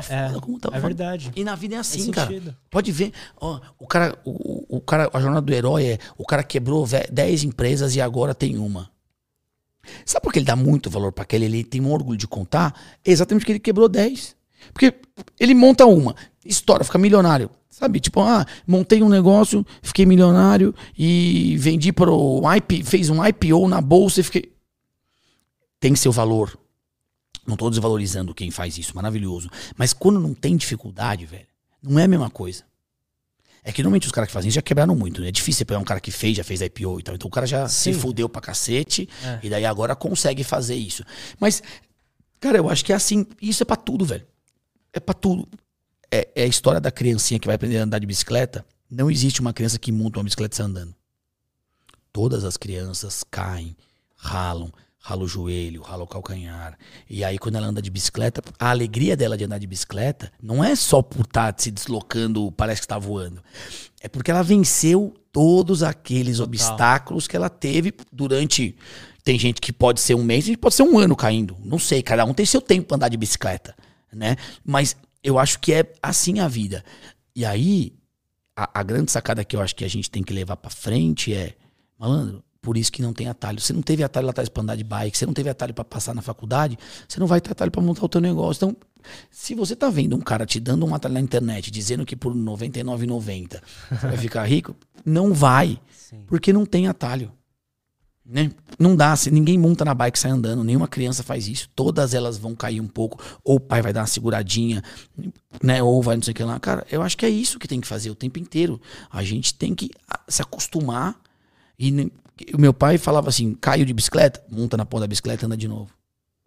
É verdade. E na vida é assim, cara. Pode ver. Ó, o cara, a jornada do herói é, o cara quebrou 10 empresas e agora tem uma. Sabe por que ele dá muito valor para aquele? Ele tem um orgulho de contar. É exatamente porque ele quebrou 10. Porque ele monta uma, estoura, fica milionário. Sabe? Tipo, montei um negócio, fiquei milionário e vendi fez um IPO na bolsa e fiquei... Tem seu valor. Não tô desvalorizando quem faz isso, maravilhoso. Mas quando não tem dificuldade, velho, não é a mesma coisa. É que normalmente os caras que fazem isso já quebraram muito, né? É difícil você pegar um cara que já fez IPO e tal. Então o cara já se fudeu pra cacete e daí agora consegue fazer isso. Mas, cara, eu acho que é assim. Isso é pra tudo, velho. É pra tudo. É a história da criancinha que vai aprender a andar de bicicleta. Não existe uma criança que monta uma bicicleta sem andando. Todas as crianças caem, ralam, rala o joelho, rala o calcanhar. E aí quando ela anda de bicicleta, a alegria dela de andar de bicicleta não é só por estar se deslocando, parece que está voando. É porque ela venceu todos aqueles obstáculos que ela teve durante... Tem gente que pode ser um mês, a gente pode ser um ano caindo. Não sei, cada um tem seu tempo para andar de bicicleta, né? Mas eu acho que é assim a vida. E aí, a grande sacada que eu acho que a gente tem que levar para frente é... Malandro, por isso que não tem atalho. Você não teve atalho lá atrás pra andar de bike, você não teve atalho pra passar na faculdade, você não vai ter atalho pra montar o teu negócio. Então, se você tá vendo um cara te dando um atalho na internet, dizendo que por R$ 99,90 você vai ficar rico, não vai. Sim. Porque não tem atalho. Né? Não dá, ninguém monta na bike e sai andando, nenhuma criança faz isso. Todas elas vão cair um pouco, ou o pai vai dar uma seguradinha, né? Ou vai não sei o que lá. Cara, eu acho que é isso que tem que fazer o tempo inteiro. A gente tem que se acostumar. E o meu pai falava assim, caiu de bicicleta, monta na ponta da bicicleta e anda de novo.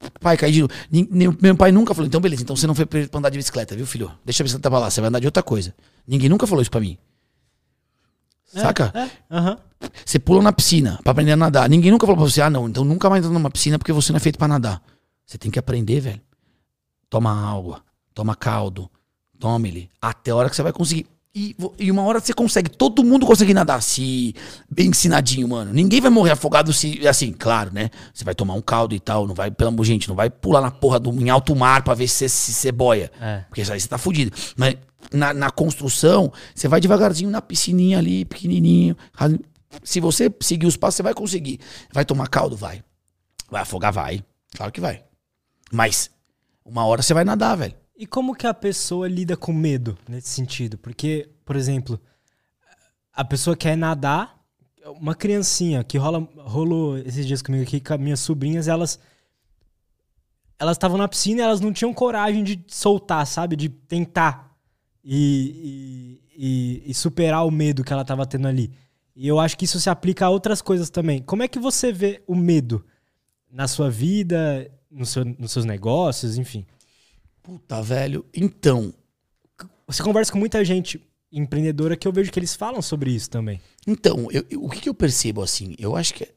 Pai, caí de novo. Meu pai nunca falou, então beleza, então você não foi pra andar de bicicleta, viu, filho? Deixa a bicicleta pra lá, você vai andar de outra coisa. Ninguém nunca falou isso pra mim. Saca? Você pula na piscina pra aprender a nadar. Ninguém nunca falou pra você, não, então nunca mais entra numa piscina porque você não é feito pra nadar. Você tem que aprender, velho. Toma água, toma caldo, tome-lhe, até a hora que você vai conseguir. E uma hora você consegue, todo mundo consegue nadar se bem ensinadinho, mano. Ninguém vai morrer afogado se, assim, claro, né? Você vai tomar um caldo e tal, não vai, pelo amor, gente, não vai pular na porra em alto mar pra ver se você boia. Porque aí você tá fudido. Mas na construção, você vai devagarzinho na piscininha ali, pequenininho. Se você seguir os passos, você vai conseguir. Vai tomar caldo? Vai. Vai afogar? Vai. Claro que vai. Mas uma hora você vai nadar, velho. E como que a pessoa lida com medo nesse sentido? Porque, por exemplo, a pessoa quer nadar, uma criancinha que rolou esses dias comigo aqui com as minhas sobrinhas, elas estavam na piscina e elas não tinham coragem de soltar, sabe? De tentar e superar o medo que ela estava tendo ali. E eu acho que isso se aplica a outras coisas também. Como é que você vê o medo na sua vida, nos seus negócios, enfim? Puta, velho. Então, você conversa com muita gente empreendedora que eu vejo que eles falam sobre isso também. Então, o que eu percebo, assim, eu acho que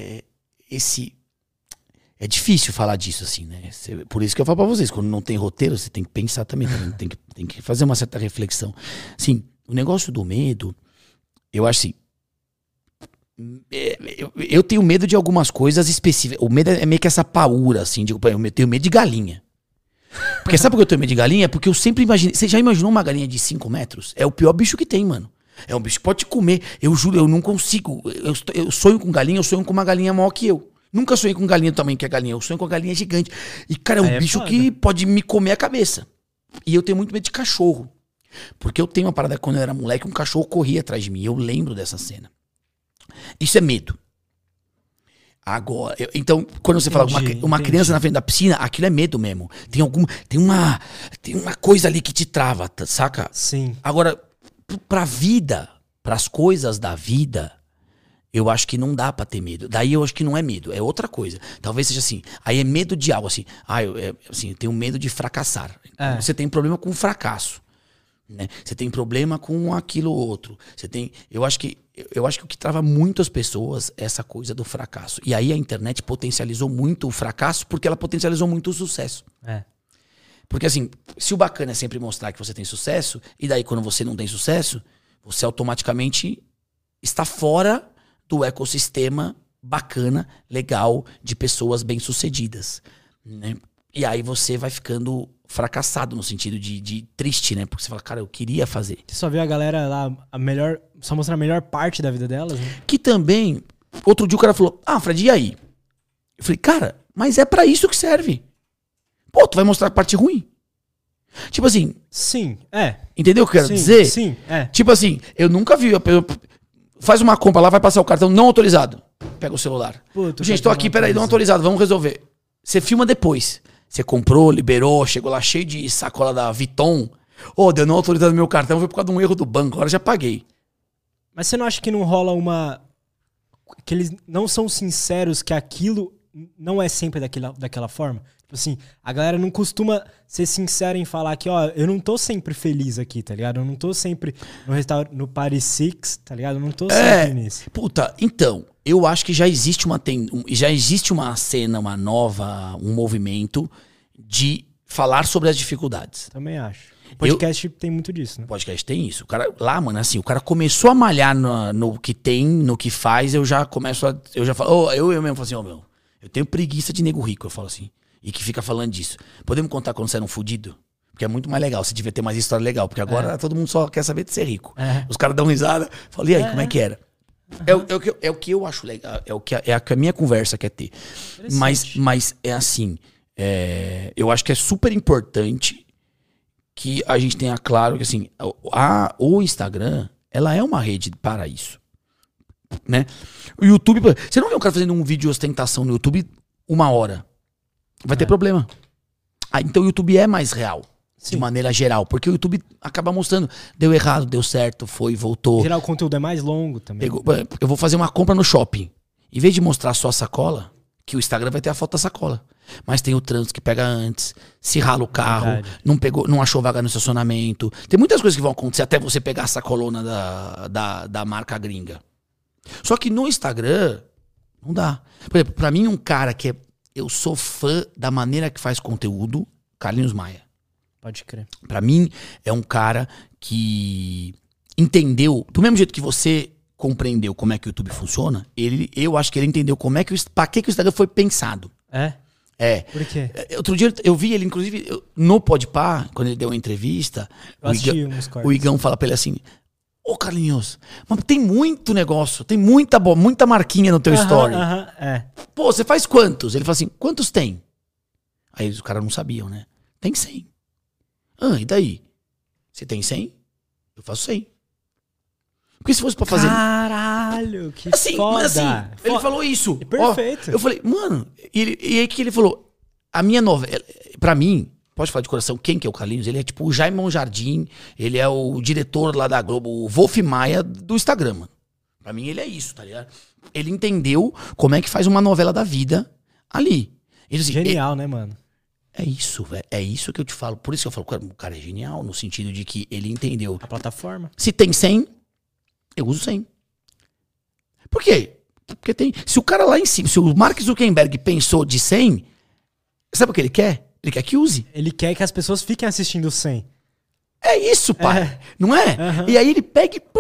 é difícil falar disso, assim, né? Por isso que eu falo pra vocês, quando não tem roteiro, você tem que pensar também, tem que fazer uma certa reflexão. Assim, o negócio do medo, eu acho assim, eu tenho medo de algumas coisas específicas. O medo é meio que essa paura, assim, eu tenho medo de galinha. Porque sabe por que eu tenho medo de galinha? Porque eu sempre imaginei. Você já imaginou uma galinha de 5 metros? É o pior bicho que tem, mano. É um bicho que pode te comer. Eu juro, eu não consigo. Eu sonho com galinha, eu sonho com uma galinha maior que eu. Nunca sonhei com galinha do tamanho que é galinha. Eu sonho com a galinha gigante. E, cara, é um bicho que pode me comer a cabeça. E eu tenho muito medo de cachorro. Porque eu tenho uma parada, quando eu era moleque, um cachorro corria atrás de mim. Eu lembro dessa cena. Isso é medo. Agora, então, quando você fala uma criança na frente da piscina, aquilo é medo mesmo. Tem uma coisa ali que te trava, saca? Sim. Agora, pra vida, pras coisas da vida, eu acho que não dá pra ter medo. Daí eu acho que não é medo, é outra coisa. Talvez seja assim, aí é medo de algo, assim. Eu tenho medo de fracassar. Então, você tem problema com o fracasso. Né? Você tem problema com aquilo ou outro. Eu acho que o que trava muito as pessoas é essa coisa do fracasso. E aí a internet potencializou muito o fracasso porque ela potencializou muito o sucesso. Porque assim, se o bacana é sempre mostrar que você tem sucesso, e daí quando você não tem sucesso, você automaticamente está fora do ecossistema bacana, legal, de pessoas bem-sucedidas. Né? E aí você vai ficando fracassado no sentido de triste, né? Porque você fala, cara, eu queria fazer. Você só vê a galera lá, só mostrar a melhor parte da vida delas, né? Que também, outro dia o cara falou, Fred, e aí? Eu falei, cara, mas é pra isso que serve. Pô, tu vai mostrar a parte ruim? Tipo assim... Sim, Entendeu o que eu quero dizer? Sim, Tipo assim, eu nunca vi... Faz uma compra lá, vai passar o cartão não autorizado. Pega o celular. Gente, tô aqui, peraí, não autorizado, vamos resolver. Você filma depois. Você comprou, liberou, chegou lá cheio de sacola da Vuitton. Deu não autorizado no meu cartão, foi por causa de um erro do banco, agora já paguei. Mas você não acha que não rola que eles não são sinceros que aquilo não é sempre daquela forma? Tipo assim, a galera não costuma ser sincera em falar que, eu não tô sempre feliz aqui, tá ligado? Eu não tô sempre no restaurante, no Paris Six, tá ligado? Eu não tô sempre nisso. Puta, então, eu acho que já existe uma cena, um movimento de falar sobre as dificuldades. Também acho. O podcast tem muito disso, né? O podcast tem isso. O cara, lá, mano, assim, o cara começou a malhar no que tem, no que faz, eu já falo, eu mesmo falo assim, eu tenho preguiça de nego rico, eu falo assim, e que fica falando disso. Podemos contar quando você era um fudido? Porque é muito mais legal, você devia ter mais história legal, porque agora todo mundo só quer saber de ser rico. Os caras dão risada, falam, e aí, como é que era? É o que eu acho legal, é a minha conversa quer ter. Mas é assim, eu acho que é super importante que a gente tenha claro que assim, o Instagram, ela é uma rede para isso. Né? O YouTube, você não vê um cara fazendo um vídeo de ostentação no YouTube 1 hora. Vai ter problema. Então o YouTube é mais real. Sim. De maneira geral. Porque o YouTube acaba mostrando. Deu errado, deu certo, foi, voltou. Em geral, o conteúdo é mais longo também. Eu vou fazer uma compra no shopping. Em vez de mostrar só a sacola, que o Instagram vai ter a foto da sacola. Mas tem o trânsito que pega antes, se rala o carro, Verdade. não achou vaga no estacionamento. Tem muitas coisas que vão acontecer até você pegar essa coluna da marca gringa. Só que no Instagram, não dá. Por exemplo, pra mim um cara que eu sou fã da maneira que faz conteúdo, Carlinhos Maia. Pode crer. Pra mim é um cara que entendeu, do mesmo jeito que você compreendeu como é que o YouTube funciona, eu acho que ele entendeu pra que o Instagram foi pensado. É? É. Por quê? Outro dia eu vi ele, inclusive, no Podpah, quando ele deu uma entrevista, Eu assisti uns cortes. o Igão fala pra ele assim: Ô Carlinhos, mas tem muito negócio, tem muita marquinha no teu story. É. Pô, você faz quantos? Ele fala assim: quantos tem? Aí os caras não sabiam, né? Tem 100. Ah, e daí? Você tem 100? Eu faço 100. Porque se fosse pra fazer... Caralho, que assim, foda. mas assim, ele falou isso. Perfeito. Ó, eu falei, mano... E aí que ele falou? A minha novela... Pra mim, pode falar de coração, quem que é o Carlinhos? Ele é tipo o Jaime Jardim, ele é o diretor lá da Globo, o Wolf Maia do Instagram, mano. Pra mim ele é isso, tá ligado? Ele entendeu como é que faz uma novela da vida ali. Ele, assim, Genial, né, mano? É isso, velho. É isso que eu te falo. Por isso que eu falo, o cara é genial, no sentido de que ele entendeu. A plataforma. Se tem 100, eu uso 100. Por quê? Porque tem... Se o cara lá em cima, se o Mark Zuckerberg pensou de 100, sabe o que ele quer? Ele quer que use. Ele quer que as pessoas fiquem assistindo 100. É isso, pai. É. Não é? Uhum. E aí ele pega e...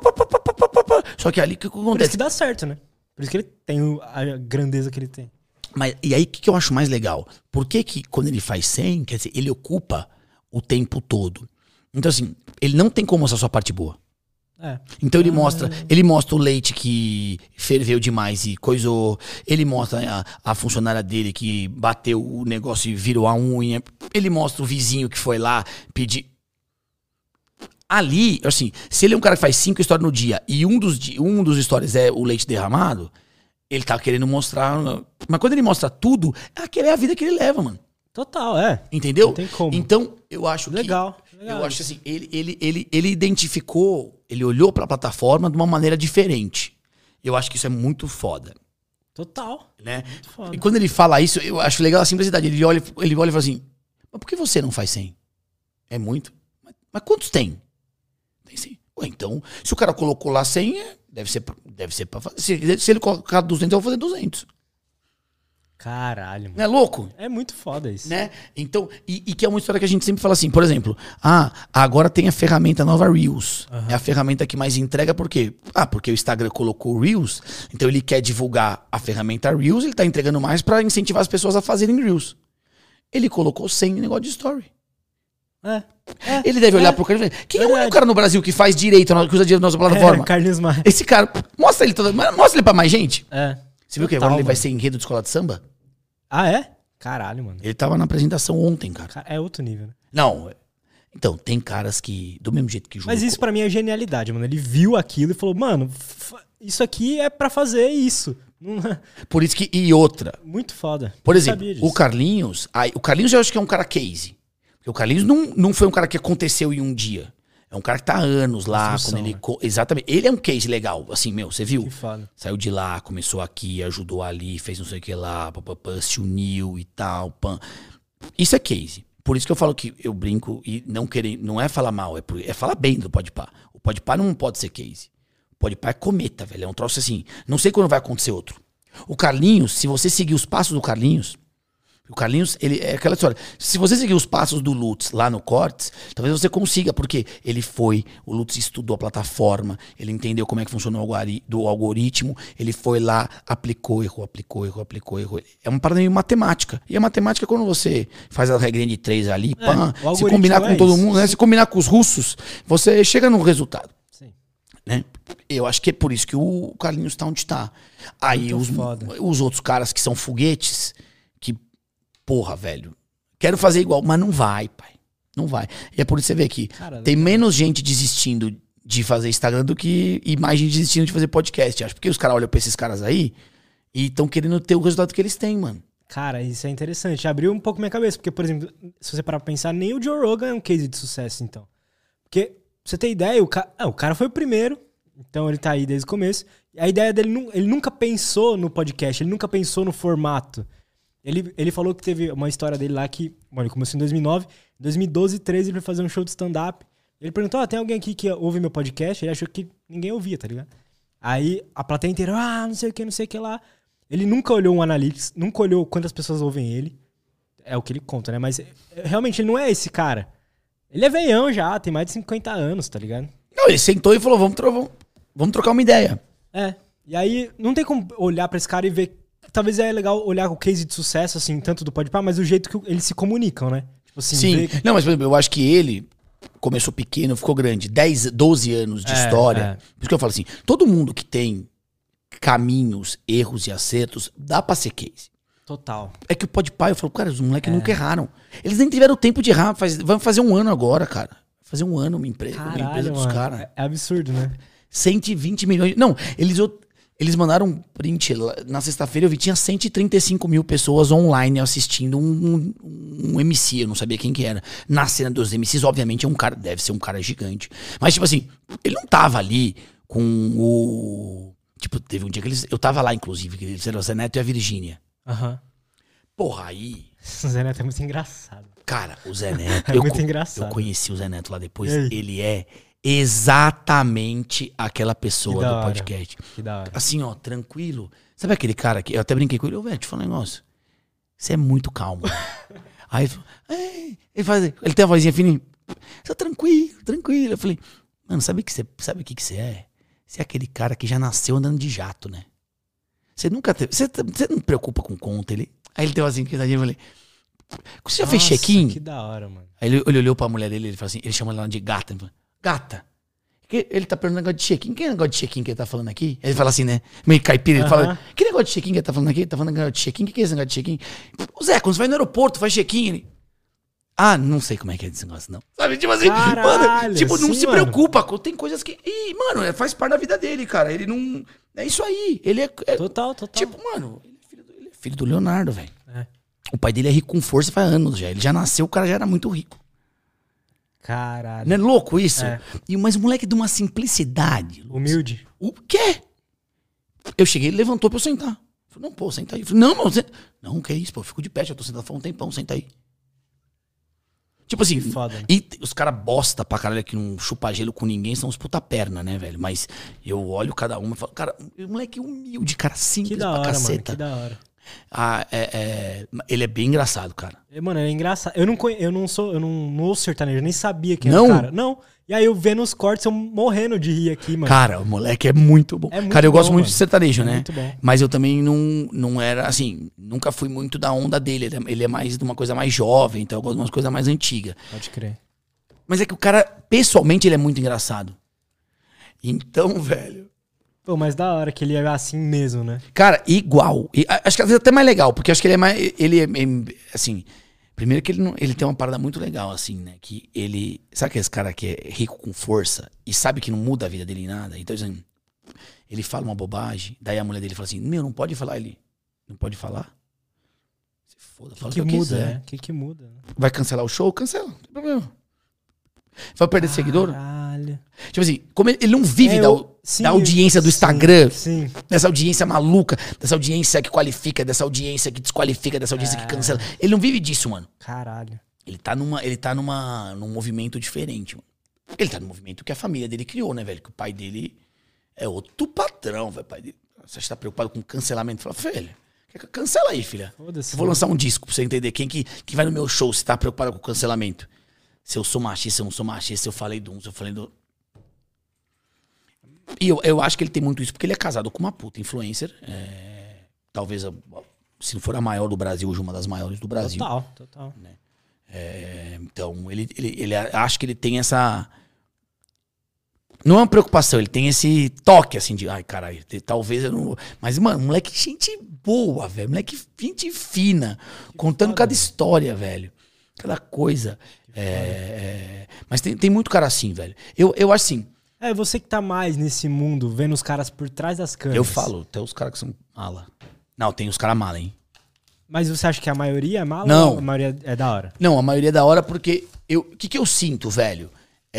Só que ali o que Por isso acontece? que dá certo, né? Por isso que ele tem a grandeza que ele tem. Mas, e aí o que eu acho mais legal? Por que quando ele faz 100, quer dizer, ele ocupa o tempo todo. Então assim, ele não tem como mostrar só a parte boa. É. Então ele mostra o leite que ferveu demais e coisou. Ele mostra a funcionária dele que bateu o negócio e virou a unha. Ele mostra o vizinho que foi lá pedir. Ali, assim, se ele é um cara que faz 5 stories no dia e um dos stories é o leite derramado, ele tá querendo mostrar. Mas quando ele mostra tudo, aquela é a vida que ele leva, mano. Total, é. Entendeu? Não tem como. Então, eu acho Legal. Eu acho assim, ele identificou, ele olhou pra plataforma de uma maneira diferente. Eu acho que isso é muito foda, Total. né? Muito foda. E quando ele fala isso, eu acho legal a simplicidade. Ele olha e fala assim, mas por que você não faz 100? É muito. Mas quantos tem? Tem 100. Ué, então, se o cara colocou lá 100, deve ser pra fazer. Se ele colocar 200, eu vou fazer 200. Caralho, mano. Não é louco? É muito foda isso. Né? Então, e que é uma história que a gente sempre fala assim, por exemplo, agora tem a ferramenta nova Reels. É a ferramenta que mais entrega, por quê? Porque o Instagram colocou Reels, então ele quer divulgar a ferramenta Reels, ele tá entregando mais pra incentivar as pessoas a fazerem Reels. Ele colocou 100 negócio de story. Ele deve olhar pro cara e falar, quem é o único cara no Brasil que faz direito, que usa direito na nossa plataforma? Carlinhos Maia. Esse cara, mostra ele pra mais gente. Você viu que Total, agora ele vai mano. ser enredo de escola de samba? Ah, é? Caralho, mano. Ele tava na apresentação ontem, cara. É outro nível, né? Não. Então, tem caras que, do mesmo jeito que Mas isso pra mim é genialidade, mano. Ele viu aquilo e falou, mano, isso aqui é pra fazer isso. Por isso que, e outra. Muito foda. Por Eu exemplo, sabia disso. o Carlinhos eu acho que é um cara case. Porque o Carlinhos não foi um cara que aconteceu em um dia. É um cara que tá há anos lá. Construção, Quando ele, né? Exatamente. Ele é um case legal. Assim, você viu? Que foda. Saiu de lá, começou aqui, ajudou ali, fez não sei o que lá, se uniu e tal. Pã. Isso é case. Por isso que eu falo que eu brinco e não é falar mal, é falar bem do Podpah. O Podpah não pode ser case. O Podpah é cometa, velho. É um troço assim. Não sei quando vai acontecer outro. O Carlinhos, se você seguir os passos do Carlinhos, o Carlinhos, ele é aquela história. Se você seguir os passos do Lutz lá no Cortes, talvez você consiga, porque o Lutz estudou a plataforma, ele entendeu como é que funciona o algoritmo, ele foi lá, aplicou, errou. É uma parada meio matemática. E a matemática, quando você faz a regrinha de 3 ali, se combinar com todo mundo, né? Se combinar com os russos, você chega no resultado. Sim. Né? Eu acho que é por isso que o Carlinhos tá onde tá. Aí os outros caras que são foguetes, que, porra, velho, quero fazer igual, mas não vai, pai. Não vai. E é por isso que você vê que tem menos gente desistindo de fazer Instagram e mais gente desistindo de fazer podcast. Acho porque os caras olham pra esses caras aí e estão querendo ter o resultado que eles têm, mano. Cara, isso é interessante. Abriu um pouco minha cabeça. Porque, por exemplo, se você parar pra pensar, nem o Joe Rogan é um case de sucesso, então. Porque, pra você ter ideia, o cara foi o primeiro. Então ele tá aí desde o começo. A ideia dele, ele nunca pensou no podcast, ele nunca pensou no formato. Ele falou que teve uma história dele lá que... Bom, ele começou em 2009. Em 2012, 13, ele foi fazer um show de stand-up. Ele perguntou, tem alguém aqui que ouve meu podcast? Ele achou que ninguém ouvia, tá ligado? Aí a plateia inteira, não sei o que lá. Ele nunca olhou um analytics, nunca olhou quantas pessoas ouvem ele. É o que ele conta, né? Mas realmente ele não é esse cara. Ele é veião já, tem mais de 50 anos, tá ligado? Não, ele sentou e falou, vamos trocar uma ideia. E aí não tem como olhar pra esse cara e ver... Talvez é legal olhar o case de sucesso, assim, tanto do Podpah, mas o jeito que eles se comunicam, né? Tipo assim, sim. Não, mas por exemplo, eu acho que ele começou pequeno, ficou grande. 10, 12 anos de história. Por isso que eu falo assim, todo mundo que tem caminhos, erros e acertos, dá pra ser case. Total. É que o Podpah, eu falo, cara, os moleques nunca erraram. Eles nem tiveram tempo de errar. Vão fazer um ano agora, cara. Fazer um ano uma empresa dos caras. É absurdo, né? 120 milhões. Não, eles mandaram um print. Na sexta-feira eu vi, tinha 135 mil pessoas online assistindo um MC. Eu não sabia quem que era. Na cena dos MCs, obviamente, é um cara, deve ser um cara gigante. Mas, tipo assim, ele não tava ali com o... Tipo, teve um dia que eu tava lá, inclusive, que eles eram o Zé Neto e a Virgínia. Porra, aí... O Zé Neto é muito engraçado. Cara, o Zé Neto... muito engraçado. Eu conheci o Zé Neto lá depois. Ele é exatamente aquela pessoa do podcast. Que da hora. Assim, ó, tranquilo. Sabe aquele cara que... Eu até brinquei com ele. Velho, deixa eu falar um negócio. Você é muito calmo. Aí ele tem a vozinha fininha. Você é tranquilo. Eu falei, mano, sabe o que você é? Você é aquele cara que já nasceu andando de jato, né? Você nunca teve... Você não preocupa com conta, ele... Aí ele deu assim, que eu falei... Você já fez check-in? Que da hora, mano. Aí ele olhou pra mulher dele, ele falou assim... Ele chama ela de gata. Ele falou, gata. Ele tá perguntando negócio de check-in. Que negócio de check-in que ele tá falando aqui? Ele fala assim, né? Meio caipira. Ele fala... Que negócio de check-in que ele tá falando aqui? Ele tá falando negócio de check-in? O que é esse negócio de check-in? O Zé, quando você vai no aeroporto, faz check-in. Ele... não sei como é que é esse negócio, não. Sabe? Tipo assim... Caralho, mano, tipo, não sim, se mano. preocupa. Tem coisas que... mano, faz parte da vida dele, cara. Ele não... É isso aí. Ele é... Total. Tipo, mano... Ele é filho do Leonardo, velho. É. O pai dele é rico com força faz anos já. Ele já nasceu, o cara já era muito rico. Caralho. Não é louco isso? É. Mas o moleque de uma simplicidade. Humilde. O quê? Eu cheguei, ele levantou pra eu sentar. Eu falei, não, pô, senta aí. Eu falei, não, senta. Não, que isso, pô, eu fico de pé, já tô sentado faz um tempão, senta aí. Tipo assim, foda, né? E os caras bosta pra caralho que não chupa gelo com ninguém, são uns puta perna, né, velho? Mas eu olho cada uma e falo, cara, o moleque é humilde, cara, simples Que da pra hora, caceta. mano. Que da hora. Ele é bem engraçado, cara. Mano, é engraçado. Eu não ouço sertanejo, eu nem sabia quem Não? era o cara. Não. E aí eu vendo os cortes, eu morrendo de rir aqui, mano. Cara, o moleque é muito bom. É muito cara, eu gosto bom, muito mano. de sertanejo, É né? muito bom. Mas eu também não era, assim, nunca fui muito da onda dele. Ele é mais de uma coisa mais jovem, então eu gosto de umas coisas mais antigas. Pode crer. Mas é que o cara, pessoalmente, ele é muito engraçado. Então, velho... Pô, mas da hora que ele é assim mesmo, né? Cara, igual. Acho que às vezes até mais legal, porque acho que ele é mais... assim... Primeiro que ele tem uma parada muito legal, assim, né? Que ele... Sabe aquele cara que é rico com força e sabe que não muda a vida dele em nada? Então, assim, ele fala uma bobagem, daí a mulher dele fala assim, não pode falar. Ele, não pode falar? Se foda, fala o que eu muda, quiser. né? O que muda? Vai cancelar o show? Cancela, não tem problema. Vai perder seguidor? Caralho. Tipo assim, como ele não vive Sim, da audiência do Instagram, Sim. dessa audiência maluca, dessa audiência que qualifica, dessa audiência que desqualifica, dessa audiência que cancela. Ele não vive disso, mano. Caralho. Ele tá num movimento diferente, mano. Ele tá num movimento que a família dele criou, né, velho? Que o pai dele é outro patrão, velho. Pai dele. Você tá preocupado com cancelamento? Fala, filho, cancela aí, filha. Foda-se. Eu vou lançar um disco pra você entender quem que vai no meu show se tá preocupado com cancelamento. Se eu sou machista, se eu não sou machista, se eu falei de um, se eu falei do... E eu acho que ele tem muito isso, porque ele é casado com uma puta influencer. Talvez, se não for a maior do Brasil, hoje uma das maiores do Brasil. Total. Né? Então, ele acho que ele tem essa... Não é uma preocupação, ele tem esse toque, assim, de... Ai, caralho, talvez eu não... Mas, mano, moleque gente boa, velho. Moleque gente fina. Contando cada história, velho. Cada coisa. Mas tem muito cara assim, velho. Eu acho assim... Você que tá mais nesse mundo, vendo os caras por trás das câmeras. Eu falo, tem os caras que são mala. Não, tem os caras mala, hein? Mas você acha que a maioria é mala? Não. Ou a maioria é da hora? Não, a maioria é da hora porque... O que eu sinto, velho?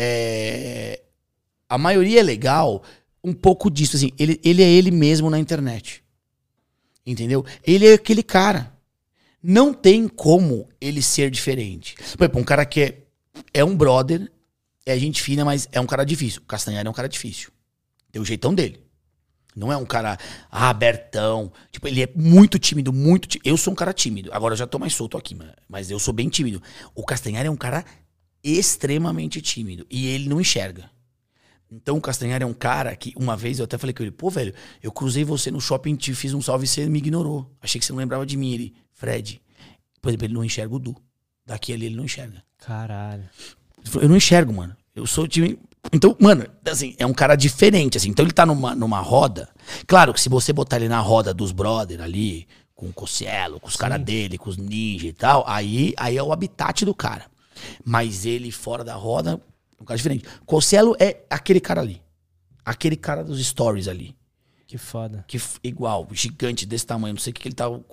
A maioria é legal, um pouco disso, assim. Ele é ele mesmo na internet. Entendeu? Ele é aquele cara. não tem como ele ser diferente. Por exemplo, um cara que é um brother, é gente fina, mas é um cara difícil. O Castanhari é um cara difícil. Tem o jeitão dele. Não é um cara abertão. Tipo, ele é muito tímido, muito tímido. Eu sou um cara tímido. Agora eu já tô mais solto aqui, mas eu sou bem tímido. O Castanhari é um cara extremamente tímido. E ele não enxerga. Então o Castanhari é um cara que, uma vez eu até falei com ele, pô, velho, eu cruzei você no shopping, te fiz um salve e você me ignorou. Achei que você não lembrava de mim. Ele, Fred, por exemplo, ele não enxerga o Du. Daqui ali ele não enxerga. Caralho. Ele falou, eu não enxergo, mano. Eu sou time. Então, mano, assim, é um cara diferente, assim. Então ele tá numa roda. Claro que se você botar ele na roda dos brother ali, com o Cossielo, com os caras dele, com os ninja e tal, aí é o habitat do cara. Mas ele fora da roda, um cara diferente. Cossielo é aquele cara ali. Aquele cara dos stories ali. Que foda. Igual, gigante desse tamanho. Não sei o que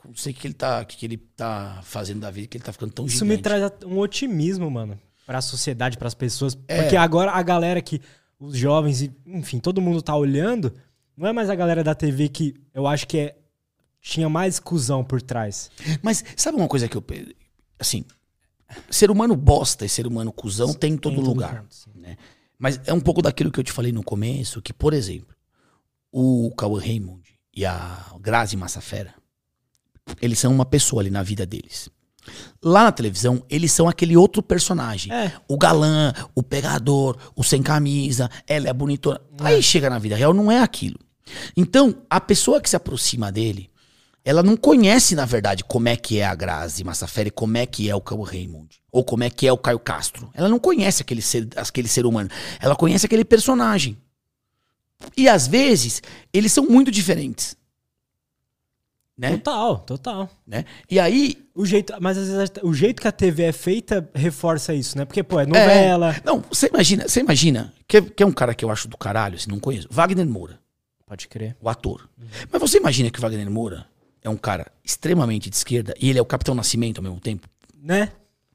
ele tá fazendo da vida, que ele tá ficando tão Isso gigante. me traz um otimismo, mano, pra sociedade, pras pessoas. Porque agora a galera que, os jovens, enfim, todo mundo tá olhando, não é mais a galera da TV que eu acho que tinha mais cuzão por trás. Mas sabe uma coisa que eu... Assim, ser humano bosta e ser humano cuzão tem em todo lugar. Canto, né? Mas é um pouco daquilo que eu te falei no começo, que, por exemplo, o Cauã Raymond e a Grazi Massafera, eles são uma pessoa ali na vida deles. Lá na televisão, eles são aquele outro personagem. O galã, o pegador, o sem camisa, ela é bonitona. Aí chega na vida real, não é aquilo. Então, a pessoa que se aproxima dele, ela não conhece, na verdade, como é que é a Grazi Massafera e como é que é o Cauã Raymond. Ou como é que é o Caio Castro. Ela não conhece aquele ser humano. Ela conhece aquele personagem. E às vezes, eles são muito diferentes. Né? Total. Né? E aí... Mas às vezes o jeito que a TV é feita reforça isso, né? Porque, pô, é novela. Não, você imagina que é um cara que eu acho do caralho, assim, não conheço. Wagner Moura. Pode crer. O ator. Mas você imagina que o Wagner Moura é um cara extremamente de esquerda e ele é o Capitão Nascimento ao mesmo tempo? Né?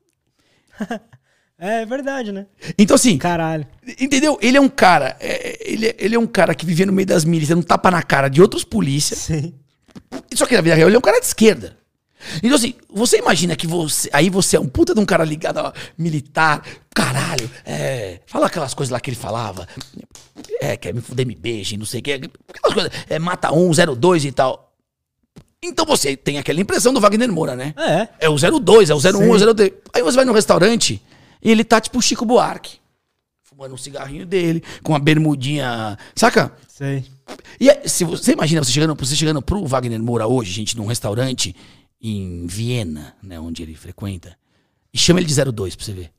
É verdade, né? Então, assim... Caralho. Entendeu? Ele é um cara... Ele é um cara que vivia no meio das milícias, não tapa na cara de outros polícias. Sim. Só que na vida real ele é um cara de esquerda. Então, assim, você imagina que você é um puta de um cara ligado a militar, caralho, fala aquelas coisas lá que ele falava, quer me fuder, me beije, não sei o que, aquelas coisas, mata 02 e tal. Então você tem aquela impressão do Wagner Moura, né? É o 02, é o 01, é o 02. Aí você vai no restaurante e ele tá tipo o Chico Buarque, fumando um cigarrinho dele, com uma bermudinha, saca? Sei. E se você imagina você chegando pro Wagner Moura hoje, gente, num restaurante em Viena, né, onde ele frequenta, e chama ele de 02 pra você ver.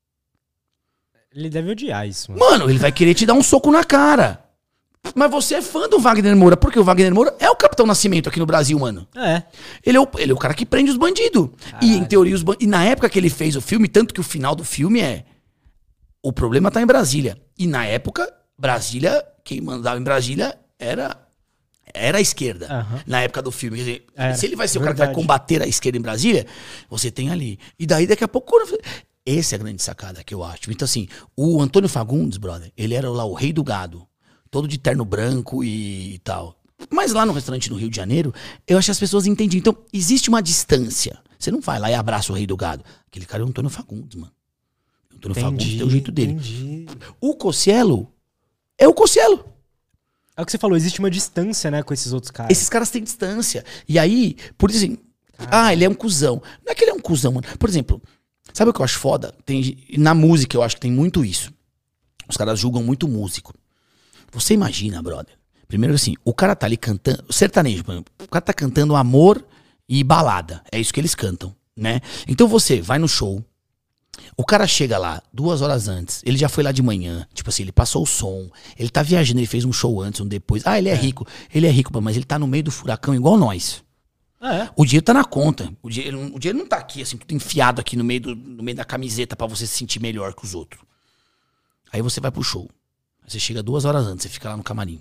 Ele deve odiar isso, mano. Mano, ele vai querer te dar um soco na cara. Mas você é fã do Wagner Moura, porque o Wagner Moura é o Capitão Nascimento aqui no Brasil, mano. Ele é o cara que prende os bandidos. E em teoria, e na época que ele fez o filme, tanto que o final do filme o problema tá em Brasília. E na época, Brasília, quem mandava em Brasília era a esquerda. Na época do filme. Quer dizer, se ele vai ser o cara que vai combater a esquerda em Brasília, você tem ali. E daí, daqui a pouco... Essa é a grande sacada que eu acho. Então, assim, o Antônio Fagundes, brother, ele era lá o rei do gado. Todo de terno branco e tal. Mas lá no restaurante no Rio de Janeiro, eu acho que as pessoas entendiam. Então, existe uma distância. Você não vai lá e abraça o rei do gado. Aquele cara é o Antônio Fagundes, mano. O Antônio Fagundes tem o jeito dele. O Cossielo é o Cossielo. É o que você falou, existe uma distância, né, com esses outros caras. Esses caras têm distância. E aí, por isso assim, ele é um cuzão. Não é que ele é um cuzão, mano. Por exemplo, sabe o que eu acho foda? Na música eu acho que tem muito isso. Os caras julgam muito músico. Você imagina, brother. Primeiro assim, o cara tá ali cantando, sertanejo, por exemplo, o cara tá cantando amor e balada. É isso que eles cantam, né? Então você vai no show, o cara chega lá 2 horas antes, ele já foi lá de manhã, tipo assim, ele passou o som, ele tá viajando, ele fez um show antes, um depois. Ele é rico, mas ele tá no meio do furacão igual nós. O dinheiro tá na conta, o dinheiro não tá aqui, assim, tudo enfiado aqui no meio da camiseta pra você se sentir melhor que os outros. Aí você vai pro show, aí você chega 2 horas antes, você fica lá no camarim.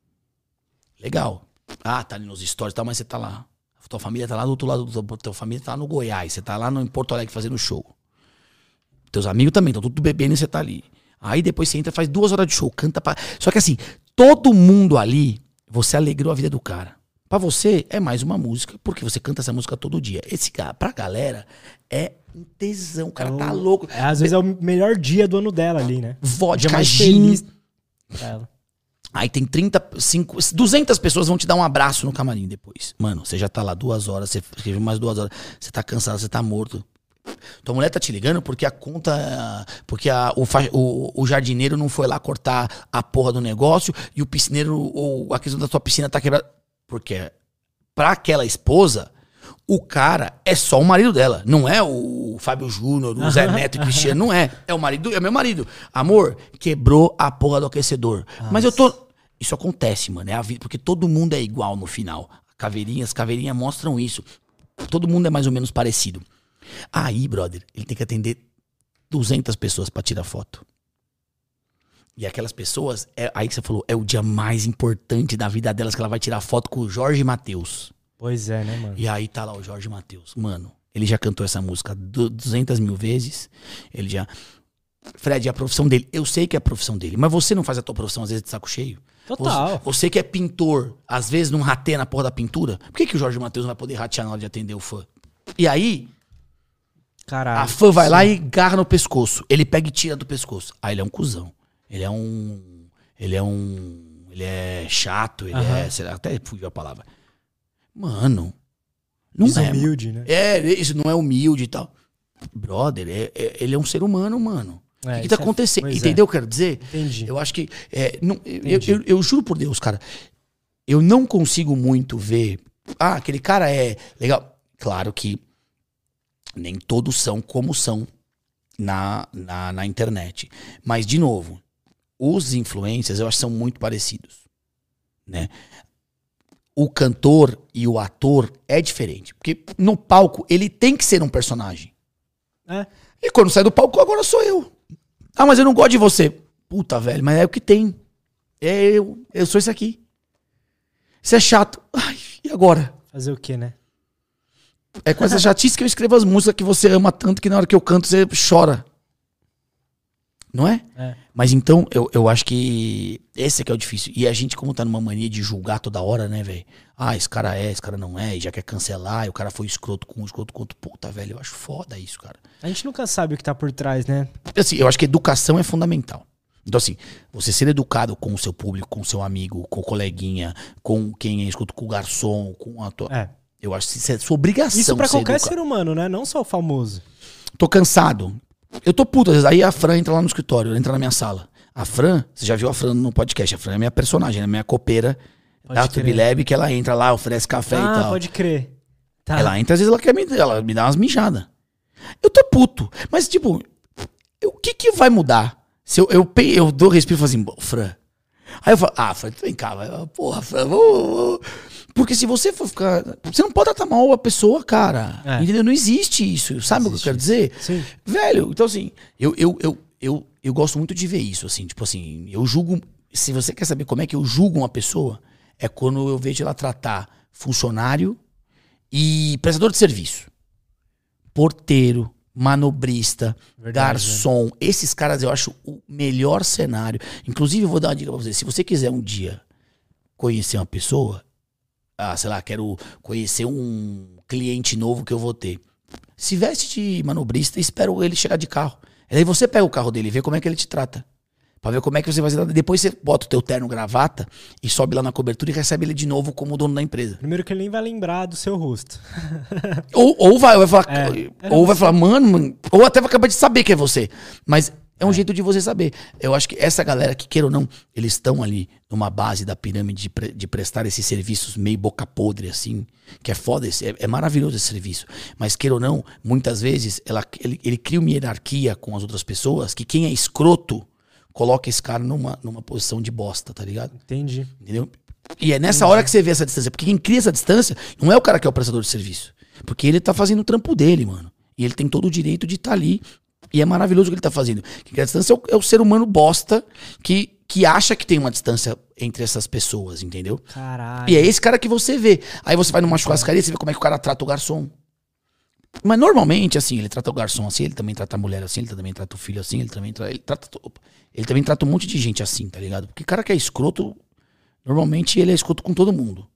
Legal. Tá ali nos stories e tal, mas você tá lá. Tua família tá lá do outro lado, tua família tá lá no Goiás, você tá lá em Porto Alegre fazendo show. Teus amigos também, estão tudo bebendo e você tá ali. Aí depois você entra, faz 2 horas de show, canta pra... Só que assim, todo mundo ali, você alegrou a vida do cara. Pra você é mais uma música, porque você canta essa música todo dia. Esse cara, pra galera, é um tesão. O cara tá louco. Às vezes é o melhor dia do ano dela ali, né? Vodka, gin. Ela. Aí tem 200 pessoas vão te dar um abraço no camarim depois. Mano, você já tá lá 2 horas, você escreveu mais 2 horas, você tá cansado, você tá morto. Tua mulher tá te ligando porque a conta. Porque o jardineiro não foi lá cortar a porra do negócio e o piscineiro, ou a questão da tua piscina tá quebrada. Porque pra aquela esposa, o cara é só o marido dela. Não é o Fábio Júnior, o Zé Neto e Cristiano. Não é. É o marido, é meu marido. Amor, quebrou a porra do aquecedor. Nossa. Mas eu tô. Isso acontece, mano. É a vida. Porque todo mundo é igual no final. Caveirinhas mostram isso. Todo mundo é mais ou menos parecido. Aí, brother, ele tem que atender 200 pessoas pra tirar foto. E aquelas pessoas, aí que você falou, é o dia mais importante da vida delas, que ela vai tirar foto com o Jorge Mateus. Pois é, né, mano? E aí tá lá o Jorge Mateus. Mano, ele já cantou essa música 200 mil vezes. Ele já... Fred, a profissão dele, eu sei que é a profissão dele, mas você não faz a tua profissão às vezes de saco cheio? Total. Você que é pintor, às vezes não rateia na porra da pintura, por que o Jorge Mateus não vai poder ratear na hora de atender o fã? E aí... Caralho, a fã vai lá e garra no pescoço. Ele pega e tira do pescoço. Aí ele é um cuzão. Ele é chato, ele é... Sei lá, até fugiu a palavra. Mano, não é humilde, né? Isso não é humilde e tal. Brother, ele é um ser humano, mano. O que tá acontecendo? Entendeu o que eu quero dizer? Entendi. Eu acho que... eu juro por Deus, cara. Eu não consigo muito ver... Ah, aquele cara é legal. Claro que nem todos são como são na internet. Mas, de novo, os influencers, eu acho que são muito parecidos, né? O cantor e o ator é diferente. Porque no palco, ele tem que ser um personagem. É. E quando sai do palco, agora sou eu. Ah, mas eu não gosto de você. Puta, velho, mas é o que tem. Eu sou esse aqui. Isso é chato. Ai, e agora? Fazer o quê, né? É com essa chatice que eu escrevo as músicas que você ama tanto que na hora que eu canto você chora. Não é? Mas então, eu acho que esse é que é o difícil. E a gente, como tá numa mania de julgar toda hora, né, velho? Ah, esse cara não é, e já quer cancelar, e o cara foi escroto com outro. Puta, velho, eu acho foda isso, cara. A gente nunca sabe o que tá por trás, né? Assim, eu acho que educação é fundamental. Então, assim, você ser educado com o seu público, com o seu amigo, com o coleguinha, com quem é escuta, com o garçom, com a tua... Eu acho que isso é sua obrigação. Isso pra qualquer ser humano, né? Não só o famoso. Tô cansado. Eu tô puto, às vezes. Aí a Fran entra lá no escritório, entra na minha sala. A Fran, você já viu a Fran no podcast, a Fran é minha personagem, é minha copeira da Tubilab, que ela entra lá, oferece café e tal. Pode crer. Tá. Ela entra, às vezes ela me dá umas mijadas. Eu tô puto. Mas, tipo, o que vai mudar? Se eu dou respiro e falo assim, Fran. Aí eu falo, Fran, vem cá, vai. Porra, Fran, Porque se você for ficar... Você não pode tratar mal a pessoa, cara. Entendeu? Não existe isso. Sabe o que eu quero dizer? Sim. Velho, então assim, eu gosto muito de ver isso, assim. Tipo assim, eu julgo... Se você quer saber como é que eu julgo uma pessoa, é quando eu vejo ela tratar funcionário e prestador de serviço. Porteiro, manobrista, garçom. Esses caras eu acho o melhor cenário. Inclusive, eu vou dar uma dica pra você. Se você quiser um dia conhecer uma pessoa... sei lá, quero conhecer um cliente novo que eu vou ter. Se veste de manobrista e espera ele chegar de carro. Aí você pega o carro dele e vê como é que ele te trata. Pra ver como é que você vai... Depois você bota o teu terno gravata e sobe lá na cobertura e recebe ele de novo como dono da empresa. Primeiro que ele nem vai lembrar do seu rosto. ou vai falar... ou vai falar, mano... Ou até vai acabar de saber que é você. Mas... É um jeito de você saber. Eu acho que essa galera que, queira ou não, eles estão ali numa base da pirâmide de prestar esses serviços meio boca podre, assim, que é foda, é maravilhoso esse serviço. Mas, queira ou não, muitas vezes ele cria uma hierarquia com as outras pessoas que quem é escroto coloca esse cara numa posição de bosta, tá ligado? Entendi. Entendeu? E é nessa hora que você vê essa distância. Porque quem cria essa distância não é o cara que é o prestador de serviço. Porque ele tá fazendo o trampo dele, mano. E ele tem todo o direito de estar ali. E é maravilhoso o que ele tá fazendo. Que a distância é o ser humano bosta que acha que tem uma distância entre essas pessoas, entendeu? Caralho. E é esse cara que você vê. Aí você vai numa churrascaria e você vê como é que o cara trata o garçom. Mas normalmente, assim, ele trata o garçom assim, ele também trata a mulher assim, ele também trata o filho assim, ele também trata um monte de gente assim, tá ligado? Porque o cara que é escroto, normalmente ele é escroto com todo mundo.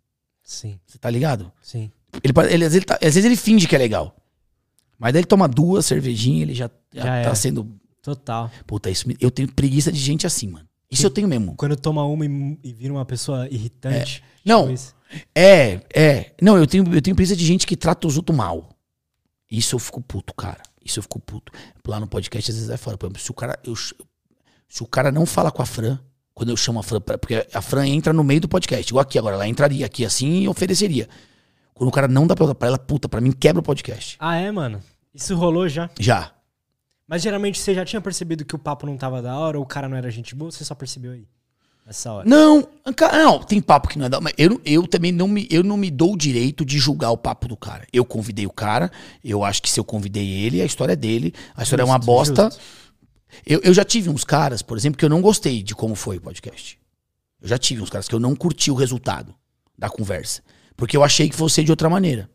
Sim. Você tá ligado? Sim. Às vezes ele finge que é legal. Mas daí ele toma 2 cervejinhas, ele já tá sendo... Total. Puta, eu tenho preguiça de gente assim, mano. Isso eu tenho mesmo. Quando toma uma e vira uma pessoa irritante. Não, Não, eu tenho preguiça de gente que trata os outros mal. Isso eu fico puto, cara. Isso eu fico puto. Lá no podcast, às vezes é fora. Por exemplo, se o cara não fala com a Fran, quando eu chamo a Fran, porque a Fran entra no meio do podcast, igual aqui agora, ela entraria aqui assim e ofereceria. Quando o cara não dá pra ela, puta, pra mim quebra o podcast. Ah, é, mano? Isso rolou já? Já. Mas geralmente você já tinha percebido que o papo não tava da hora ou o cara não era gente boa, você só percebeu aí? Nessa hora? Não, tem papo que não é da hora, mas eu também não me dou o direito de julgar o papo do cara. Eu convidei o cara, eu acho que se eu convidei ele, a história é dele, a história é uma bosta. Eu já tive uns caras, por exemplo, que eu não gostei de como foi o podcast. Eu já tive uns caras que eu não curti o resultado da conversa. Porque eu achei que fosse de outra maneira.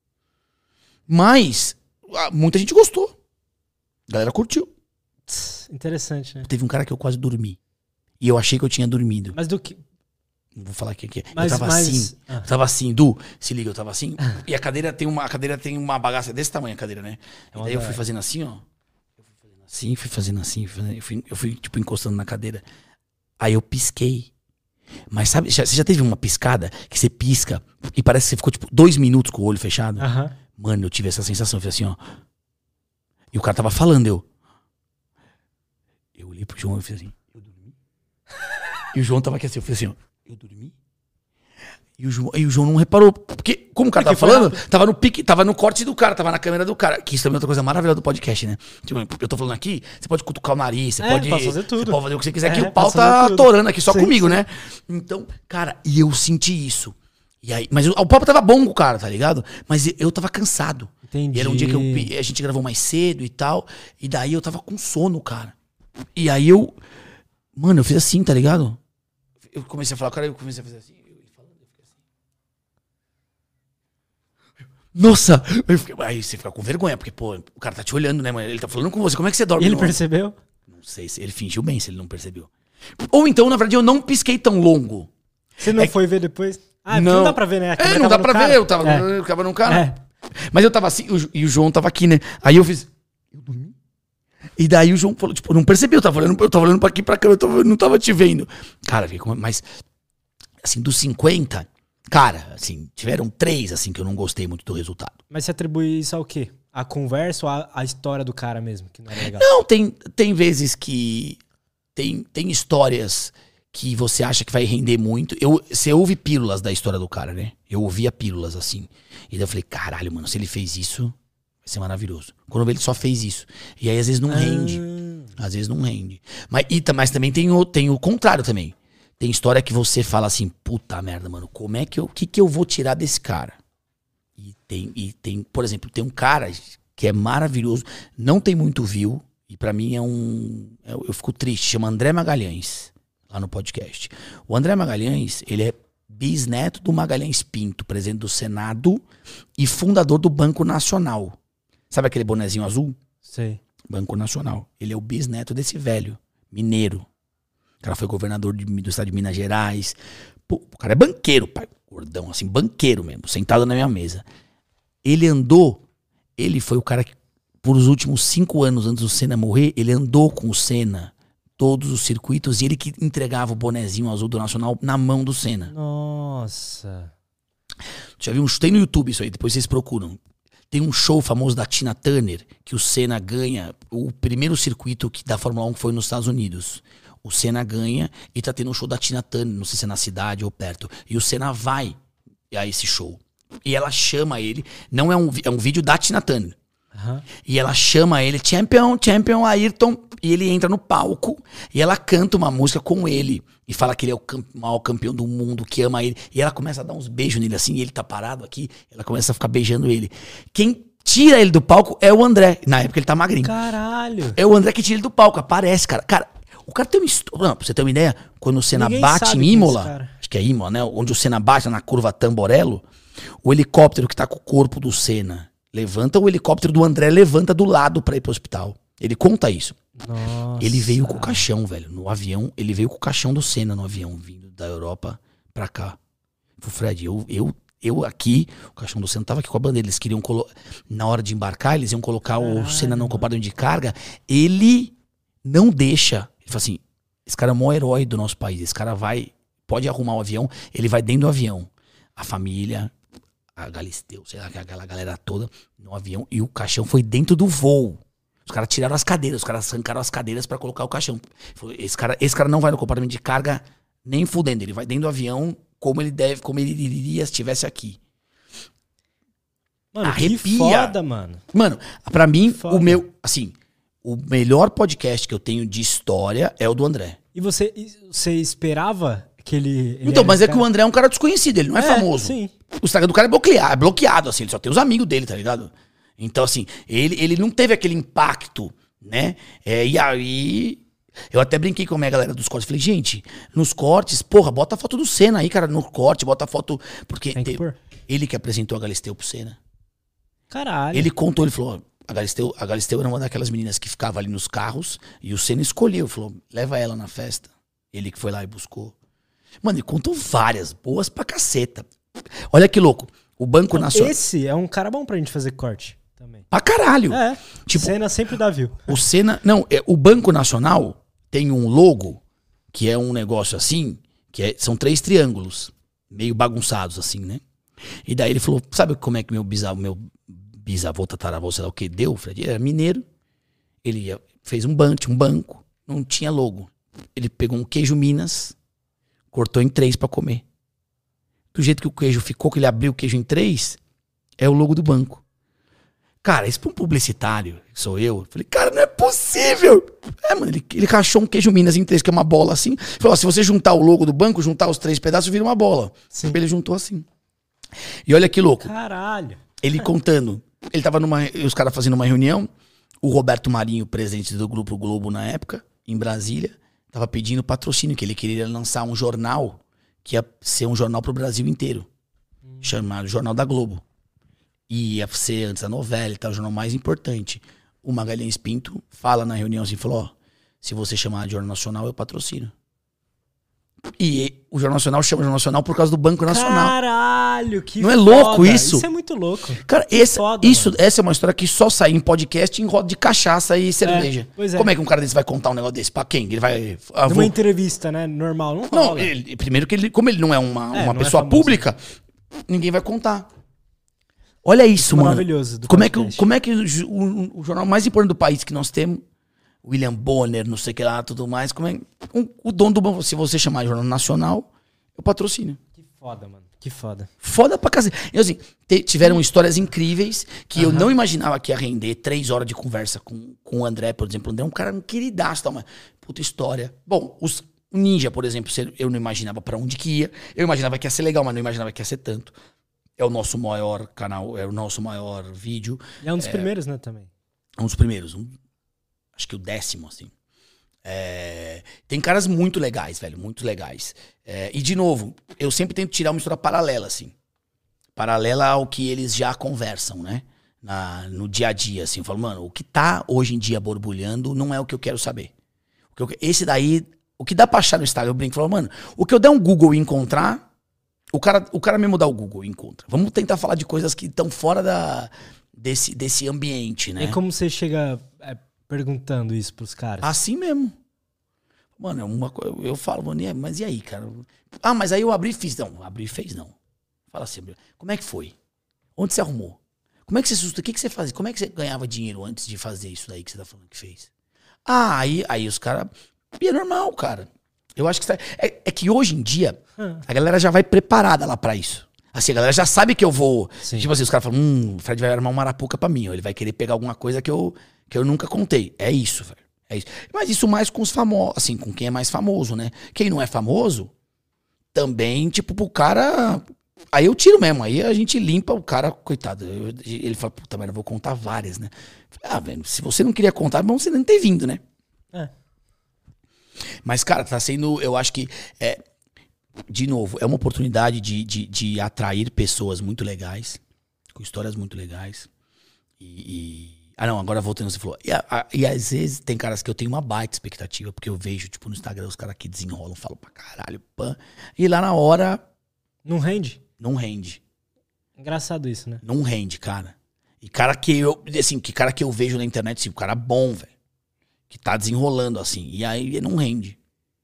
Mas muita gente gostou. A galera curtiu. Interessante, né? Teve um cara que eu quase dormi. E eu achei que eu tinha dormido. Mas do que... Não vou falar o que é. Mas, eu tava assim. Eu tava assim, se liga, eu tava assim. E a cadeira tem uma bagaça desse tamanho, a cadeira, né? E daí eu fui fazendo assim, ó. Fui fazendo assim. Eu fui, tipo, encostando na cadeira. Aí eu pisquei. Mas sabe, você já teve uma piscada que você pisca e parece que você ficou, tipo, 2 minutos com o olho fechado? Mano, eu tive essa sensação. Eu fiz assim, ó. E o cara tava falando, eu olhei pro João e fiz assim, eu dormi? E o João tava aqui assim, eu fiz assim, ó, eu dormi? E o João não reparou, porque como o cara tava falando, tava no pique, tava no corte do cara, tava na câmera do cara, que isso também é outra coisa maravilhosa do podcast, né? Tipo, eu tô falando aqui, você pode cutucar o nariz, você pode fazer tudo. Você pode fazer o que você quiser, que o pau tá atorando aqui só comigo, né? Então, cara, e eu senti isso. E aí, mas o papo tava bom com o cara, tá ligado? Mas eu tava cansado. Entendi. E era um dia que a gente gravou mais cedo e tal. E daí eu tava com sono, cara. E aí mano, eu fiz assim, tá ligado? Eu comecei a falar, cara, eu comecei a fazer assim. Ele falando, eu fiquei assim. Nossa! Aí você fica com vergonha, porque, pô, o cara tá te olhando, né, mano? Ele tá falando com você, como é que você dorme? E ele percebeu? Não sei, ele fingiu bem se ele não percebeu. Ou então, na verdade, eu não pisquei tão longo. Você não foi ver depois? Ah, não dá pra ver, né? Não dá pra ver, eu tava no cara. Mas eu tava assim, e o João tava aqui, né? Aí eu fiz. Eu dormi? E daí o João falou, tipo, eu não percebi, eu tava olhando pra aqui pra câmera, eu não tava te vendo. Cara, mas, assim, dos 50, cara, assim, tiveram 3, assim, que eu não gostei muito do resultado. Mas você atribui isso ao quê? A conversa ou a história do cara mesmo, que não é legal? Não, tem vezes que tem histórias que você acha que vai render muito. Você ouve pílulas da história do cara, né? Eu ouvia pílulas, assim. E daí eu falei, caralho, mano, se ele fez isso, vai ser maravilhoso. Quando eu vi, ele só fez isso. E aí, às vezes, não rende. Às vezes, não rende. Mas também tem o contrário também. Tem história que você fala assim, puta merda, mano, o que eu vou tirar desse cara? E tem, por exemplo, tem um cara que é maravilhoso, não tem muito view, e pra mim eu fico triste, chama André Magalhães. Lá no podcast. O André Magalhães, ele é bisneto do Magalhães Pinto, presidente do Senado e fundador do Banco Nacional. Sabe aquele bonezinho azul? Sei. Banco Nacional. Ele é o bisneto desse velho, mineiro. O cara foi governador do estado de Minas Gerais. Pô, o cara é banqueiro, pai. Gordão, assim, banqueiro mesmo, sentado na minha mesa. Ele foi o cara que, por os últimos 5 anos antes do Senna morrer, ele andou com o Senna todos os circuitos, e ele que entregava o bonezinho azul do Nacional na mão do Senna. Nossa. Já viu tem no YouTube isso aí, depois vocês procuram. Tem um show famoso da Tina Turner, que o Senna ganha, o primeiro circuito da Fórmula 1 que foi nos Estados Unidos. O Senna ganha e tá tendo um show da Tina Turner, não sei se é na cidade ou perto. E o Senna vai a esse show. E ela chama ele, não é um vídeo da Tina Turner. E ela chama ele, Champion Ayrton, e ele entra no palco e ela canta uma música com ele e fala que ele é o maior campeão do mundo, que ama ele, e ela começa a dar uns beijos nele assim, e ele tá parado aqui, ela começa a ficar beijando ele. Quem tira ele do palco é o André, na época ele tá magrinho. Caralho. É o André que tira ele do palco, aparece, cara. Cara, o cara tem uma história, pra você ter uma ideia, quando o Senna bate em Imola, acho que é Imola, né, onde o Senna bate na curva Tamborello, o helicóptero que tá com o corpo do Senna levanta, o helicóptero do André levanta do lado pra ir pro hospital. Ele conta isso. Nossa. Ele veio com o caixão, velho, no avião. Ele veio com o caixão do Senna no avião, vindo da Europa pra cá. Fred, eu Eu aqui, o caixão do Senna tava aqui com a bandeira. Eles queriam na hora de embarcar, eles iam colocar o Senna no compartimento de carga. Ele não deixa. Ele fala assim, esse cara é o maior herói do nosso país. Esse cara pode arrumar o avião, ele vai dentro do avião. A família, a Galisteu, sei lá, aquela galera toda no avião. E o caixão foi dentro do voo. Os caras tiraram as cadeiras, os caras arrancaram as cadeiras pra colocar o caixão. Esse cara não vai no compartimento de carga nem fudendo. Ele vai dentro do avião como ele iria se estivesse aqui. Mano, arrepia. Que foda, mano. Mano, pra mim, o melhor podcast que eu tenho de história é o do André. E você esperava que ele então, mas é que o André é um cara desconhecido, ele não é famoso. Sim. O Instagram do cara é bloqueado, assim, ele só tem os amigos dele, tá ligado? Então, assim, ele não teve aquele impacto, né? E aí, eu até brinquei com a minha galera dos cortes. Falei, gente, nos cortes, porra, bota a foto do Senna aí, cara, no corte, bota a foto... Porque ele que apresentou a Galisteu pro Senna. Caralho. Ele contou, ele falou, a Galisteu era uma daquelas meninas que ficava ali nos carros e o Senna escolheu, falou, leva ela na festa. Ele que foi lá e buscou. Mano, ele contou várias, boas pra caceta. Olha que louco, o Banco Nacional... Esse é um cara bom pra gente fazer corte. Também. Pra caralho. Tipo, Senna sempre dá view. O Senna... Não, o Banco Nacional tem um logo que é um negócio assim, são 3 triângulos, meio bagunçados assim, né? E daí ele falou, sabe como é que meu bisavô, tataravô, sei lá o que, deu, Fred? Ele era mineiro, ele fez um banco, não tinha logo. Ele pegou um queijo Minas, cortou em 3 pra comer. Do jeito que o queijo ficou, que ele abriu o queijo em 3, é o logo do banco. Cara, isso pra um publicitário, que sou eu falei, cara, não é possível. Mano, ele rachou um queijo Minas em 3, que é uma bola assim. Falou, se você juntar o logo do banco, juntar os 3 pedaços, vira uma bola. Sim. Ele juntou assim. E olha que louco. Caralho. Ele contando, ele tava os caras fazendo uma reunião, o Roberto Marinho, presidente do Grupo Globo na época, em Brasília, tava pedindo patrocínio, que ele queria lançar um jornal, que ia ser um jornal pro Brasil inteiro, chamado Jornal da Globo. E ia ser antes da novela e tal, o jornal mais importante. O Magalhães Pinto fala na reunião assim, falou, se você chamar de Jornal Nacional, eu patrocino. E o Jornal Nacional chama Jornal Nacional por causa do Banco Nacional. Caralho, que não foda. Não é louco isso? Isso é muito louco. Cara, essa é uma história que só sai em podcast em roda de cachaça e cerveja. Como é que um cara desse vai contar um negócio desse? Pra quem? Ele vai... Numa entrevista, né? Normal. Não, primeiro que como ele não é uma pessoa pública, ninguém vai contar. Olha isso, mano. Maravilhoso. Como é que o jornal mais importante do país que nós temos, William Bonner, não sei o que lá, tudo mais, o dono do banco, se você chamar de Jornal Nacional, eu patrocínio. Que foda, mano. Que foda. Foda pra cacete. E assim, tiveram histórias incríveis que eu não imaginava que ia render 3 horas de conversa com o André, por exemplo. O André é um cara queridaço, mas puta história. Bom, o Ninja, por exemplo, eu não imaginava pra onde que ia. Eu imaginava que ia ser legal, mas não imaginava que ia ser tanto. É o nosso maior canal, é o nosso maior vídeo. E é um dos primeiros, né, também? É um dos primeiros. Acho que o 10º, assim. Tem caras muito legais, velho, muito legais. E, de novo, eu sempre tento tirar uma história paralela, assim. Paralela ao que eles já conversam, né? No dia a dia, assim. Eu falo, mano, o que tá hoje em dia borbulhando não é o que eu quero saber. Esse daí, o que dá pra achar no Instagram, eu brinco e falo, mano, o que eu der um Google e encontrar... O cara mesmo dá o Google e encontra. Vamos tentar falar de coisas que estão fora desse ambiente, né? E como você chega perguntando isso pros caras? Assim mesmo. Mano, eu falo, mano, mas e aí, cara? Mas aí eu abri e fiz. Não, abri e fez, não. Fala assim, como é que foi? Onde você arrumou? Como é que você susta? O que você fazia? Como é que você ganhava dinheiro antes de fazer isso daí que você tá falando que fez? Aí os caras... E é normal, cara. Eu acho que é que hoje em dia a galera já vai preparada lá pra isso. Assim, a galera já sabe que eu vou... Sim. Tipo assim, os caras falam, o Fred vai armar uma arapuca pra mim. Ó, ele vai querer pegar alguma coisa que eu nunca contei. É isso, velho. É isso. Mas isso mais com os famosos, assim, com quem é mais famoso, né? Quem não é famoso, também, tipo, pro cara... Aí eu tiro mesmo, aí a gente limpa o cara, coitado. Ele fala, puta, mas eu vou contar várias, né? Velho, se você não queria contar, é bom você não ter vindo, né? Mas, cara, tá sendo, eu acho que, de novo, é uma oportunidade de atrair pessoas muito legais, com histórias muito legais. Não, agora voltando, você falou. E às vezes tem caras que eu tenho uma baita expectativa, porque eu vejo, tipo, no Instagram, os caras que desenrolam, falam pra caralho, pã. E lá na hora... Não rende? Não rende. Engraçado isso, né? Não rende, cara. E cara que eu vejo na internet, assim, o cara bom, velho. Que tá desenrolando, assim. E aí não rende.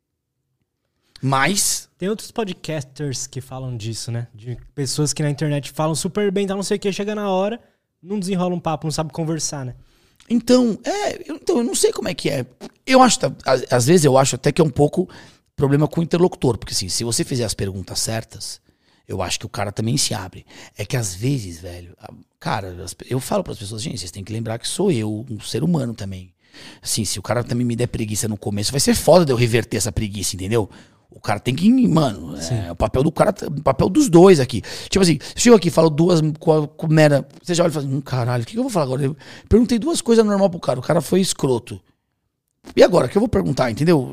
Mas... Tem outros podcasters que falam disso, né? De pessoas que na internet falam super bem, tá não sei o que, chega na hora, não desenrola um papo, não sabe conversar, né? Então, eu não sei como é que é. Eu acho, às vezes eu acho até que é um pouco problema com o interlocutor. Porque assim, se você fizer as perguntas certas, eu acho que o cara também se abre. É que às vezes, velho, cara, eu falo pras pessoas, gente, vocês têm que lembrar que sou eu, um ser humano também. Assim, se o cara também me der preguiça no começo, vai ser foda de eu reverter essa preguiça, entendeu? O cara tem que, mano, o papel do cara, o papel dos dois aqui. Tipo assim, chego aqui, falo duas merda, você já olha e fala, caralho, o que eu vou falar agora? Eu perguntei duas coisas normal pro cara, o cara foi escroto. E agora, o que eu vou perguntar, entendeu?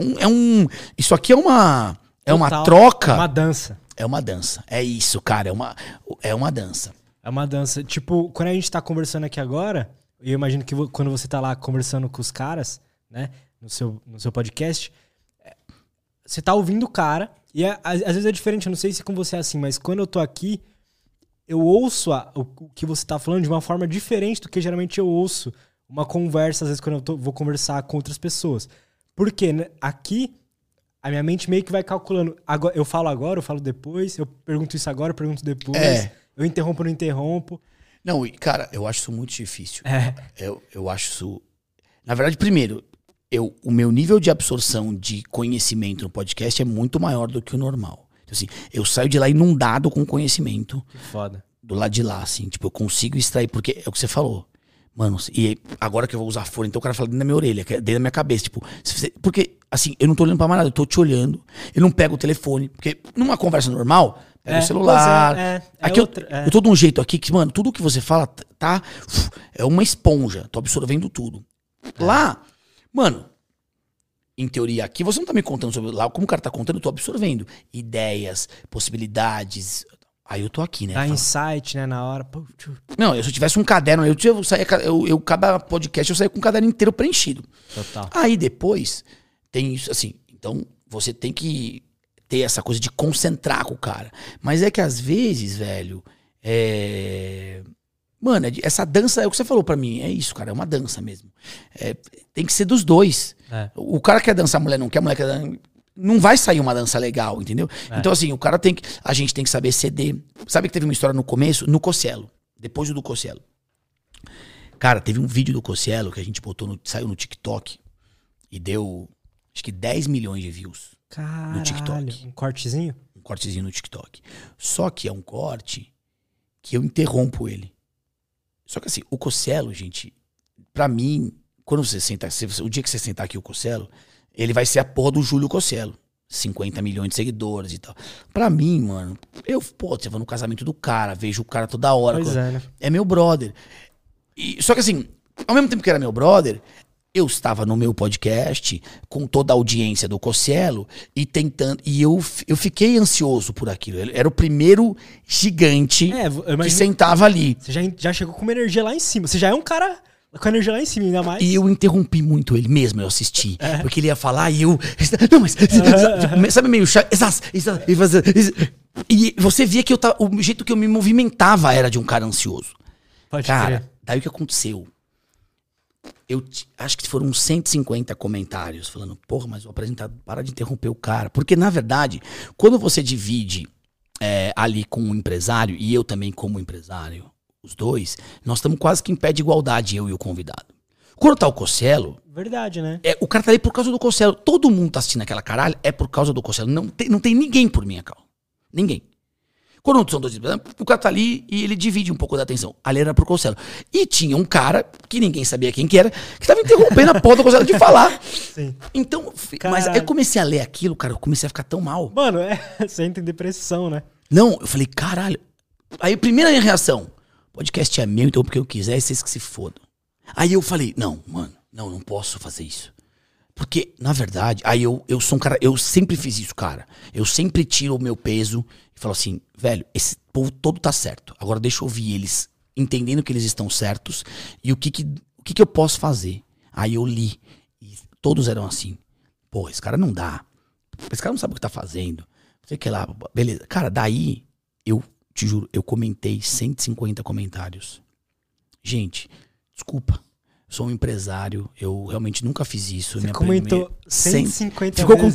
Isso aqui é uma troca. É uma dança. É uma dança, é isso, cara, é uma dança. É uma dança. Tipo, quando a gente tá conversando aqui agora, eu imagino que quando você tá lá conversando com os caras, né, no seu podcast... Você tá ouvindo o cara, e às vezes é diferente, eu não sei se com você é assim, mas quando eu tô aqui, eu ouço o que você tá falando de uma forma diferente do que geralmente eu ouço uma conversa, às vezes quando eu vou conversar com outras pessoas. Porque né, aqui, a minha mente meio que vai calculando. Agora, eu falo depois, eu pergunto isso agora, eu pergunto depois, eu interrompo, não interrompo. Não, cara, eu acho isso muito difícil. Eu acho isso... Na verdade, primeiro... O meu nível de absorção de conhecimento no podcast é muito maior do que o normal. Então, assim, eu saio de lá inundado com conhecimento. Que foda. Do lado de lá, assim. Tipo, eu consigo extrair, porque é o que você falou. Mano, e agora que eu vou usar fone, então o cara fala dentro da minha orelha, dentro da minha cabeça. Tipo, porque, assim, eu não tô olhando pra mais nada, eu tô te olhando. Eu não pego o telefone. Porque numa conversa normal, pega o celular. Aqui eu tô de um jeito aqui que, mano, tudo que você fala tá. É uma esponja. Tô absorvendo tudo. Lá. Mano, em teoria aqui, você não tá me contando sobre lá, como o cara tá contando, eu tô absorvendo ideias, possibilidades. Aí eu tô aqui, né? Dá insight, né, na hora. Não, se eu tivesse um caderno, cada podcast eu saía com um caderno inteiro preenchido. Total. Aí depois tem isso, assim, então você tem que ter essa coisa de concentrar com o cara. Mas é que às vezes, velho, mano, essa dança é o que você falou pra mim. É isso, cara. É uma dança mesmo. Tem que ser dos dois. O cara quer dançar, a mulher não quer, a mulher quer dançar. Não vai sair uma dança legal, entendeu? Então, assim, a gente tem que saber ceder. Sabe que teve uma história no começo? No Cossielo. Depois do Cossielo. Cara, teve um vídeo do Cossielo que a gente saiu no TikTok e deu, acho que 10 milhões de views. Caralho, no TikTok. Um cortezinho? Um cortezinho no TikTok. Só que é um corte que eu interrompo ele. Só que assim, o Cossielo, gente, pra mim, quando você senta, o dia que você sentar aqui o Cossielo, ele vai ser a porra do Júlio Cossielo. 50 milhões de seguidores e tal. Pra mim, mano, você vai no casamento do cara, vejo o cara toda hora. Pois né? É meu brother. Só que assim, ao mesmo tempo que era meu brother, eu estava no meu podcast com toda a audiência do Cossielo e tentando. E eu fiquei ansioso por aquilo. Ele era o primeiro gigante que sentava ali. Você já chegou com uma energia lá em cima. Você já é um cara com energia lá em cima, ainda mais. E eu interrompi muito ele mesmo, eu assisti. Porque ele ia falar e eu. Não, mas. Sabe meio chato? E você via que o jeito que eu me movimentava era de um cara ansioso. Pode cara, crer. Daí o que aconteceu? Eu acho que foram 150 comentários falando, porra, mas o apresentador para de interromper o cara. Porque, na verdade, quando você divide ali com o empresário, e eu também como empresário, os dois, nós estamos quase que em pé de igualdade, eu e o convidado. Quando tá o Cossielo... Verdade, né? O cara tá ali por causa do Cossielo. Todo mundo tá assistindo aquela caralho, é por causa do Cossielo. Não tem ninguém por minha causa. Ninguém. Quando são dois, o cara tá ali e ele divide um pouco da atenção. Ali era pro Cossielo. E tinha um cara, que ninguém sabia quem que era, que tava interrompendo a porra do Cossielo de falar. Sim. Então, mas aí eu comecei a ler aquilo, cara, eu comecei a ficar tão mal. Mano, você entra em depressão, né? Não, eu falei, caralho. Aí a primeira minha reação, o podcast é meu, então porque eu quiser, vocês que se fodam. Aí eu falei, não, mano, não posso fazer isso. Porque, na verdade, aí eu sou um cara, eu sempre fiz isso, cara. Eu sempre tiro o meu peso e falo assim, velho, esse povo todo tá certo. Agora deixa eu ouvir eles, entendendo que eles estão certos e o que eu posso fazer. Aí eu li e todos eram assim, pô, esse cara não dá. Esse cara não sabe o que tá fazendo. Sei que lá, beleza. Cara, daí eu te juro, eu comentei 150 comentários. Gente, desculpa. Sou um empresário, eu realmente nunca fiz isso. Você comentou 150 Ficou vezes. com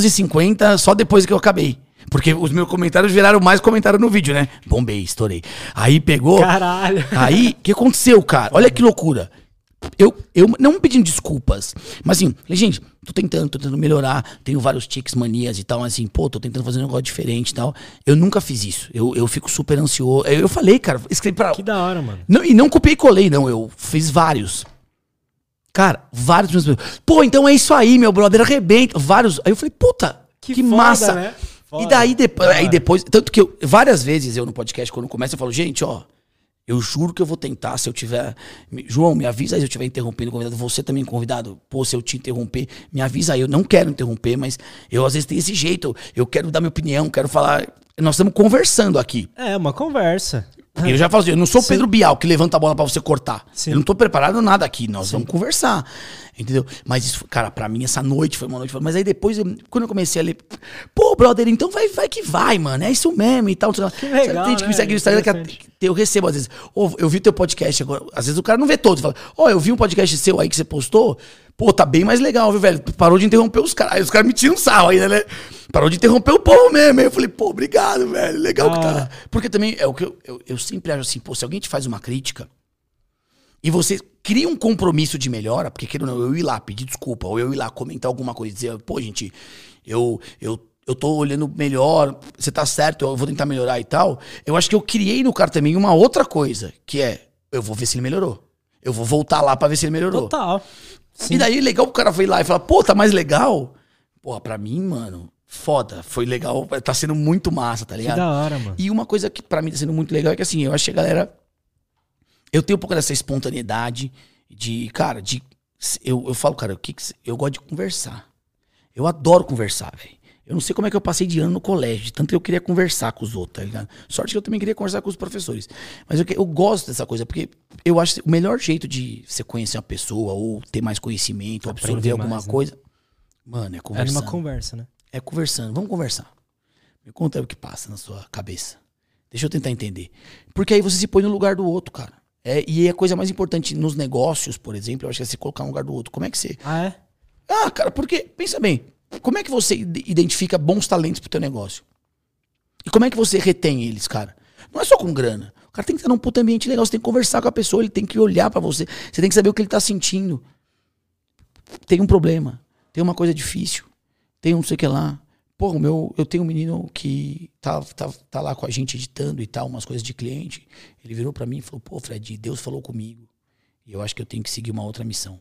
350 só depois que eu acabei. Porque os meus comentários viraram mais comentário no vídeo, né? Bombei, estourei. Aí pegou... Caralho. Aí, o que aconteceu, cara? Olha que loucura. Eu não pedindo desculpas, mas assim, falei, gente, tô tentando melhorar, tenho vários tics, manias e tal, mas assim, pô, tô tentando fazer um negócio diferente e tal. Eu nunca fiz isso, eu fico super ansioso. Eu falei, cara, escrevi pra... Que da hora, mano. Não, e não copiei e colei, não, eu fiz vários. Cara, vários. Pô, então é isso aí, meu brother, arrebenta. Vários. Aí eu falei, puta, que foda, massa. Né? Foda. E daí depois, tanto que várias vezes eu no podcast, quando começo, eu falo, gente, ó, eu juro que eu vou tentar, se eu tiver... João, me avisa aí se eu estiver interrompendo o convidado. Você também, convidado. Pô, se eu te interromper, me avisa aí. Eu não quero interromper, mas eu às vezes tenho esse jeito. Eu quero dar minha opinião, quero falar... Nós estamos conversando aqui. É, uma conversa. Eu já falo assim, eu não sou o Sim. Pedro Bial que levanta a bola pra você cortar. Sim. Eu não tô preparado nada aqui, nós vamos conversar. Entendeu? Mas isso, cara, pra mim essa noite foi uma noite... Mas aí depois, quando eu comecei a ler... Pô, brother, então vai que vai, mano. É isso mesmo e tal. Que legal, tem gente que me né? segue no Instagram que eu recebo às vezes. Ô, eu vi teu podcast agora. Às vezes o cara não vê todos. Fala, ó, eu vi um podcast seu aí que você postou. Pô, tá bem mais legal, viu, velho? Parou de interromper os caras. Aí os caras me tiram um sarro ainda, né? Parou de interromper o povo mesmo. Aí eu falei, pô, obrigado, velho. Legal que tá. Porque também é o que eu sempre acho assim, pô, se alguém te faz uma crítica e você cria um compromisso de melhora, porque querendo ou não, eu ir lá pedir desculpa, ou eu ir lá comentar alguma coisa e dizer, pô, gente, eu tô olhando melhor, você tá certo, eu vou tentar melhorar e tal. Eu acho que eu criei no cara também uma outra coisa, que é, eu vou ver se ele melhorou. Eu vou voltar lá pra ver se ele melhorou. Total. Sim. E daí, legal, o cara foi lá e fala, pô, tá mais legal? Porra, pra mim, mano, foda, foi legal, tá sendo muito massa, tá ligado? Que da hora, mano. E uma coisa que pra mim tá sendo muito legal é que assim, eu acho que a galera... Eu tenho um pouco dessa espontaneidade de, cara, eu falo, cara, eu gosto de conversar. Eu adoro conversar, velho. Eu não sei como é que eu passei de ano no colégio, de tanto que eu queria conversar com os outros, tá ligado? Sorte que eu também queria conversar com os professores. Mas eu gosto dessa coisa, porque eu acho que o melhor jeito de você conhecer uma pessoa, ou ter mais conhecimento, ou absorver alguma coisa, mano, é conversando. É numa conversa, né? É conversando. Vamos conversar. Me conta aí o que passa na sua cabeça. Deixa eu tentar entender. Porque aí você se põe no lugar do outro, cara. E a coisa mais importante nos negócios, por exemplo, eu acho que é você colocar no lugar do outro. Como é que você... Ah, é? Ah, cara, porque, pensa bem, como é que você identifica bons talentos pro teu negócio? E como é que você retém eles, cara? Não é só com grana. O cara tem que estar num puto ambiente legal, você tem que conversar com a pessoa, ele tem que olhar pra você, você tem que saber o que ele tá sentindo. Tem um problema, tem uma coisa difícil, tem um não sei o que lá. Pô, eu tenho um menino que tá lá com a gente editando e tal, umas coisas de cliente. Ele virou pra mim e falou, pô, Fred, Deus falou comigo. E eu acho que eu tenho que seguir uma outra missão.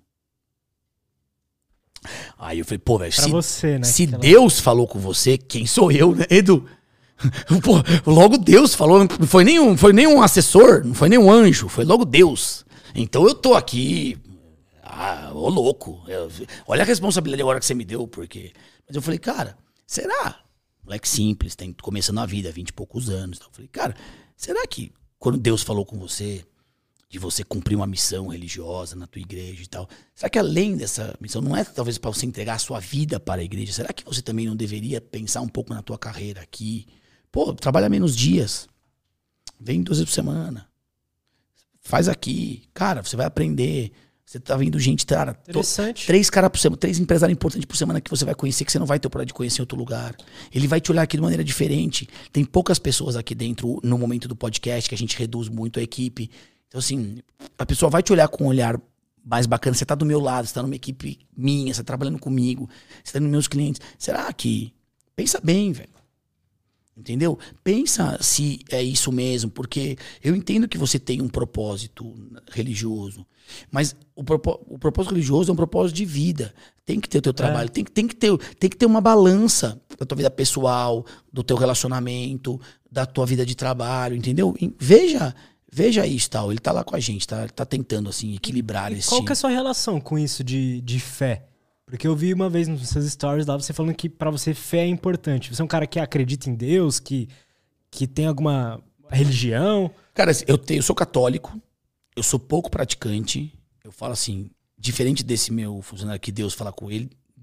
Aí eu falei, pô, velho, se Deus falou com você, quem sou eu, né, Edu? Pô, logo Deus falou, não foi nenhum assessor, não foi nenhum anjo, foi logo Deus. Então eu tô aqui, ô louco, olha a responsabilidade agora que você me deu, porque... Mas eu falei, cara... Será? Moleque simples, tem começando a vida, 20 e poucos anos. Eu falei, cara, será que quando Deus falou com você, de você cumprir uma missão religiosa na tua igreja e tal, será que além dessa missão, não é talvez para você entregar a sua vida para a igreja, será que você também não deveria pensar um pouco na tua carreira aqui? Pô, trabalha menos dias, vem 2 vezes por semana, faz aqui, cara, você vai aprender... Você tá vendo gente, cara, 3 caras por semana, 3 empresários importantes por semana que você vai conhecer, que você não vai ter o prazer de conhecer em outro lugar. Ele vai te olhar aqui de maneira diferente. Tem poucas pessoas aqui dentro, no momento do podcast, que a gente reduz muito a equipe. Então, assim, a pessoa vai te olhar com um olhar mais bacana. Você tá do meu lado, você tá numa equipe minha, você tá trabalhando comigo, você tá nos meus clientes. Será que... Pensa bem, velho. Entendeu? Pensa se é isso mesmo, porque eu entendo que você tem um propósito religioso, mas o propósito religioso é um propósito de vida. Tem que ter o teu trabalho, tem que ter uma balança da tua vida pessoal, do teu relacionamento, da tua vida de trabalho, entendeu? Veja isso, tal. Ele tá lá com a gente, tá tentando assim equilibrar esse... Qual que é a sua relação com isso de fé? Porque eu vi uma vez nos seus stories lá, você falando que pra você fé é importante. Você é um cara que acredita em Deus, que tem alguma religião? Cara, eu sou católico, eu sou pouco praticante. Eu falo assim, diferente desse meu funcionário que Deus fala com ele,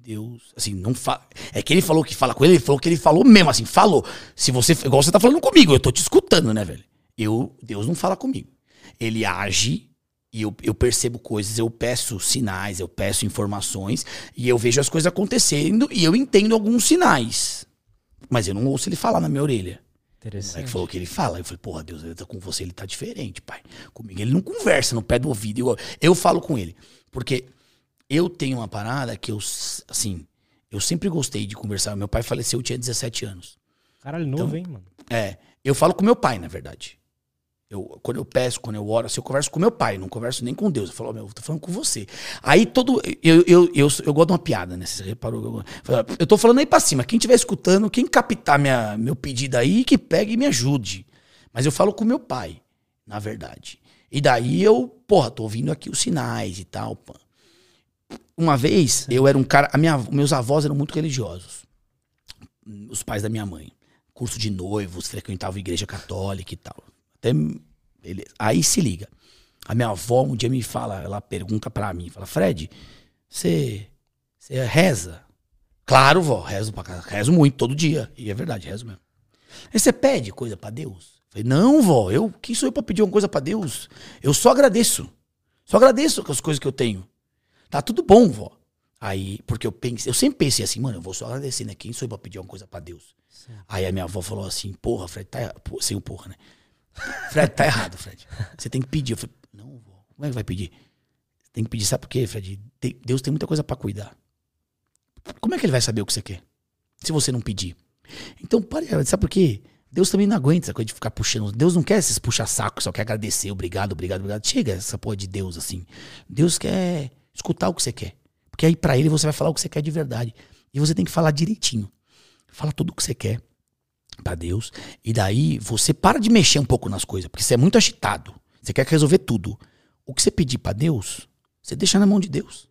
Deus, assim, não fala. É que ele falou que fala com ele falou que ele falou mesmo, assim, falou. Se você, igual você tá falando comigo, eu tô te escutando, né, velho? Deus não fala comigo. Ele age e eu percebo coisas, eu peço sinais, eu peço informações e eu vejo as coisas acontecendo e eu entendo alguns sinais. Mas eu não ouço ele falar na minha orelha. Interessante. O moleque falou que ele fala. Eu falei, porra, Deus, ele tá com você, ele tá diferente, pai. Comigo ele não conversa no pé do ouvido. Eu falo com ele. Porque eu tenho uma parada que eu sempre gostei de conversar. Meu pai faleceu, eu tinha 17 anos. Caralho, novo, hein, mano? Eu falo com meu pai, na verdade. Quando eu peço, quando eu oro, assim, eu converso com meu pai, não converso nem com Deus. Eu falo, meu, eu tô falando com você. Aí eu gosto de uma piada, né? Você reparou? Eu tô falando aí pra cima. Quem estiver escutando, quem captar meu pedido aí, que pegue e me ajude. Mas eu falo com meu pai, na verdade. E daí tô ouvindo aqui os sinais e tal. Pô. Uma vez, eu era um cara. Meus avós eram muito religiosos. Os pais da minha mãe. Curso de noivos, frequentavam igreja católica e tal. Beleza. Aí se liga. A minha avó um dia me fala, ela pergunta pra mim, fala, Fred, você reza? Claro, vó, rezo muito, todo dia. E é verdade, rezo mesmo. Aí você pede coisa pra Deus? Eu falei, não, vó, quem sou eu pra pedir uma coisa pra Deus? Eu só agradeço. Só agradeço com as coisas que eu tenho. Tá tudo bom, vó. Aí, porque eu sempre pensei assim, mano, eu vou só agradecer, né? Quem sou eu pra pedir uma coisa pra Deus? Sim. Aí a minha avó falou assim, porra, Fred, tá sem o porra, né? Fred, tá errado, Fred. Você tem que pedir. Eu falei, não, vó, como é que vai pedir? Você tem que pedir, sabe por quê, Fred? Deus tem muita coisa pra cuidar. Como é que ele vai saber o que você quer? Se você não pedir. Então, sabe por quê? Deus também não aguenta essa coisa de ficar puxando. Deus não quer esses puxa-saco, só quer agradecer, obrigado. Chega essa porra de Deus, assim. Deus quer escutar o que você quer. Porque aí pra ele você vai falar o que você quer de verdade. E você tem que falar direitinho. Fala tudo o que você quer pra Deus, e daí você para de mexer um pouco nas coisas, porque você é muito agitado, você quer resolver tudo. O que você pedir pra Deus, você deixa na mão de Deus,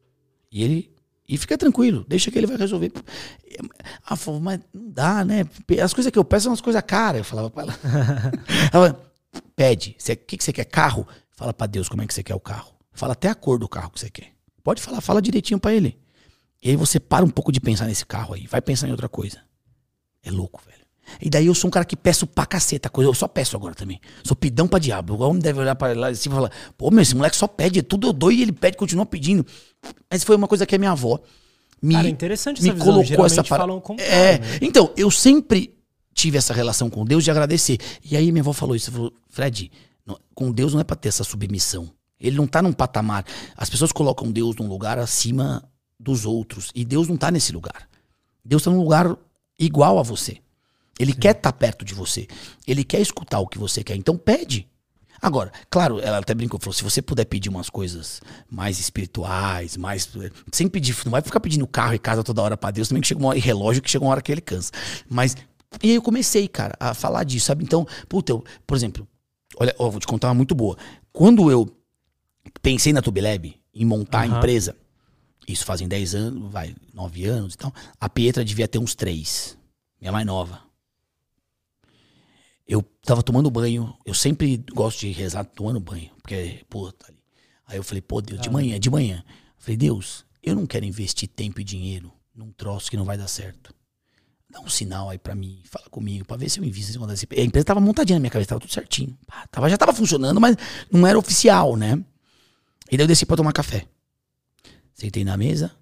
e fica tranquilo, deixa que ele vai resolver. Ah, mas não dá, né? As coisas que eu peço são as coisas caras, eu falava pra ela. Ela pede, o que você quer? Carro? Fala pra Deus como é que você quer o carro, fala até a cor do carro que você quer, pode falar, fala direitinho pra ele, e aí você para um pouco de pensar nesse carro aí, vai pensar em outra coisa. É louco, velho. E daí eu sou um cara que peço pra caceta coisa. Eu só peço agora também. Sou pidão pra diabo. O homem deve olhar pra lá e falar, pô, meu, esse moleque só pede. Tudo eu dou e ele pede, continua pedindo. Mas foi uma coisa que a minha avó cara, interessante essa me visão. colocou essa parada. Né? Então, eu sempre tive essa relação com Deus de agradecer. E aí minha avó falou isso. Ela falou, Fred, com Deus não é pra ter essa submissão. Ele não tá num patamar. As pessoas colocam Deus num lugar acima dos outros. E Deus não tá nesse lugar. Deus tá num lugar igual a você. Ele quer estar perto de você. Ele quer escutar o que você quer. Então pede. Agora, claro, ela até brincou, falou, se você puder pedir umas coisas mais espirituais, mais... Sem pedir, não vai ficar pedindo carro e casa toda hora pra Deus, também que chega uma hora, e relógio que chega uma hora que ele cansa. Mas, e aí eu comecei, cara, a falar disso, sabe? Então, puta, por exemplo, olha, vou te contar uma muito boa. Quando eu pensei na Tubilab, em montar a empresa, isso fazem 10 anos, 9 anos e tal, a Pietra devia ter uns 3, minha mais nova. Eu tava tomando banho, eu sempre gosto de rezar tomando banho, porque, pô, tá ali. Aí eu falei, pô, Deus, de manhã. Eu falei, Deus, eu não quero investir tempo e dinheiro num troço que não vai dar certo. Dá um sinal aí pra mim, fala comigo, pra ver se eu invisto. A empresa tava montadinha na minha cabeça, tava tudo certinho. Já tava funcionando, mas não era oficial, né? E daí eu desci pra tomar café. Sentei na mesa,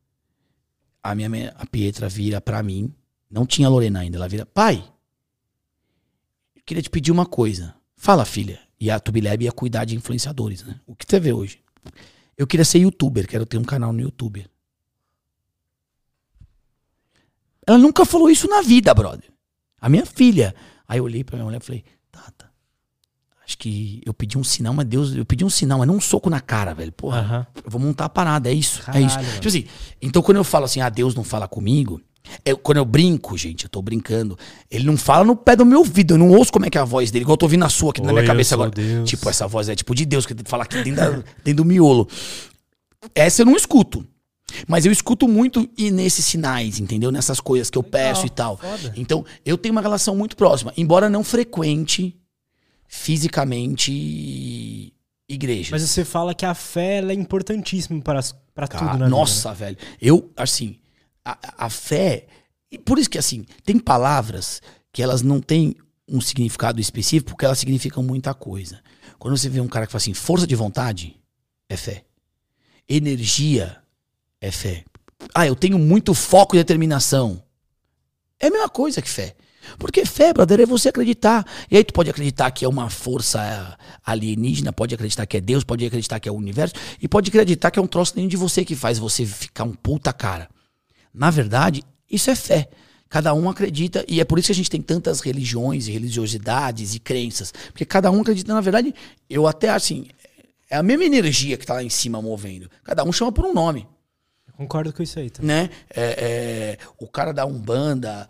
a Pietra vira pra mim, não tinha a Lorena ainda, ela vira, pai, queria te pedir uma coisa. Fala, filha. E a Tubilab ia cuidar de influenciadores, né? O que você vê hoje? Eu queria ser youtuber, quero ter um canal no YouTube. Ela nunca falou isso na vida, brother. A minha filha. Aí eu olhei pra minha mulher e falei, Tata, acho que eu pedi um sinal, mas Deus, eu pedi um sinal, mas não um soco na cara, velho. Porra, eu vou montar a parada, é isso. Caralho, é isso. Tipo assim, então quando eu falo assim, Deus não fala comigo, quando eu brinco, gente, eu tô brincando, ele não fala no pé do meu ouvido, eu não ouço como é que é a voz dele, igual eu tô ouvindo a sua aqui na minha cabeça agora. Deus. Tipo, essa voz é tipo de Deus, que fala aqui dentro do miolo. Essa eu não escuto. Mas eu escuto muito e nesses sinais, entendeu? Nessas coisas que eu peço e tal. Foda. Então, eu tenho uma relação muito próxima, embora não frequente fisicamente igrejas. Mas você fala que a fé ela é importantíssima pra tudo na vida, nossa, né? Velho. Eu, assim... a fé... E por isso que, assim, tem palavras que elas não têm um significado específico, porque elas significam muita coisa. Quando você vê um cara que fala assim, força de vontade, é fé. Energia, é fé. Ah, eu tenho muito foco e determinação. É a mesma coisa que fé. Porque fé, brother, é você acreditar. E aí tu pode acreditar que é uma força alienígena, pode acreditar que é Deus, pode acreditar que é o universo, e pode acreditar que é um troço dentro de você que faz você ficar um puta cara. Na verdade, isso é fé. Cada um acredita, e é por isso que a gente tem tantas religiões e religiosidades e crenças. Porque cada um acredita, na verdade, eu até assim, é a mesma energia que tá lá em cima movendo. Cada um chama por um nome. Eu concordo com isso aí também. Né? O cara da Umbanda,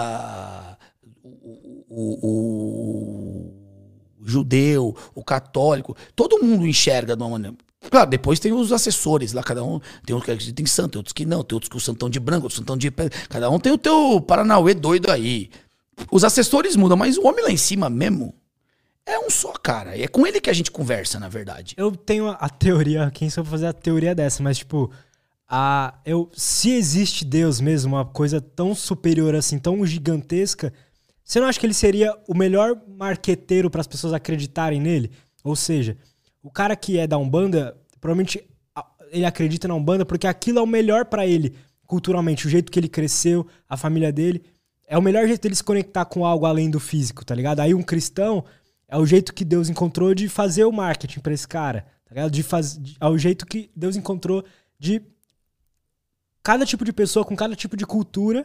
o judeu, o católico, todo mundo enxerga de uma maneira. Claro, depois tem os assessores lá, cada um tem uns que acreditam em santo, tem outros que não, tem outros que o santão de branco, outros santão de pedra, cada um tem o teu Paranauê doido aí. Os assessores mudam, mas o homem lá em cima mesmo é um só, cara. E é com ele que a gente conversa, na verdade. Eu tenho a teoria, quem sou pra fazer a teoria dessa, mas tipo, se existe Deus mesmo, uma coisa tão superior assim, tão gigantesca, você não acha que ele seria o melhor marqueteiro para as pessoas acreditarem nele? Ou seja, o cara que é da Umbanda, provavelmente ele acredita na Umbanda porque aquilo é o melhor pra ele, culturalmente. O jeito que ele cresceu, a família dele. É o melhor jeito dele se conectar com algo além do físico, tá ligado? Aí um cristão é o jeito que Deus encontrou de fazer o marketing pra esse cara, tá ligado? É o jeito que Deus encontrou de cada tipo de pessoa, com cada tipo de cultura,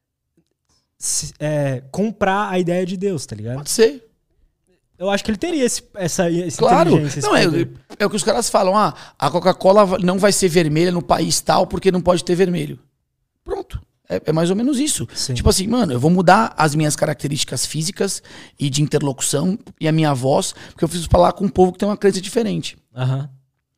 comprar a ideia de Deus, tá ligado? Pode ser. Eu acho que ele teria essa claro. inteligência. Não, é o que os caras falam. A Coca-Cola não vai ser vermelha no país tal porque não pode ter vermelho. Pronto. É mais ou menos isso. Sim. Tipo assim, mano, eu vou mudar as minhas características físicas e de interlocução e a minha voz, porque eu preciso falar com um povo que tem uma crença diferente. Aham.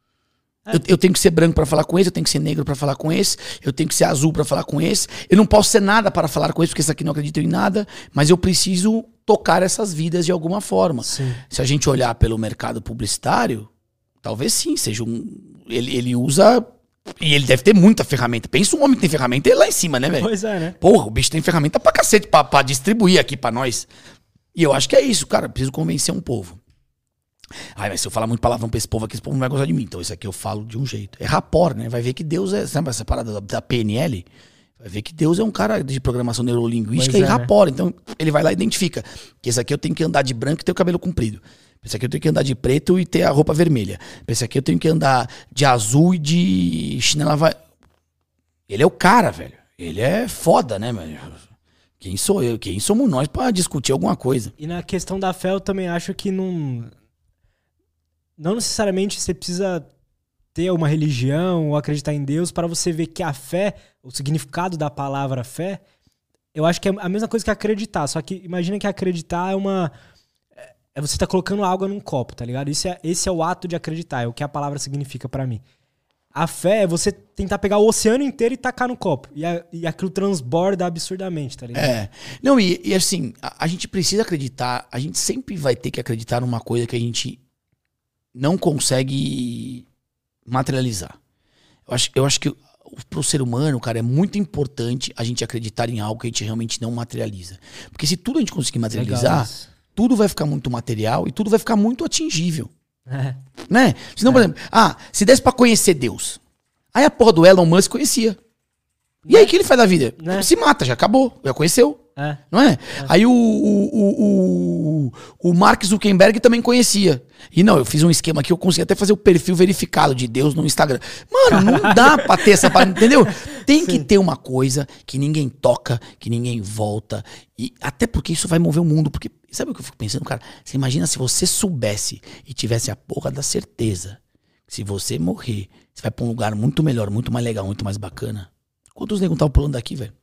Eu tenho que ser branco pra falar com esse, eu tenho que ser negro pra falar com esse, eu tenho que ser azul pra falar com esse. Eu não posso ser nada para falar com esse, porque esse aqui não acredita em nada, mas eu preciso tocar essas vidas de alguma forma. Sim. Se a gente olhar pelo mercado publicitário, talvez sim, seja ele usa... E ele deve ter muita ferramenta. Pensa um homem que tem ferramenta, ele lá em cima, né, velho? Pois é, né? Porra, o bicho tem ferramenta pra cacete, pra distribuir aqui pra nós. E eu acho que é isso, cara. Preciso convencer um povo. Ai, mas se eu falar muito palavrão pra esse povo aqui, esse povo não vai gostar de mim. Então isso aqui eu falo de um jeito. É rapport, né? Vai ver que Deus é... Sabe essa parada da PNL? Vai ver que Deus é um cara de programação neurolinguística e rapport. Né? Então ele vai lá e identifica que esse aqui eu tenho que andar de branco e ter o cabelo comprido. Esse aqui eu tenho que andar de preto e ter a roupa vermelha. Esse aqui eu tenho que andar de azul e de chinela... Ele é o cara, velho. Ele é foda, né, velho? Quem sou eu? Quem somos nós pra discutir alguma coisa? E na questão da fé eu também acho que não necessariamente você precisa ter uma religião ou acreditar em Deus para você ver que a fé, o significado da palavra fé, eu acho que é a mesma coisa que acreditar. Só que imagina que acreditar é você tá colocando água num copo, tá ligado? Esse é o ato de acreditar, é o que a palavra significa pra mim. A fé é você tentar pegar o oceano inteiro e tacar no copo. E aquilo transborda absurdamente, tá ligado? Não, e assim, a gente precisa acreditar, a gente sempre vai ter que acreditar numa coisa que a gente não consegue materializar. Eu acho que pro ser humano, cara, é muito importante a gente acreditar em algo que a gente realmente não materializa. Porque se tudo a gente conseguir materializar, tudo vai ficar muito material e tudo vai ficar muito atingível. Né? Senão, por exemplo, se desse pra conhecer Deus, aí a porra do Elon Musk conhecia. E aí o que ele faz da vida? Se mata, já acabou, já conheceu. Não é? Aí o Mark Zuckerberg também conhecia. E não, eu fiz um esquema aqui, eu consegui até fazer o perfil verificado de Deus no Instagram. Mano, não dá pra ter essa parada, entendeu? Tem que ter uma coisa que ninguém toca, que ninguém volta. E até porque isso vai mover o mundo. Porque, sabe o que eu fico pensando, cara? Você imagina se você soubesse e tivesse a porra da certeza que se você morrer, você vai pra um lugar muito melhor, muito mais legal, muito mais bacana. Quantos negros estavam pulando daqui, velho?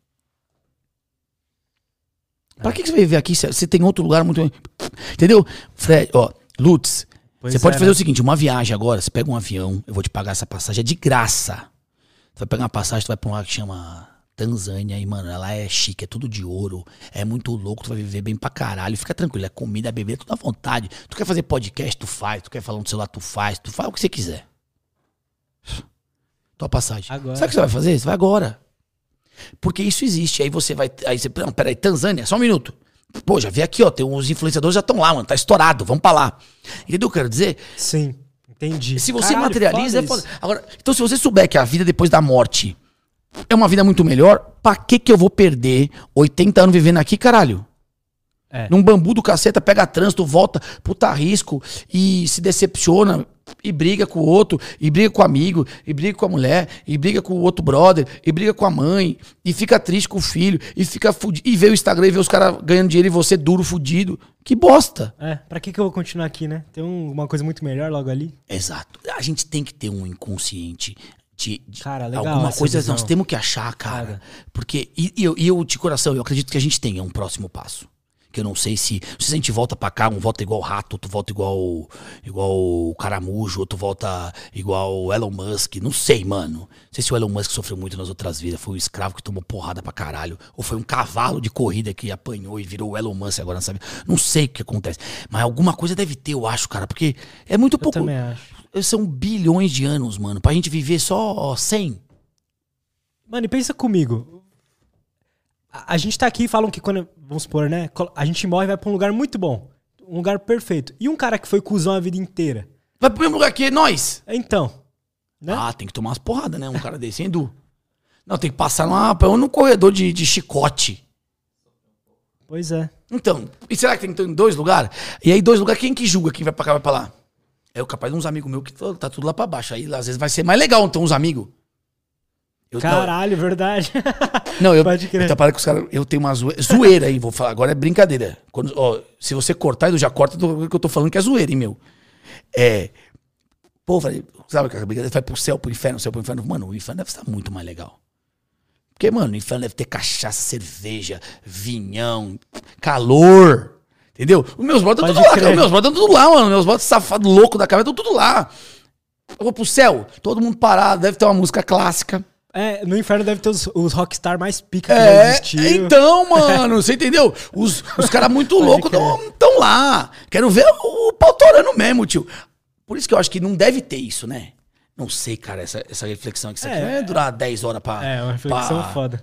Pra que você vai viver aqui? Você tem outro lugar muito... Entendeu? Fred, Lutz, você pode fazer o seguinte, uma viagem agora, você pega um avião, eu vou te pagar essa passagem, é de graça. Você vai pegar uma passagem, tu vai pra um lugar que chama Tanzânia, e, mano, ela é chique, é tudo de ouro, é muito louco, tu vai viver bem pra caralho, fica tranquilo, é comida, é bebida, tudo à vontade. Tu quer fazer podcast, tu faz, tu quer falar no celular, tu faz o que você quiser. Tua passagem. Agora. Sabe o que você vai fazer? Você vai agora. Porque isso existe. Aí você vai... Aí você... Não, peraí, Tanzânia, só um minuto. Pô, já vi aqui, ó. Tem uns influenciadores já estão lá, mano. Tá estourado, vamos pra lá. Entendeu o que eu quero dizer? Sim, entendi. Se você materializa, é foda. Agora, então se você souber que a vida depois da morte é uma vida muito melhor, pra que eu vou perder 80 anos vivendo aqui, caralho? Num bambu do caceta, pega trânsito, volta, puta risco, e se decepciona, e briga com o outro, e briga com o amigo, e briga com a mulher, e briga com o outro brother, e briga com a mãe, e fica triste com o filho, e fica fudido, e vê o Instagram e vê os caras ganhando dinheiro e você duro, fudido. Que bosta. Pra que eu vou continuar aqui, né? Tem uma coisa muito melhor logo ali. Exato. A gente tem que ter um inconsciente cara, legal, alguma coisa visão. nós temos que achar, cara. Porque, eu de coração, eu acredito que a gente tenha um próximo passo. Que eu não sei se a gente volta pra cá, um volta igual o rato, outro volta igual o caramujo, outro volta igual o Elon Musk. Não sei, mano. Não sei se o Elon Musk sofreu muito nas outras vidas. Foi um escravo que tomou porrada pra caralho. Ou foi um cavalo de corrida que apanhou e virou o Elon Musk agora, sabe? Não sei o que acontece. Mas alguma coisa deve ter, eu acho, cara. Porque é muito pouco. Eu também acho. São bilhões de anos, mano. Pra gente viver só 100. Mano, e pensa comigo. A gente tá aqui e falam que quando, vamos supor, né? A gente morre e vai pra um lugar muito bom. Um lugar perfeito. E um cara que foi cuzão a vida inteira? Vai pro mesmo lugar que nós. Então. Né? Ah, tem que tomar umas porradas, né? Um cara desse, hein, Edu? Não, tem que passar num corredor de chicote. Pois é. Então, e será que tem que ter em 2 lugares? E aí 2 lugares, quem que julga quem vai pra cá, vai pra lá? É o capaz de uns amigos meus que tá tudo lá pra baixo. Aí às vezes vai ser mais legal então uns amigos. Caralho, verdade. Não, pode crer. Tá, para que os caras. Eu tenho uma zoeira aí, vou falar. Agora é brincadeira. Se você cortar, eu já corto do que eu tô falando que é zoeira, hein, meu. Pô, falei, sabe que a brincadeira vai pro céu, pro inferno, Mano, o inferno deve estar muito mais legal. Porque, mano, o inferno deve ter cachaça, cerveja, vinhão, calor. Entendeu? Os meus brothers estão tudo lá, cara. Os meus brothers estão tudo lá, mano. Meus brothers safados, loucos da cabeça, estão tudo lá. Eu vou pro céu, todo mundo parado, deve ter uma música clássica. No inferno deve ter os rockstar mais pica que já existiu. Então, mano, você entendeu? Os caras muito loucos estão lá. Quero ver o pau torando mesmo, tio. Por isso que eu acho que não deve ter isso, né? Não sei, cara, essa reflexão aqui. Isso aqui vai durar 10 horas pra... uma reflexão foda.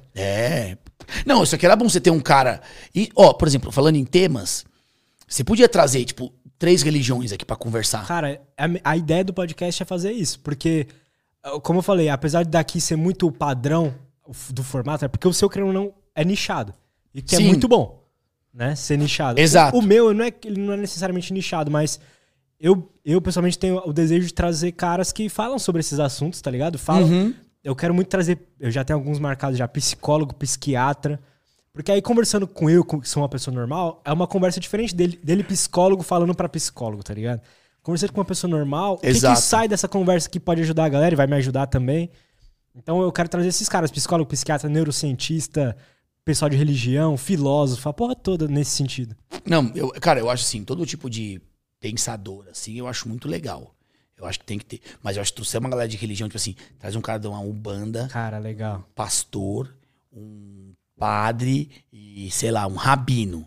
Não, isso aqui era bom você ter um cara... E, por exemplo, falando em temas, você podia trazer, tipo, 3 religiões aqui pra conversar. Cara, a ideia do podcast é fazer isso, porque... Como eu falei, apesar de daqui ser muito padrão do formato, é porque o seu, querendo ou não, é nichado. E que Sim. É muito bom, né? Ser nichado. Exato. O meu, ele não é necessariamente nichado, mas eu pessoalmente tenho o desejo de trazer caras que falam sobre esses assuntos, tá ligado? Eu quero muito trazer, eu já tenho alguns marcados já, psicólogo, psiquiatra. Porque aí conversando com eu, que sou uma pessoa normal, é uma conversa diferente dele psicólogo falando pra psicólogo, tá ligado? Conversando com uma pessoa normal, o que sai dessa conversa que pode ajudar a galera e vai me ajudar também? Então eu quero trazer esses caras, psicólogo, psiquiatra, neurocientista, pessoal de religião, filósofo, a porra toda nesse sentido. Não, cara, eu acho assim, todo tipo de pensador, assim, eu acho muito legal. Eu acho que tem que ter. Mas eu acho que trouxer uma galera de religião, tipo assim, traz um cara de uma umbanda. Cara, legal. Um pastor, um padre e, sei lá, um rabino.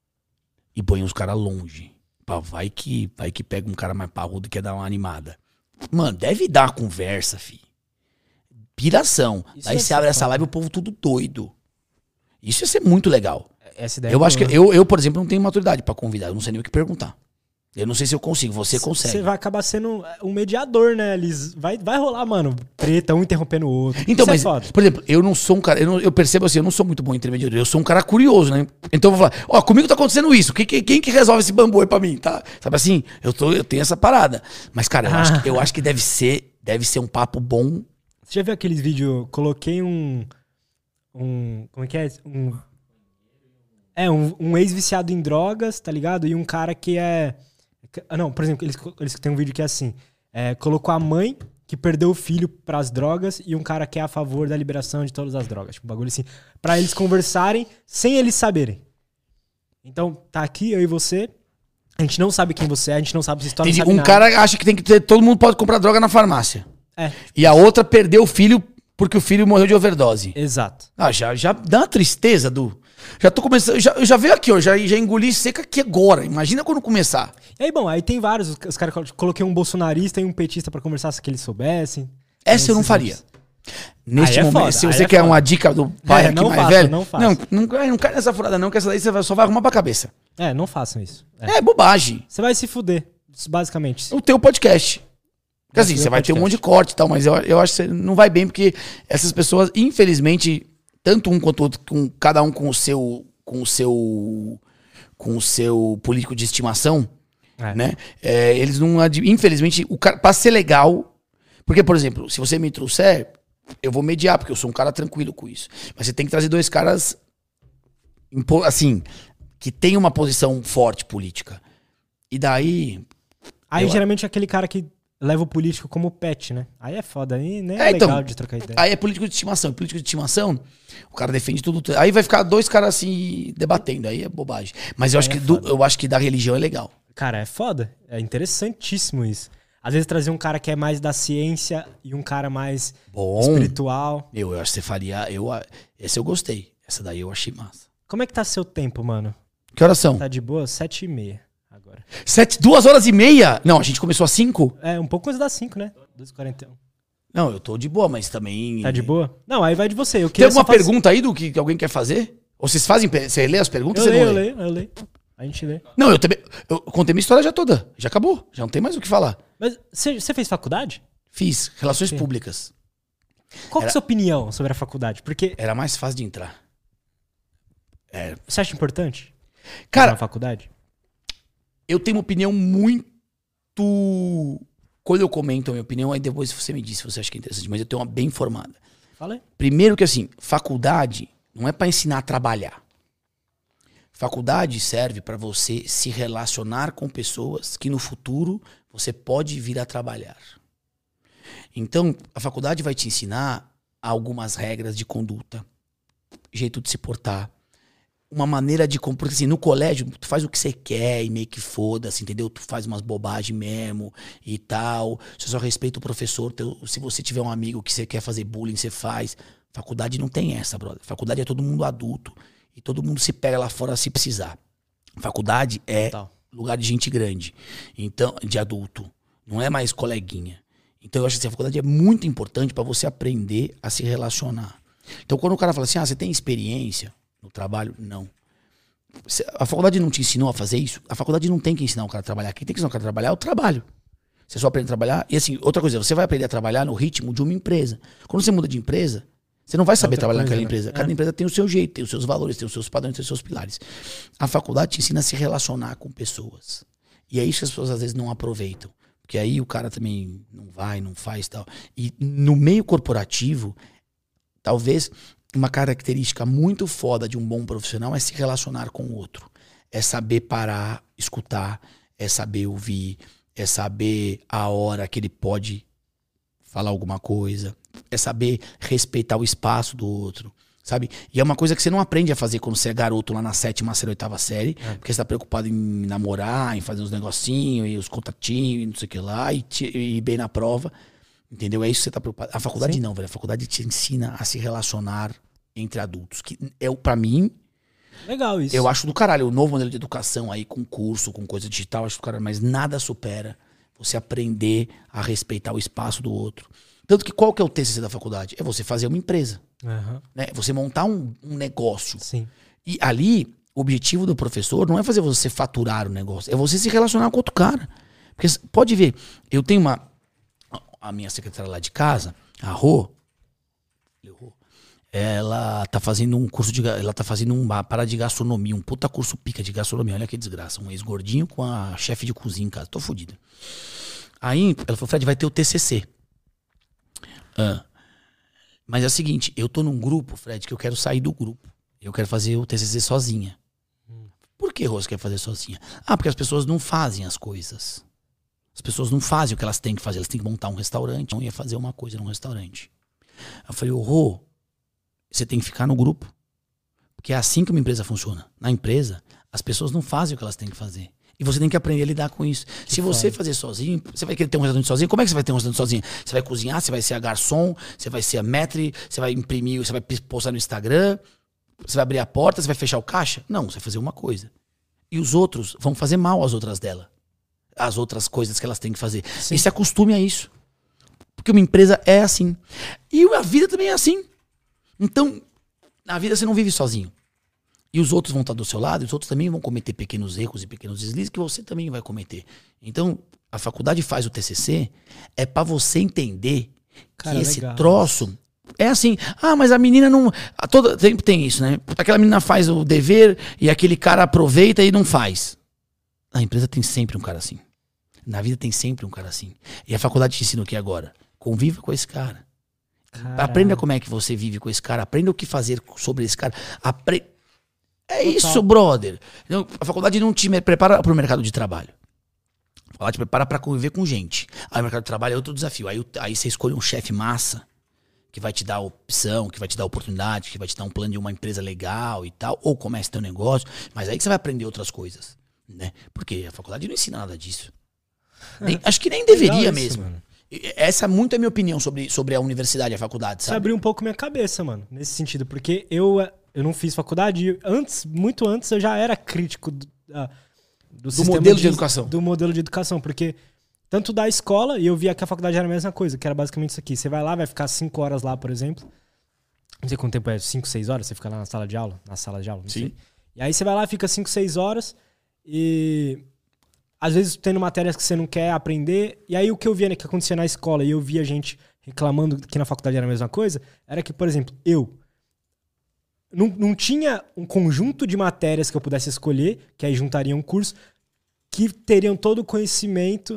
E põe os caras longe. Vai que pega um cara mais parrudo e quer dar uma animada. Mano, deve dar uma conversa, fi. Piração. Aí você abre essa live e o povo tudo doido. Isso ia ser muito legal. Essa ideia eu acho que eu, por exemplo, não tenho maturidade pra convidar. Eu não sei nem o que perguntar. Eu não sei se eu consigo. Você consegue. Você vai acabar sendo um mediador, né? Eles vai rolar, mano, treta, um interrompendo o outro. Então, mas, por exemplo, eu não sou um cara... Eu percebo assim, eu não sou muito bom intermediador. Eu sou um cara curioso, né? Então eu vou falar, comigo tá acontecendo isso. Quem que resolve esse bambu aí pra mim, tá? Sabe assim? Eu tenho essa parada. Mas, cara, eu acho que deve ser um papo bom. Você já viu aqueles vídeos? Coloquei um como é que é? Um ex-viciado em drogas, tá ligado? E um cara que é... Não, por exemplo, eles têm um vídeo que é assim. Colocou a mãe que perdeu o filho pras drogas e um cara que é a favor da liberação de todas as drogas. Tipo, um bagulho assim. Pra eles conversarem sem eles saberem. Então, tá aqui, eu e você. A gente não sabe quem você é, a gente não sabe se história. Um cara acha que tem que ter... Todo mundo pode comprar droga na farmácia. E a outra perdeu o filho porque o filho morreu de overdose. Exato. Já dá uma tristeza, Já tô começando. Já veio aqui, ó. Já engoli seca aqui agora. Imagina quando começar. E aí, bom, aí tem vários. Os caras coloquei um bolsonarista e um petista pra conversar se que eles soubessem. Essa eu não faria. Neste Aí é momento, foda, se aí você é quer foda. uma dica do pai aqui não mais faça, velho, não faça. não cai nessa furada não, que essa daí você só vai arrumar pra cabeça. Não façam isso. É bobagem. Você vai se fuder, basicamente. O teu podcast. Porque assim, Esse você meu vai ter um monte podcast. de corte e tal, mas eu acho que você não vai bem, porque essas pessoas, infelizmente, tanto um quanto o outro, cada um com o seu político de estimação, né? Eles não. Infelizmente, o cara, pra ser legal. Porque, por exemplo, se você me trouxer, eu vou mediar, porque eu sou um cara tranquilo com isso. Mas você tem que trazer dois caras, assim, que tem uma posição forte política. E daí. Aí geralmente é aquele cara que leva o político como pet, né? Aí é foda, aí nem é então, legal de trocar ideia. Aí é político de estimação. Político de estimação, o cara defende tudo. Aí vai ficar dois caras assim, debatendo. Aí é bobagem. Mas eu acho, eu acho que da religião é legal. Cara, é foda. É interessantíssimo isso. Às vezes trazer um cara que é mais da ciência e um cara mais espiritual. Eu acho que você faria. Essa eu gostei. Essa daí eu achei massa. Como é que tá seu tempo, mano? Que horas são? Tá de boa? 7h30 agora. 2h30? Não, a gente começou às 5? É, um pouco antes das 5, né? 2h41. Não, eu tô de boa, mas também. Tá de boa? Não, aí vai de você. Tem alguma pergunta aí do que alguém quer fazer? Ou vocês fazem. Você lê as perguntas? Eu leio. A gente lê. Não, eu também. Eu contei minha história já toda. Já acabou. Já não tem mais o que falar. Mas você fez faculdade? Fiz. Relações públicas. Qual que é a sua opinião sobre a faculdade? Porque. Era mais fácil de entrar. Você acha importante? Cara, na faculdade? Eu tenho uma opinião muito. Quando eu comento a minha opinião, aí depois você me diz se você acha que é interessante, mas eu tenho uma bem formada. Fala aí. Primeiro que assim, faculdade não é pra ensinar a trabalhar. Faculdade serve pra você se relacionar com pessoas que no futuro você pode vir a trabalhar. Então, a faculdade vai te ensinar algumas regras de conduta, jeito de se portar, uma maneira de... Porque assim, no colégio, tu faz o que você quer e meio que foda-se, entendeu? Tu faz umas bobagens mesmo e tal. Você só respeita o professor. Se você tiver um amigo que você quer fazer bullying, você faz. Faculdade não tem essa, brother. Faculdade é todo mundo adulto. E todo mundo se pega lá fora se precisar. Faculdade é lugar de gente grande. Então, de adulto. Não é mais coleguinha. Então eu acho que a faculdade é muito importante para você aprender a se relacionar. Então quando o cara fala assim, você tem experiência no trabalho? Não. A faculdade não te ensinou a fazer isso? A faculdade não tem que ensinar o cara a trabalhar. Quem tem que ensinar o cara a trabalhar é o trabalho. Você só aprende a trabalhar. E assim, outra coisa, você vai aprender a trabalhar no ritmo de uma empresa. Quando você muda de empresa, você não vai saber trabalhar naquela empresa. Cada empresa tem o seu jeito, tem os seus valores, tem os seus padrões, tem os seus pilares. A faculdade te ensina a se relacionar com pessoas. E é isso que as pessoas às vezes não aproveitam. Porque aí o cara também não vai, não faz e tal. E no meio corporativo, talvez uma característica muito foda de um bom profissional é se relacionar com o outro. É saber parar, escutar, é saber ouvir, é saber a hora que ele pode falar alguma coisa, é saber respeitar o espaço do outro, sabe? E é uma coisa que você não aprende a fazer quando você é garoto lá na 7ª, 8ª série, porque você tá preocupado em namorar, em fazer uns negocinhos, e os contatinhos, e não sei o que lá, e ir bem na prova, entendeu? É isso que você tá preocupado. A faculdade não, velho. A faculdade te ensina a se relacionar entre adultos, que pra mim... Legal isso. Eu acho do caralho, o novo modelo de educação aí, com curso, com coisa digital, eu acho do caralho, mas nada supera você aprender a respeitar o espaço do outro. Tanto que qual que é o TCC da faculdade? É você fazer uma empresa. Né? Você montar um negócio. Sim. E ali, o objetivo do professor não é fazer você faturar o negócio, é você se relacionar com outro cara. Porque pode ver, eu tenho a minha secretária lá de casa, a Rô, ela tá fazendo um curso ela tá fazendo uma parada de gastronomia, um puta curso pica de gastronomia. Olha que desgraça, um ex-gordinho com a chefe de cozinha em casa. Tô fodido. Aí ela falou, Fred, vai ter o TCC. Mas é o seguinte, eu tô num grupo, Fred, que eu quero sair do grupo. Eu quero fazer o TCC sozinha. Por que Rô quer fazer sozinha? Porque as pessoas não fazem as coisas. As pessoas não fazem o que elas têm que fazer. Elas têm que montar um restaurante. Não ia fazer uma coisa num restaurante. Eu falei, Rô, você tem que ficar no grupo. Porque é assim que uma empresa funciona. Na empresa, as pessoas não fazem o que elas têm que fazer. E você tem que aprender a lidar com isso. Se você fazer sozinho, você vai querer ter um restaurante sozinho. Como é que você vai ter um restaurante sozinho? Você vai cozinhar, você vai ser a garçom, você vai ser a maître, você vai imprimir, você vai postar no Instagram, você vai abrir a porta, você vai fechar o caixa? Não, você vai fazer uma coisa. E os outros vão fazer mal às outras dela. As outras coisas que elas têm que fazer. Sim. E se acostume a isso. Porque uma empresa é assim. E a vida também é assim. Então, na vida você não vive sozinho. E os outros vão estar do seu lado, e os outros também vão cometer pequenos erros e pequenos deslizes que você também vai cometer. Então, a faculdade faz o TCC é pra você entender que esse troço é assim. Ah, mas a menina não... Todo tempo tem isso, né? Aquela menina faz o dever e aquele cara aproveita e não faz. A empresa tem sempre um cara assim. Na vida tem sempre um cara assim. E a faculdade te ensina o que agora? Conviva com esse cara. Caralho. Aprenda como é que você vive com esse cara. Aprenda o que fazer sobre esse cara. É total. Isso, brother. Então, a faculdade não te prepara para o mercado de trabalho. A faculdade te prepara para conviver com gente. Aí o mercado de trabalho é outro desafio. Aí você escolhe um chefe massa que vai te dar opção, que vai te dar oportunidade, que vai te dar um plano de uma empresa legal e tal. Ou comece teu negócio. Mas aí que você vai aprender outras coisas. Né? Porque a faculdade não ensina nada disso. Acho que nem deveria mesmo. Mano. Essa muito é a minha opinião sobre a universidade, a faculdade, sabe? Você abriu um pouco minha cabeça, mano, nesse sentido. Porque eu não fiz faculdade. Muito antes, eu já era crítico do modelo de educação. Do modelo de educação. Porque tanto da escola, e eu via que a faculdade era a mesma coisa, que era basicamente isso aqui. Você vai lá, vai ficar 5 horas lá, por exemplo. Não sei quanto tempo é, 5, 6 horas? Você fica lá na sala de aula? Não Sim. sei. E aí você vai lá, fica 5, 6 horas e... Às vezes tendo matérias que você não quer aprender. E aí o que eu via, né, que acontecia na escola, e eu via gente reclamando que na faculdade era a mesma coisa, era que, por exemplo, eu não tinha um conjunto de matérias que eu pudesse escolher, que aí juntaria um curso, que teriam todo o conhecimento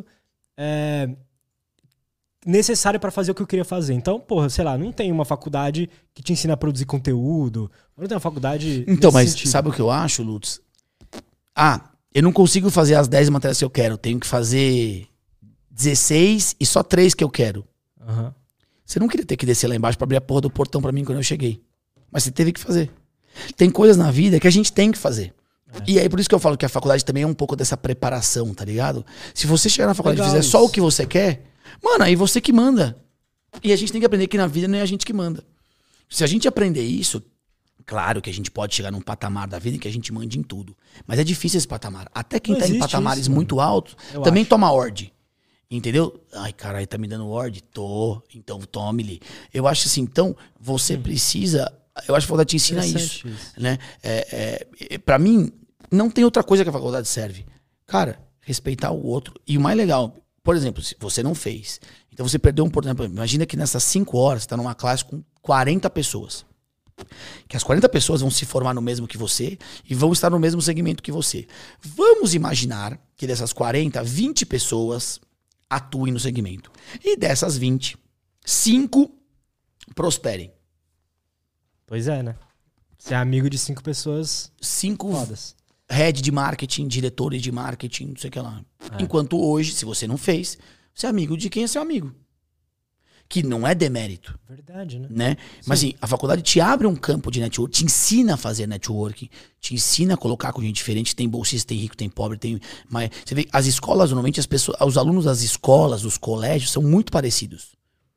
necessário para fazer o que eu queria fazer. Então, porra, sei lá, não tem uma faculdade que te ensina a produzir conteúdo, não tem uma faculdade... Então, mas sentido. Sabe o que eu acho, Lutz? Eu não consigo fazer as 10 matérias que eu quero. Eu tenho que fazer 16 e só 3 que eu quero. Uhum. Você não queria ter que descer lá embaixo pra abrir a porra do portão pra mim quando eu cheguei. Mas você teve que fazer. Tem coisas na vida que a gente tem que fazer. E aí por isso que eu falo que a faculdade também é um pouco dessa preparação, tá ligado? Se você chegar na faculdade e fizer só o que você quer, mano, aí você que manda. E a gente tem que aprender que na vida não é a gente que manda. Se a gente aprender isso... Claro que a gente pode chegar num patamar da vida em que a gente mande em tudo. Mas é difícil esse patamar. Até quem tá em patamares isso, muito altos também toma ordem. Entendeu? Ai, caralho, tá me dando ordem? Tô. Então tome-lhe. Eu acho assim, então, você precisa... Eu acho que a faculdade te ensina isso. Né? Pra mim, não tem outra coisa que a faculdade serve. Cara, respeitar o outro. E o mais legal, por exemplo, se você não fez, então você perdeu um oportunidade. Imagina que nessas 5 horas você tá numa classe com 40 pessoas. Que as 40 pessoas vão se formar no mesmo que você e vão estar no mesmo segmento que você. Vamos imaginar que dessas 40, 20 pessoas atuem no segmento. E dessas 20, 5 prosperem. Pois é, né? Você é amigo de 5 pessoas 5 fodas. Head de marketing, diretores de marketing, não sei o que lá. Enquanto hoje, se você não fez, você é amigo de quem é seu amigo. Que não é demérito. Verdade, né? Mas assim, a faculdade te abre um campo de network, te ensina a fazer networking, te ensina a colocar com gente diferente. Tem bolsista, tem rico, tem pobre, tem... Mas você vê, as escolas, normalmente, os alunos das escolas, dos colégios, são muito parecidos.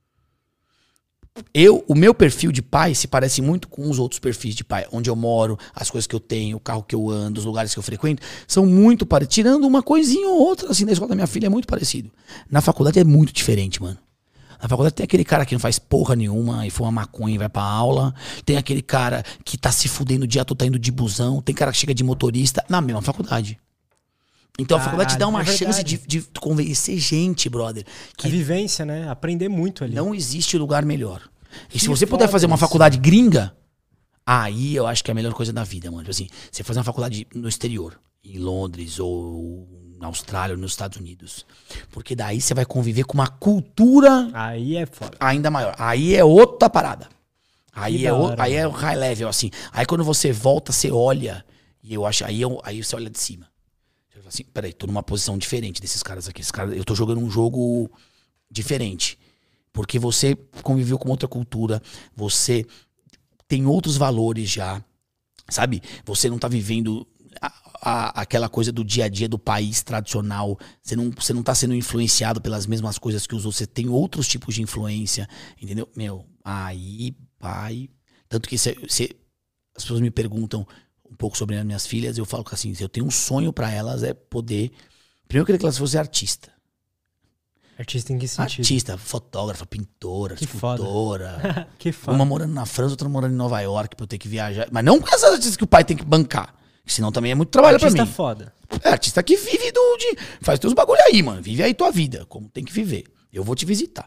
O meu perfil de pai se parece muito com os outros perfis de pai. Onde eu moro, as coisas que eu tenho, o carro que eu ando, os lugares que eu frequento, são muito parecidos. Tirando uma coisinha ou outra, assim, na escola da minha filha é muito parecido. Na faculdade é muito diferente, mano. Na faculdade tem aquele cara que não faz porra nenhuma e fuma maconha e vai pra aula. Tem aquele cara que tá se fudendo o dia todo, tá indo de busão. Tem cara que chega de motorista na mesma faculdade. Então a faculdade te dá uma chance de convencer gente, brother. Que a vivência, né? Aprender muito ali. Não existe lugar melhor. E se você puder fazer uma faculdade gringa, aí eu acho que é a melhor coisa da vida, mano. Assim, você fazer uma faculdade no exterior, em Londres ou na Austrália ou nos Estados Unidos. Porque daí você vai conviver com uma cultura... Aí é foda. Ainda maior. Aí é outra parada. Aí é o high level, assim. Aí quando você volta, você olha. E eu acho... Aí você olha de cima. Você fala assim, peraí, tô numa posição diferente desses caras aqui. Eu tô jogando um jogo diferente. Porque você conviveu com outra cultura. Você tem outros valores já. Sabe? Você não tá vivendo... aquela coisa do dia a dia do país tradicional, você não tá sendo influenciado pelas mesmas coisas que os outros, você tem outros tipos de influência, entendeu? Aí, pai... Tanto que as pessoas me perguntam um pouco sobre as minhas filhas, eu falo que assim, eu tenho um sonho pra elas, é poder... Primeiro eu queria que elas fossem artistas. Artista em que sentido? Artista, fotógrafa, pintora, Que escultora. Que foda. Uma morando na França, outra morando em Nova York pra eu ter que viajar. Mas não com essas artistas que o pai tem que bancar. Senão também é muito trabalho pra mim. Artista foda. É artista que vive faz teus bagulho aí, mano. Vive aí tua vida, como tem que viver. Eu vou te visitar.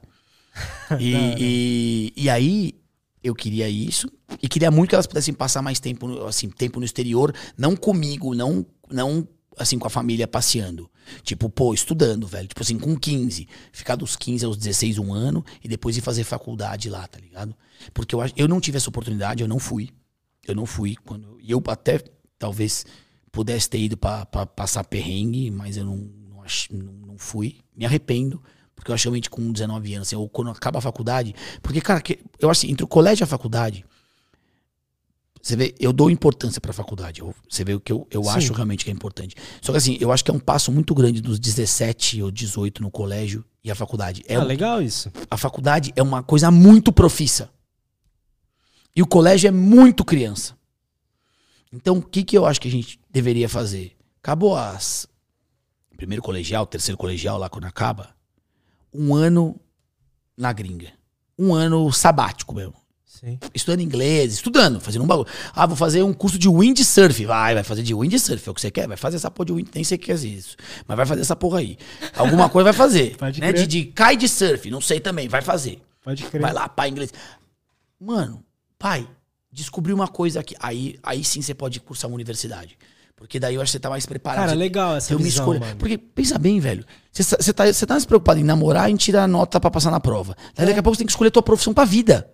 E aí, eu queria isso. E queria muito que elas pudessem passar mais tempo, assim, tempo no exterior. Não comigo, não assim, com a família passeando. Tipo, pô, estudando, velho. Tipo assim, com 15. Ficar dos 15 aos 16, um ano. E depois ir fazer faculdade lá, tá ligado? Porque eu não tive essa oportunidade, eu não fui. E eu até, talvez, pudesse ter ido pra passar perrengue, mas eu não fui. Me arrependo. Porque eu acho realmente com 19 anos, assim, ou quando acaba a faculdade. Porque, cara, eu acho assim, entre o colégio e a faculdade, você vê, eu dou importância pra faculdade. Você vê o que eu acho realmente que é importante. Só que assim, eu acho que é um passo muito grande dos 17 ou 18 no colégio e a faculdade. Legal isso. A faculdade é uma coisa muito profissa. E o colégio é muito criança. Então, o que eu acho que a gente deveria fazer? Acabou primeiro colegial, terceiro colegial, lá quando acaba. Um ano na gringa. Um ano sabático mesmo. Sim. Estudando inglês, fazendo um bagulho. Ah, vou fazer um curso de windsurf. Vai fazer de windsurf, é o que você quer? Vai fazer essa porra de wind, nem sei o que é isso. Mas vai fazer essa porra aí. Alguma coisa vai fazer. Pode né? crer. De kitesurf, não sei também, vai fazer. Pode crer. Vai lá, pai, inglês. Mano, pai, descobri uma coisa aqui. Aí sim você pode cursar uma universidade. Porque daí eu acho que você tá mais preparado. Cara, legal essa visão, mano. Porque, pensa bem, velho. Você tá mais preocupado em namorar e em tirar a nota pra passar na prova. Daí daqui a pouco você tem que escolher a tua profissão pra vida.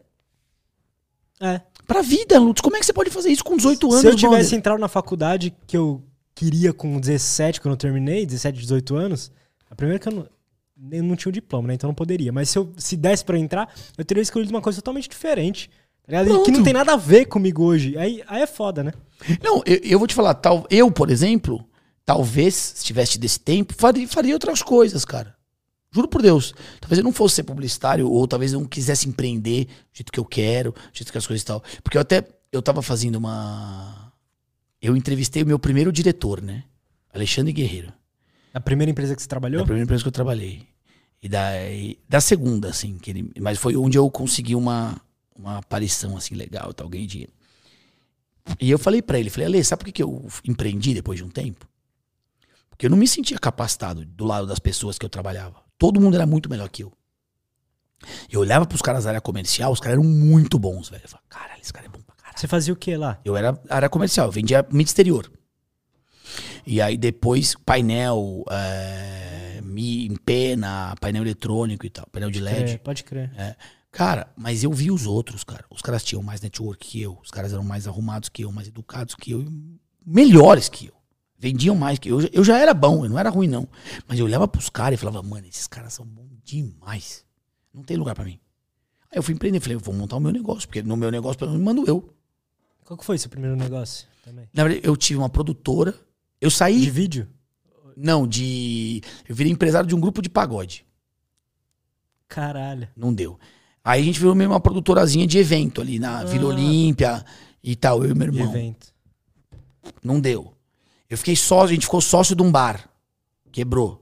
Pra vida, Lutz. Como é que você pode fazer isso com 18 anos, Se eu tivesse brother? entrado na faculdade que eu queria com 17, quando eu terminei, 17, 18 anos, a primeira que eu não tinha o diploma, né? Então não poderia. Mas se desse pra entrar, eu teria escolhido uma coisa totalmente diferente. Tá ligado? Que não tem nada a ver comigo hoje. Aí é foda, né? Não, eu vou te falar. Eu, por exemplo, talvez, se tivesse desse tempo, faria outras coisas, cara. Juro por Deus. Talvez eu não fosse ser publicitário, ou talvez eu não quisesse empreender do jeito que eu quero, do jeito que as coisas e tal. Porque eu tava fazendo eu entrevistei o meu primeiro diretor, né? Alexandre Guerreiro. A primeira empresa que você trabalhou? Da primeira empresa que eu trabalhei. E da segunda, assim. Mas foi onde eu consegui uma aparição, assim, legal, tal, ganhei dinheiro. E eu falei pra ele, Ale, sabe por que eu empreendi depois de um tempo? Porque eu não me sentia capacitado do lado das pessoas que eu trabalhava. Todo mundo era muito melhor que eu. Eu olhava pros caras da área comercial, os caras eram muito bons, velho. Eu falava, caralho, esse cara é bom pra caralho. Você fazia o que lá? Eu era área comercial, eu vendia mídia exterior. E aí depois, painel, em pena, painel eletrônico e tal, painel de LED. Pode crer. Cara, mas eu vi os outros, cara. Os caras tinham mais network que eu. Os caras eram mais arrumados que eu, mais educados que eu. Melhores que eu. Vendiam mais que eu. Eu já era bom, eu não era ruim, não. Mas eu olhava pros caras e falava, mano, esses caras são bons demais. Não tem lugar pra mim. Aí eu fui empreender. Falei, eu vou montar o meu negócio. Porque no meu negócio, pelo menos, mando eu. Qual que foi seu primeiro negócio também? Na verdade, eu tive uma produtora. Eu saí... De vídeo? Não, eu virei empresário de um grupo de pagode. Caralho. Não deu. Aí a gente virou meio uma produtorazinha de evento ali na Vila Olímpia e tal, eu e meu irmão. De evento. Não deu. Eu fiquei sócio, a gente ficou sócio de um bar. Quebrou.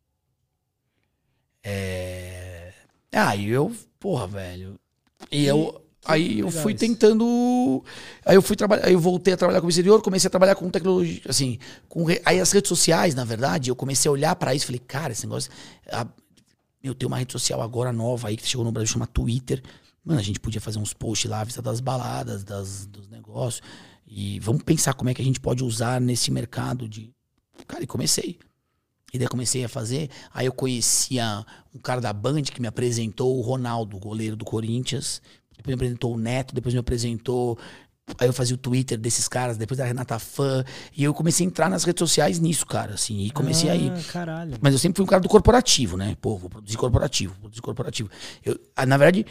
Aí eu, porra, velho. Aí eu fui tentando. Aí eu fui trabalhar, aí eu voltei a trabalhar com o exterior, comecei a trabalhar com tecnologia, assim, aí as redes sociais, na verdade, eu comecei a olhar pra isso, falei, cara, esse negócio. Eu tenho uma rede social agora nova aí que chegou no Brasil, chama Twitter. Mano, a gente podia fazer uns posts lá, avisar das baladas, dos negócios. E vamos pensar como é que a gente pode usar nesse mercado de... Cara, e comecei. E daí comecei a fazer. Aí eu conhecia um cara da Band que me apresentou o Ronaldo, goleiro do Corinthians. Depois me apresentou o Neto, depois me apresentou... Aí eu fazia o Twitter desses caras, depois da Renata Fã. E eu comecei a entrar nas redes sociais nisso, cara, assim. E comecei a ir. Caralho. Mas eu sempre fui um cara do corporativo, né? Pô, vou produzir corporativo. Na verdade,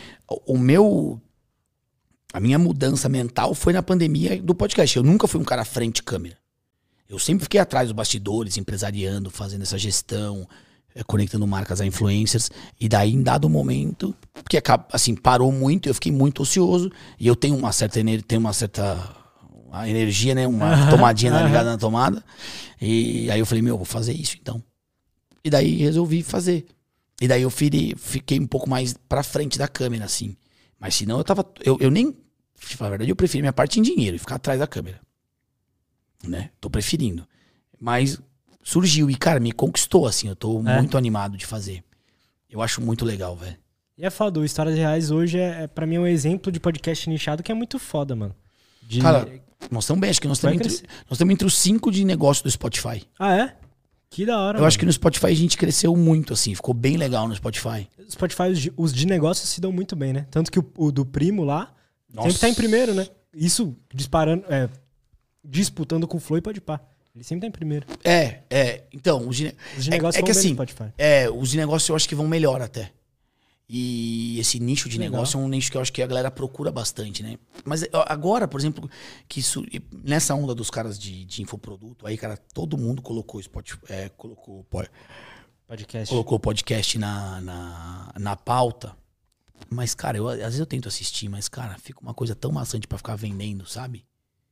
a minha mudança mental foi na pandemia do podcast. Eu nunca fui um cara frente câmera. Eu sempre fiquei atrás dos bastidores, empresariando, fazendo essa gestão, conectando marcas a influencers. E daí, em dado momento, porque assim, parou muito, eu fiquei muito ocioso. E eu tenho uma certa energia, né? Uma tomadinha ligada na tomada. E aí eu falei, vou fazer isso então. E daí resolvi fazer. E daí eu fiquei um pouco mais pra frente da câmera, assim. Mas senão eu nem... Na verdade, eu prefiro minha parte em dinheiro e ficar atrás da câmera. Né? Tô preferindo. Mas surgiu e, cara, me conquistou, assim. Eu tô muito animado de fazer. Eu acho muito legal, velho. E é foda, o Histórias Reais hoje pra mim, um exemplo de podcast nichado que é muito foda, mano. Cara, nós estamos bem. Acho que nós estamos entre os 5 de negócio do Spotify. Ah, é? Que da hora, Eu acho que no Spotify a gente cresceu muito, assim. Ficou bem legal no Spotify. Spotify, os de negócio se dão muito bem, né? Tanto que o do Primo lá sempre tá em primeiro, né? Isso disparando, disputando com o Flow e Podpah. Ele sempre tá em primeiro. Então, os de negócio vão bem assim, no Spotify. Os de negócio eu acho que vão melhor até. E esse nicho de negócio é um nicho que eu acho que a galera procura bastante, né? Mas agora, por exemplo, que isso, nessa onda dos caras de infoproduto, aí, cara, todo mundo colocou Spotify, colocou podcast na pauta. Mas, cara, às vezes eu tento assistir, mas, cara, fica uma coisa tão maçante pra ficar vendendo, sabe?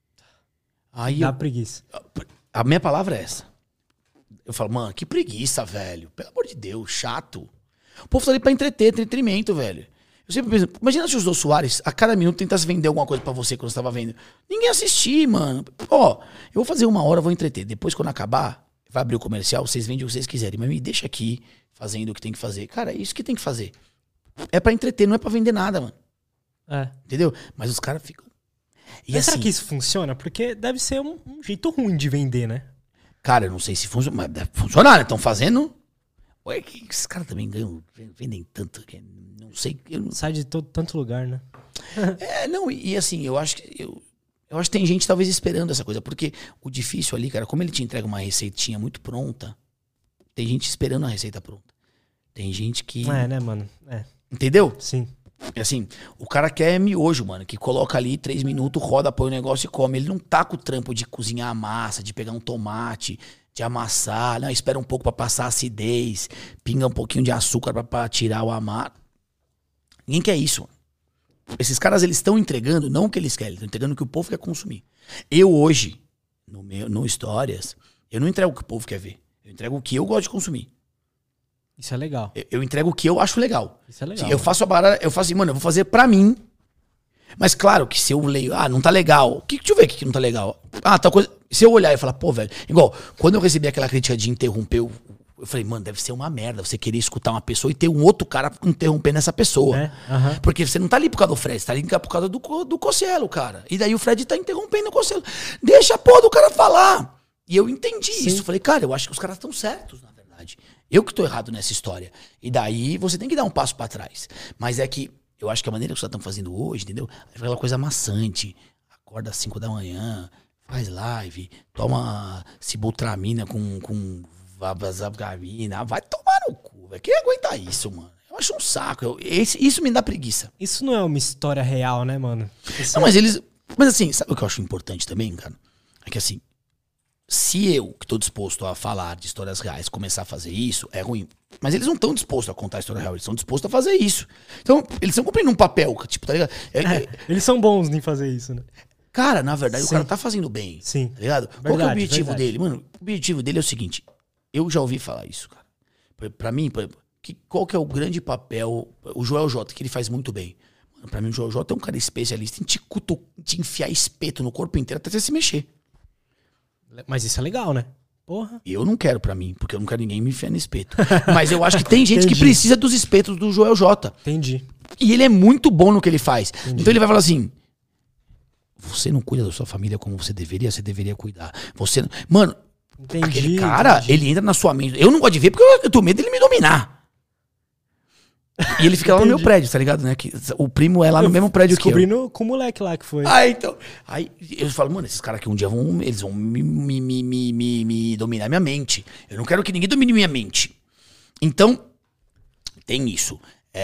Aí Dá preguiça. A minha palavra é essa. Eu falo, mano, que preguiça, velho. Pelo amor de Deus, chato. O povo tá ali pra entretenimento, velho. Eu sempre penso, imagina se o Jô Soares, a cada minuto, tentasse vender alguma coisa pra você quando você tava vendo. Ninguém assistir, mano. Ó, eu vou fazer 1 hora, vou entreter. Depois, quando acabar, vai abrir o comercial, vocês vendem o que vocês quiserem. Mas me deixa aqui, fazendo o que tem que fazer. Cara, é isso que tem que fazer. É pra entreter, não é pra vender nada, mano. Entendeu? Mas os caras ficam... Mas será que isso funciona? Porque deve ser um jeito ruim de vender, né? Cara, eu não sei se funciona, mas deve funcionar, né? Estão fazendo... Ué, que esses caras também vendem tanto, que não sei... Sai de tanto lugar, né? E assim, eu acho que tem gente talvez esperando essa coisa, porque o difícil ali, cara, como ele te entrega uma receitinha muito pronta, tem gente esperando a receita pronta. Tem gente que... né, mano? Entendeu? Sim. Assim, o cara quer miojo, mano, que coloca ali 3 minutos, roda, põe o negócio e come. Ele não tá com o trampo de cozinhar a massa, de pegar um tomate, de amassar, não, espera um pouco pra passar a acidez, pinga um pouquinho de açúcar pra tirar o amar. Ninguém quer isso, mano. Esses caras, eles estão entregando, não o que eles querem, estão entregando o que o povo quer consumir. Eu hoje, no Histórias, eu não entrego o que o povo quer ver. Eu entrego o que eu gosto de consumir. Isso é legal. Eu entrego o que eu acho legal. Isso é legal. Eu faço a barara, eu faço assim, mano, eu vou fazer pra mim. Mas claro que se eu leio, não tá legal. Deixa eu ver o que não tá legal. Tal coisa. Se eu olhar e falar, pô, velho. Igual, quando eu recebi aquela crítica de interromper, eu falei, mano, deve ser uma merda você querer escutar uma pessoa e ter um outro cara interrompendo essa pessoa. Porque você não tá ali por causa do Fred, você tá ali por causa do Cossielo, cara. E daí o Fred tá interrompendo o Cossielo. Deixa a porra do cara falar. E eu entendi isso. Falei, cara, eu acho que os caras estão certos, na verdade. Eu que tô errado nessa história. E daí você tem que dar um passo pra trás. Mas é que eu acho que a maneira que os caras estão fazendo hoje, entendeu? É aquela coisa maçante. Acorda às 5 da manhã, faz live, toma sibutramina com vabazabgamina. Vai tomar no cu, velho. Quem aguenta isso, mano? Eu acho um saco. Isso me dá preguiça. Isso não é uma história real, né, mano? Não, mas assim, sabe o que eu acho importante também, cara? É que assim, se eu, que tô disposto a falar de histórias reais, começar a fazer isso, é ruim. Mas eles não estão dispostos a contar a história real, eles estão dispostos a fazer isso. Então, eles estão cumprindo um papel, tipo, tá ligado? Eles são bons em fazer isso, né? Cara, na verdade, o cara tá fazendo bem. Sim. Tá ligado? Qual que é o objetivo dele? Mano, o objetivo dele é o seguinte, eu já ouvi falar isso, cara. Pra mim, qual que é o grande papel, o Joel J, que ele faz muito bem. Mano, pra mim, o Joel J é um cara especialista em te enfiar espeto no corpo inteiro até você se mexer. Mas isso é legal, né? Porra. Eu não quero pra mim, porque eu não quero ninguém me enfiar no espeto. Mas eu acho que tem gente que precisa dos espetos do Joel J. Entendi. E ele é muito bom no que ele faz. Entendi. Então ele vai falar assim, você não cuida da sua família como você deveria cuidar. Você não... Mano, aquele cara, ele entra na sua mente. Eu não gosto de ver porque eu tenho medo dele me dominar. E ele fica lá no meu prédio, tá ligado? Né? Que o primo é lá no mesmo prédio que eu. Descobrindo com o moleque lá que foi. Então. Aí eu falo, mano, esses caras aqui um dia eles vão me dominar minha mente. Eu não quero que ninguém domine minha mente. Então, tem isso.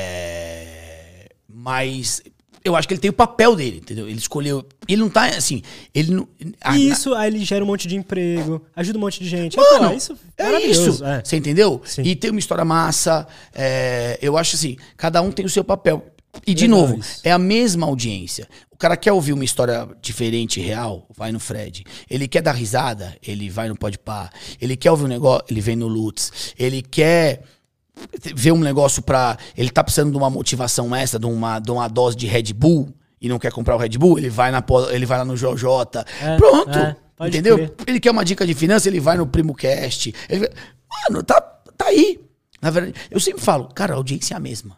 Mas eu acho que ele tem o papel dele, entendeu? Ele escolheu. Ele não tá assim. Ele não. Isso, aí ele gera um monte de emprego, ajuda um monte de gente. Mano, isso é isso. Você entendeu? Sim. E tem uma história massa. Eu acho assim, cada um tem o seu papel. E, de novo, é a mesma audiência. O cara quer ouvir uma história diferente, real, vai no Fred. Ele quer dar risada, ele vai no Podpah. Ele quer ouvir um negócio, ele vem no Lutz. Ele quer vê um negócio ele tá precisando de uma motivação extra, de uma dose de Red Bull, e não quer comprar o Red Bull, ele vai lá no JJ. Pronto. Entendeu? Crer. Ele quer uma dica de finanças, ele vai no PrimoCast. Mano, tá aí. Na verdade, eu sempre falo, cara, a audiência é a mesma.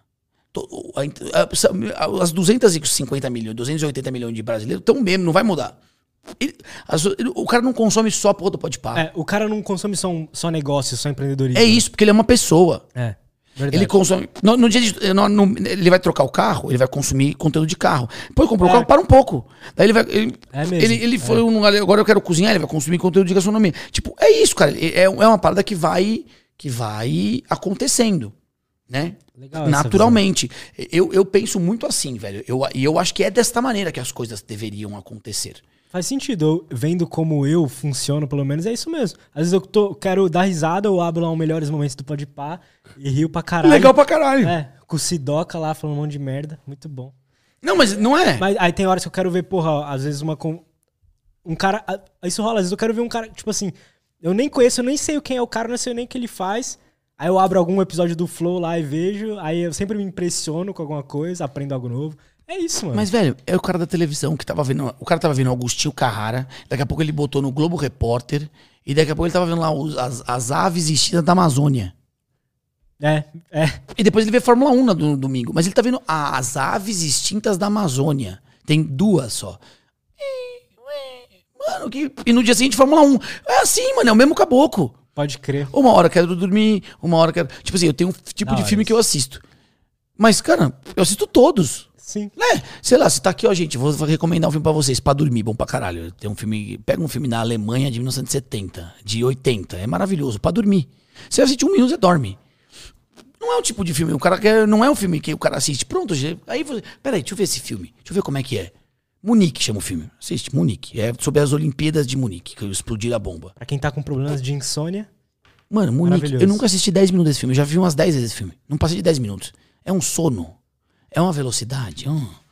As 250 milhões, 280 milhões de brasileiros estão mesmo, não vai mudar. O cara não consome só porra do Podpah. O cara não consome só negócio, só empreendedorismo. É isso, porque ele é uma pessoa. Verdade. Ele consome. No dia ele vai trocar o carro, ele vai consumir conteúdo de carro. Depois comprou o carro, para um pouco. Daí ele vai. Ele foi agora eu quero cozinhar, ele vai consumir conteúdo de gastronomia. Tipo, é isso, cara. É uma parada que vai acontecendo, né? Legal, naturalmente. Eu penso muito assim, velho. Eu acho que é desta maneira que as coisas deveriam acontecer. Faz sentido. Vendo como eu funciono, pelo menos, é isso mesmo. Às vezes eu quero dar risada, eu abro lá um Melhores Momentos do Podpah e rio pra caralho. Legal pra caralho. Com o Sidoca lá falando um monte de merda. Muito bom. Não, mas não é. Mas aí tem horas que eu quero ver, porra, às vezes um cara... Isso rola, às vezes eu quero ver um cara, tipo assim, eu nem conheço, eu nem sei quem é o cara, não sei nem o que ele faz. Aí eu abro algum episódio do Flow lá e vejo, aí eu sempre me impressiono com alguma coisa, aprendo algo novo. É isso, mano. Mas, velho, é o cara da televisão que tava vendo... O cara tava vendo Agostinho Carrara, daqui a pouco ele botou no Globo Repórter, e daqui a pouco ele tava vendo lá as aves extintas da Amazônia. E depois ele vê Fórmula 1 no domingo. Mas ele tá vendo as aves extintas da Amazônia. Tem 2 só. Mano, e no dia seguinte Fórmula 1. É assim, mano, é o mesmo caboclo. Pode crer. Uma hora eu quero dormir, uma hora eu quero... Tipo assim, eu tenho um tipo de filme que eu assisto. Mas, cara, eu assisto todos. Sim. Né? Sei lá, você tá aqui, ó, gente, vou recomendar um filme pra vocês, pra dormir, bom pra caralho. Tem um filme, pega um filme na Alemanha de 1970, de 80, é maravilhoso, pra dormir. Você assiste 1 minuto, você dorme. Não é o tipo de filme, não é um filme que o cara assiste, pronto, aí você, peraí, deixa eu ver esse filme, deixa eu ver como é que é. Munique chama o filme, assiste, Munique, é sobre as Olimpíadas de Munique, que explodiram a bomba. Pra quem tá com problemas de insônia. Mano, Munique, eu nunca assisti 10 minutos desse filme, eu já vi umas 10 vezes esse filme, não passei de 10 minutos. É um sono, é uma velocidade,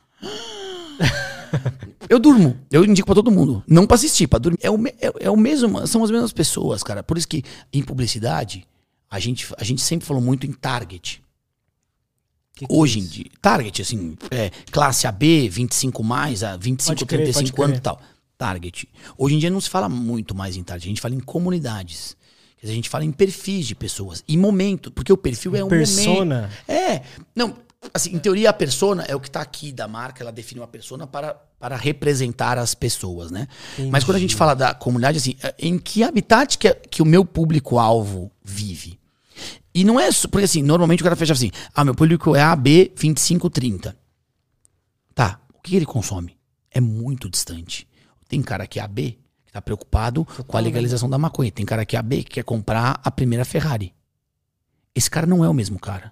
Eu durmo, eu indico pra todo mundo, não pra assistir, pra dormir. É o mesmo, são as mesmas pessoas, cara, por isso que em publicidade, a gente sempre falou muito em target. Hoje em dia, target, assim, classe AB, 25 mais, a 25, 35 anos e tal. Target. Hoje em dia não se fala muito mais em target, a gente fala em comunidades. Quer dizer, a gente fala em perfis de pessoas, em momento, porque o perfil é um persona. momento. Não, assim, em teoria a persona é o que tá aqui da marca, ela define uma persona para representar as pessoas, né? Entendi. Mas quando a gente fala da comunidade, assim, em que habitat que o meu público-alvo vive? E não é... Porque assim, normalmente o cara fecha assim, meu público é AB 25-30. Tá, o que ele consome? É muito distante. Tem cara que é AB, que tá preocupado com a legalização da maconha. Tem cara que é AB, que quer comprar a primeira Ferrari. Esse cara não é o mesmo cara.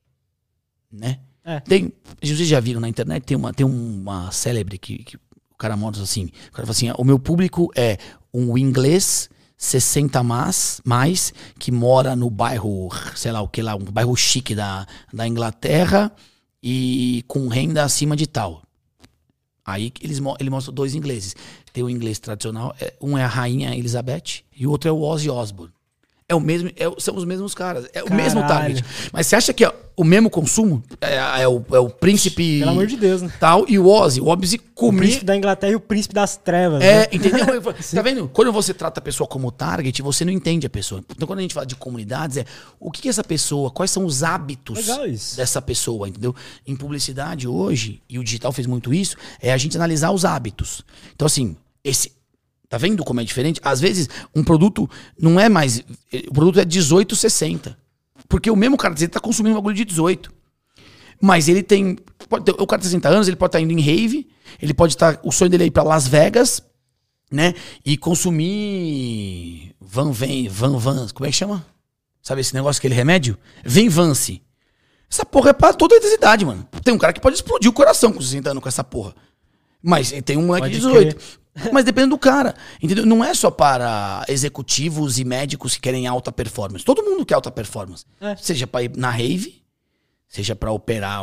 Né? Vocês já viram na internet, tem uma célebre que o cara mostra assim, o cara fala assim, o meu público é um inglês 60 mais que mora no bairro, sei lá o que lá, um bairro chique da Inglaterra e com renda acima de tal. Aí ele mostra 2 ingleses. Tem o inglês tradicional, um é a Rainha Elizabeth e o outro é o Ozzy Osbourne. É o mesmo, são os mesmos caras, é o mesmo target. Mas você acha que é o mesmo consumo? É o príncipe... Pelo amor de Deus, né? Tal, e o Ozzy comia... O príncipe da Inglaterra e o príncipe das trevas. Entendeu? Tá vendo? Quando você trata a pessoa como target, você não entende a pessoa. Então quando a gente fala de comunidades, o que é essa pessoa? Quais são os hábitos dessa pessoa, entendeu? Em publicidade hoje, e o digital fez muito isso, é a gente analisar os hábitos. Então assim, tá vendo como é diferente? Às vezes, um produto não é mais... O produto é 18,60. Porque o mesmo cara tá consumindo um bagulho de 18. Mas ele tem... O cara tem 60 anos, ele pode estar indo em rave, ele pode estar... O sonho dele é ir pra Las Vegas, né? E consumir... Como é que chama? Sabe esse negócio, aquele remédio? Venvance. Essa porra é pra toda a intensidade, mano. Tem um cara que pode explodir o coração com 60 anos com essa porra. Mas tem um moleque de 18. Mas depende do cara, entendeu? Não é só para executivos e médicos que querem alta performance. Todo mundo quer alta performance. Seja para ir na rave, seja para operar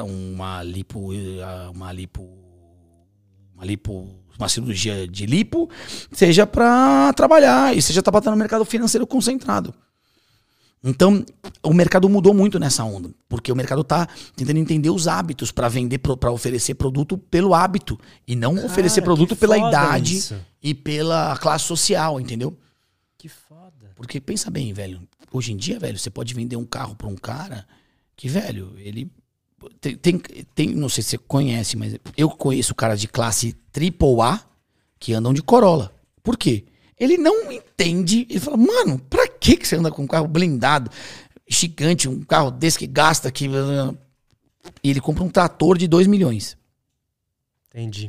uma cirurgia de lipo, seja para trabalhar e seja para estar no mercado financeiro concentrado. Então, o mercado mudou muito nessa onda, porque o mercado tá tentando entender os hábitos para vender, para oferecer produto pelo hábito e não oferecer produto pela idade e pela classe social, entendeu? Que foda. Porque pensa bem, velho, hoje em dia, velho, você pode vender um carro para um cara que, velho, ele tem, não sei se você conhece, mas eu conheço caras de classe AAA que andam de Corolla. Por quê? Ele não entende, ele fala, mano, pra que você anda com um carro blindado, gigante, um carro desse que gasta aqui, e ele compra um trator de 2 milhões. Entendi.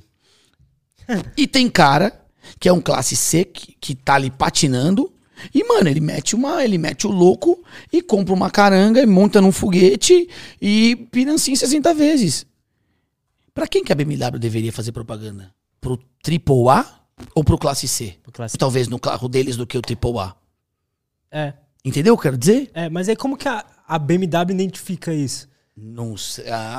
E tem cara que é um classe C que tá ali patinando, e, mano, ele mete o louco e compra uma caranga e monta num foguete e financia em 60 vezes. Pra quem que a BMW deveria fazer propaganda? Pro AAA? Ou pro classe C? Talvez no carro deles do que o AAA. É. Entendeu o que eu quero dizer? É, mas aí como que a BMW identifica isso? Não sei.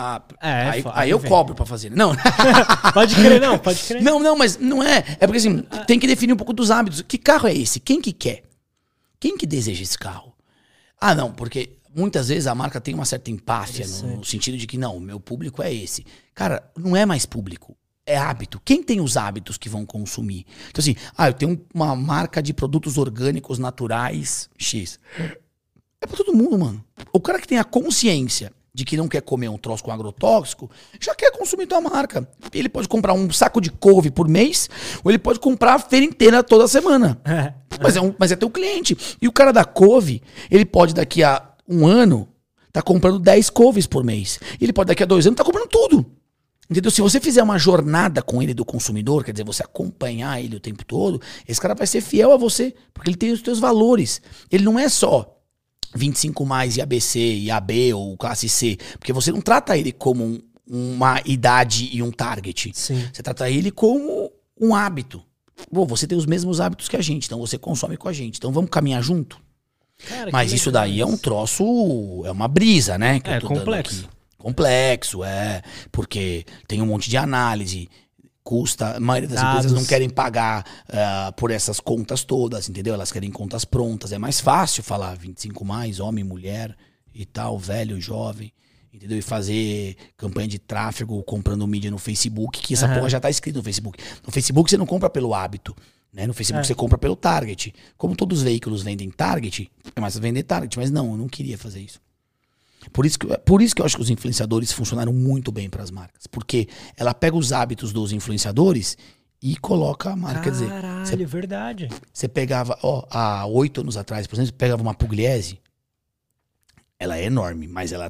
Aí eu cobro pra fazer. Não. Pode crer, não, pode crer. Não, mas não é. É porque assim, tem que definir um pouco dos hábitos. Que carro é esse? Quem que quer? Quem que deseja esse carro? Ah, não, porque muitas vezes a marca tem uma certa empáfia no sentido de que, não, o meu público é esse. Cara, não é mais público. É hábito. Quem tem os hábitos que vão consumir? Então assim, eu tenho uma marca de produtos orgânicos naturais X. É pra todo mundo, mano. O cara que tem a consciência de que não quer comer um troço com agrotóxico, já quer consumir tua marca. Ele pode comprar um saco de couve por mês, ou ele pode comprar a feira inteira toda semana. Mas é teu cliente. E o cara da couve, ele pode daqui a um ano tá comprando 10 couves por mês. Ele pode daqui a 2 anos tá comprando tudo. Entendeu? Se você fizer uma jornada com ele do consumidor, quer dizer, você acompanhar ele o tempo todo, esse cara vai ser fiel a você, porque ele tem os teus valores. Ele não é só 25 mais e ABC, e AB ou classe C, porque você não trata ele como uma idade e um target. Sim. Você trata ele como um hábito. Bom, você tem os mesmos hábitos que a gente, então você consome com a gente. Então vamos caminhar junto? Cara, mas isso daí é um troço, é uma brisa, né? Que é eu tô complexo. dando aqui. Complexo, porque tem um monte de análise, custa, a maioria das empresas não querem pagar por essas contas todas, entendeu? Elas querem contas prontas, é mais fácil falar 25 mais, homem, mulher e tal, velho, jovem, entendeu? E fazer campanha de tráfego comprando mídia no Facebook, que essa porra já tá escrito no Facebook. No Facebook você não compra pelo hábito, né? No Facebook você compra pelo target. Como todos os veículos vendem target, é mais vender target, mas não, eu não queria fazer isso. Por isso que eu acho que os influenciadores funcionaram muito bem para as marcas. Porque ela pega os hábitos dos influenciadores e coloca a marca. Caralho, verdade. Você pegava, há 8 anos atrás, por exemplo, você pegava uma Pugliese. Ela é enorme, mas ela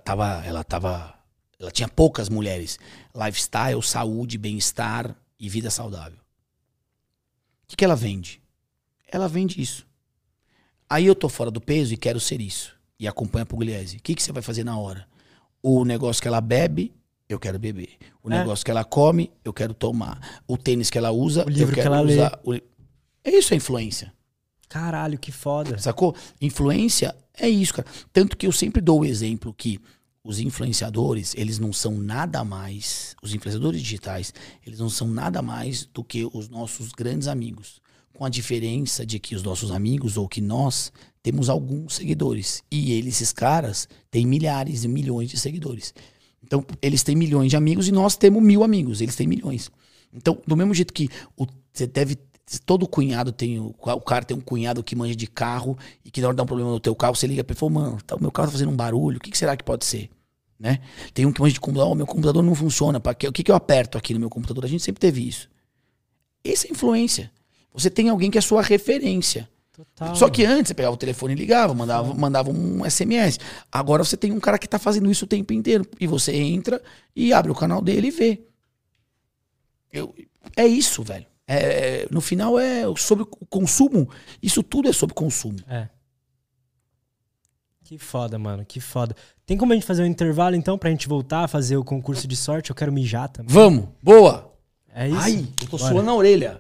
tinha poucas mulheres. Lifestyle, saúde, bem-estar e vida saudável. O que ela vende? Ela vende isso. Aí eu tô fora do peso e quero ser isso. E acompanha a Pugliese. O que você vai fazer na hora? O negócio que ela bebe, eu quero beber. O negócio que ela come, eu quero tomar. O tênis que ela usa, o livro eu quero que ela usar. lê. É isso a influência. Caralho, que foda. Sacou? Influência é isso, cara. Tanto que eu sempre dou o exemplo que os influenciadores, eles não são nada mais, os influenciadores digitais, eles não são nada mais do que os nossos grandes amigos. Com a diferença de que os nossos amigos, ou que nós, temos alguns seguidores. E esses caras têm milhares e milhões de seguidores. Então, eles têm milhões de amigos e nós temos 1000 amigos. Eles têm milhões. Então, do mesmo jeito que você deve... Todo cunhado tem... O cara tem um cunhado que manja de carro e que na hora de dar um problema no teu carro, você liga pra ele e fala, mano, o meu carro tá fazendo um barulho. O que será que pode ser? Né? Tem um que manja de computador. Meu computador não funciona. O que eu aperto aqui no meu computador? A gente sempre teve isso. Essa é a influência. Você tem alguém que é sua referência. Total. Só que antes você pegava o telefone e ligava, mandava um SMS. Agora você tem um cara que tá fazendo isso o tempo inteiro. E você entra e abre o canal dele e vê. É isso, velho. No final é sobre o consumo. Isso tudo é sobre consumo. É. Que foda, mano. Que foda. Tem como a gente fazer um intervalo, então, pra gente voltar a fazer o concurso de sorte? Eu quero mijar também. Vamos. Boa. É isso? Ai, eu tô suando a orelha.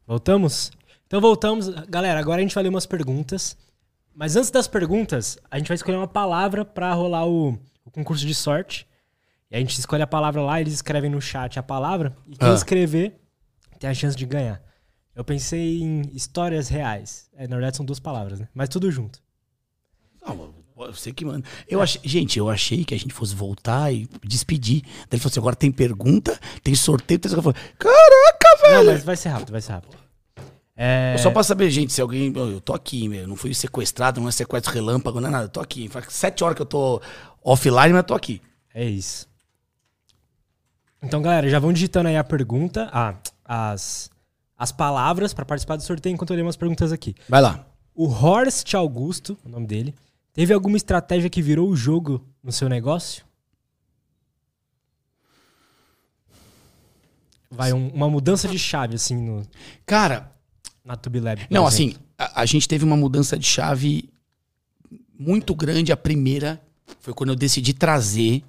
Voltamos? Então voltamos. Galera, agora a gente vai ler umas perguntas. Mas antes das perguntas, a gente vai escolher uma palavra pra rolar o concurso de sorte. E a gente escolhe a palavra lá, eles escrevem no chat a palavra. E quem escrever tem a chance de ganhar. Eu pensei em histórias reais. Na verdade são 2 palavras, né? Mas tudo junto. Não, você que manda. Gente, eu achei que a gente fosse voltar e despedir. Daí ele falou assim, agora tem pergunta, tem sorteio. Tem... Eu falei, caraca, velho! Não, mas vai ser rápido, vai ser rápido. Só pra saber, gente, se alguém... Eu tô aqui, meu. Não fui sequestrado, não é sequestro relâmpago, não é nada. Eu tô aqui. Faz 7 horas que eu tô offline, mas eu tô aqui. É isso. Então, galera, já vão digitando aí a pergunta, as palavras pra participar do sorteio enquanto eu leio umas perguntas aqui. Vai lá. O Horst Augusto, o nome dele, teve alguma estratégia que virou o jogo no seu negócio? Vai, uma mudança de chave, assim, Cara... na TubeLab. Não, assim, a gente teve uma mudança de chave muito grande. A primeira foi quando eu decidi trazer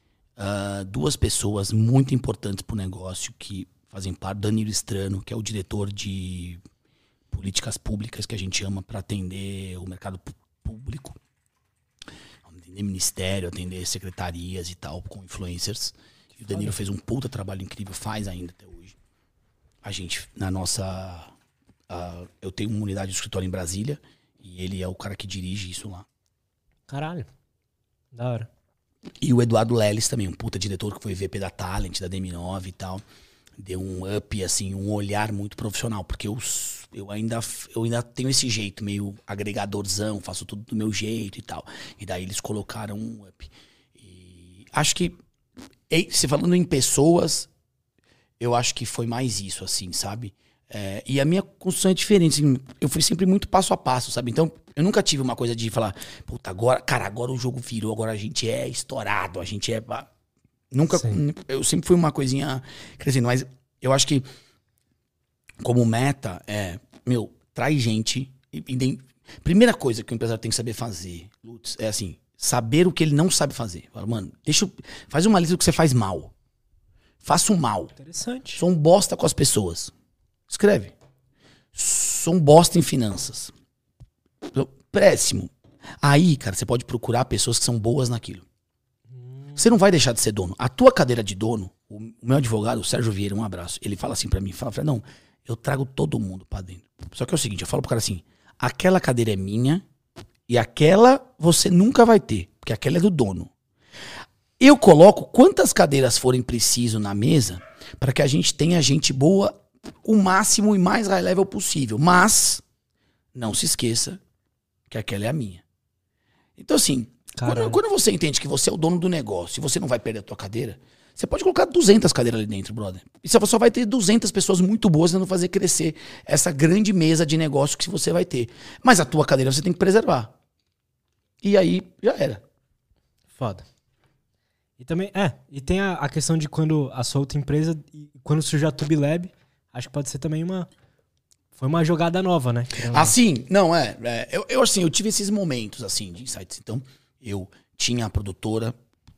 2 pessoas muito importantes pro negócio que fazem parte. Danilo Strano, que é o diretor de políticas públicas, que a gente chama para atender o mercado público. Atender ministério, atender secretarias e tal, com influencers. E o Danilo fez um puta trabalho incrível, faz ainda até hoje. A gente, na nossa... eu tenho uma unidade de escritório em Brasília e ele é o cara que dirige isso lá. Caralho. Da hora. E o Eduardo Leles também, um puta diretor que foi VP da Talent, da DM9 e tal. Deu um up, assim, um olhar muito profissional. Porque eu ainda tenho esse jeito meio agregadorzão, faço tudo do meu jeito e tal. E daí eles colocaram um up. E acho que, se falando em pessoas, eu acho que foi mais isso, assim, sabe? E a minha construção é diferente. Assim, eu fui sempre muito passo a passo, sabe? Então, eu nunca tive uma coisa de falar, puta, agora o jogo virou, agora a gente é estourado, a gente é... Nunca... Sim. Eu sempre fui uma coisinha crescendo, mas eu acho que como meta traz gente... Primeira coisa que o empresário tem que saber fazer, Lutz, é assim, saber o que ele não sabe fazer. Fala, mano, faz uma lista do que você faz mal. Faça o mal. Interessante. Sou um bosta com as pessoas. Escreve. Sou um bosta em finanças. Péssimo. Aí, cara, você pode procurar pessoas que são boas naquilo. Você não vai deixar de ser dono. A tua cadeira de dono, o meu advogado, o Sérgio Vieira, um abraço, ele fala assim pra mim, fala, não, eu trago todo mundo pra dentro. Só que é o seguinte, eu falo pro cara assim, aquela cadeira é minha e aquela você nunca vai ter, porque aquela é do dono. Eu coloco quantas cadeiras forem preciso na mesa para que a gente tenha gente boa o máximo e mais high level possível. Mas não se esqueça que aquela é a minha. Então, assim, quando você entende que você é o dono do negócio e você não vai perder a tua cadeira, você pode colocar 200 cadeiras ali dentro, brother. E você só vai ter 200 pessoas muito boas tentando fazer crescer essa grande mesa de negócio que você vai ter. Mas a tua cadeira você tem que preservar. E aí, já era. Foda. E também, e tem a questão de quando a sua outra empresa, quando surgiu a TubeLab, acho que pode ser também foi uma jogada nova, né? Assim, não, eu tive esses momentos, assim, de insights. Então, eu tinha a produtora,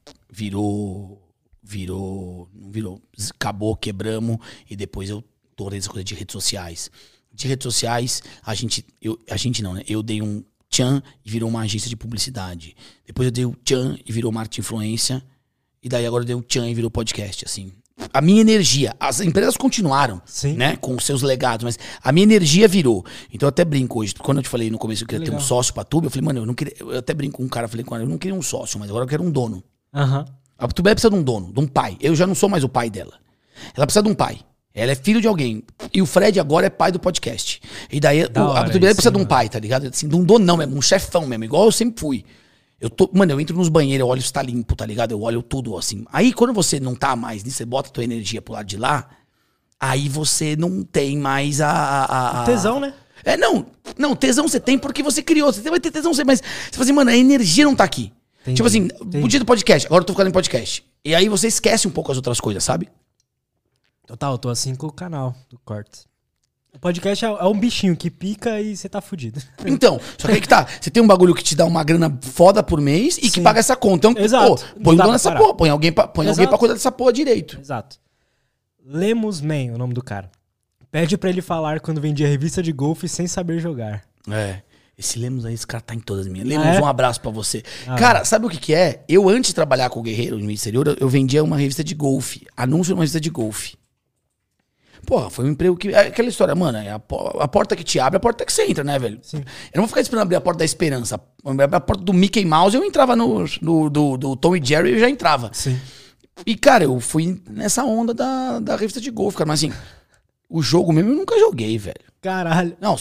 acabou, quebramos, e depois eu tornei essa coisa de redes sociais. De redes sociais, eu dei um tchan e virou uma agência de publicidade. Depois eu dei o tchan e virou marketing influência. E daí agora eu dei o tchan e virou podcast, assim. A minha energia, as empresas continuaram, né, com os seus legados, mas a minha energia virou. Então eu até brinco hoje, quando eu te falei no começo que eu queria ter um sócio pra Tube, eu falei, mano, eu até brinco com um cara, falei com ele, eu não queria um sócio, mas agora eu quero um dono. A Tube precisa de um dono, de um pai. Eu já não sou mais o pai dela. Ela precisa de um pai. Ela é filho de alguém. E o Fred agora é pai do podcast. E daí a Tube precisa de um pai, tá ligado? Assim, de um dono não mesmo, um chefão mesmo, igual eu sempre fui. Eu entro nos banheiros, eu olho se tá limpo, tá ligado? Eu olho tudo assim. Aí quando você não tá mais nisso, você bota a tua energia pro lado de lá, aí você não tem mais tesão, né? Não, tesão você tem porque você criou. Você vai ter tesão, mas você fala assim, mano, a energia não tá aqui. Entendi, tipo assim, o dia do podcast, agora eu tô ficando em podcast. E aí você esquece um pouco as outras coisas, sabe? Total, eu tô assim com o canal do Cortes. O podcast é um bichinho que pica e você tá fudido. Então, só que aí que tá. Você tem um bagulho que te dá uma grana foda por mês e que paga essa conta. Então, exato. Põe um dono nessa porra. Põe alguém pra cuidar dessa porra direito. Exato. Lemos Man, o nome do cara. Pede pra ele falar quando vendia revista de golfe sem saber jogar. Esse Lemos aí, esse cara tá em todas as minhas. Lemos, um abraço pra você. Ah, cara, sabe o que é? Eu, antes de trabalhar com o Guerreiro no exterior, eu vendia uma revista de golfe. Anúncio de uma revista de golfe. Porra, foi um emprego que... É aquela história, mano, é a porta que te abre, a porta que você entra, né, velho? Sim. Eu não vou ficar esperando abrir a porta da esperança. A porta do Mickey Mouse, eu entrava do Tom e Jerry, eu já entrava. Sim. E, cara, eu fui nessa onda da revista de golfe, cara. Mas assim, o jogo mesmo eu nunca joguei, velho. Caralho. Não,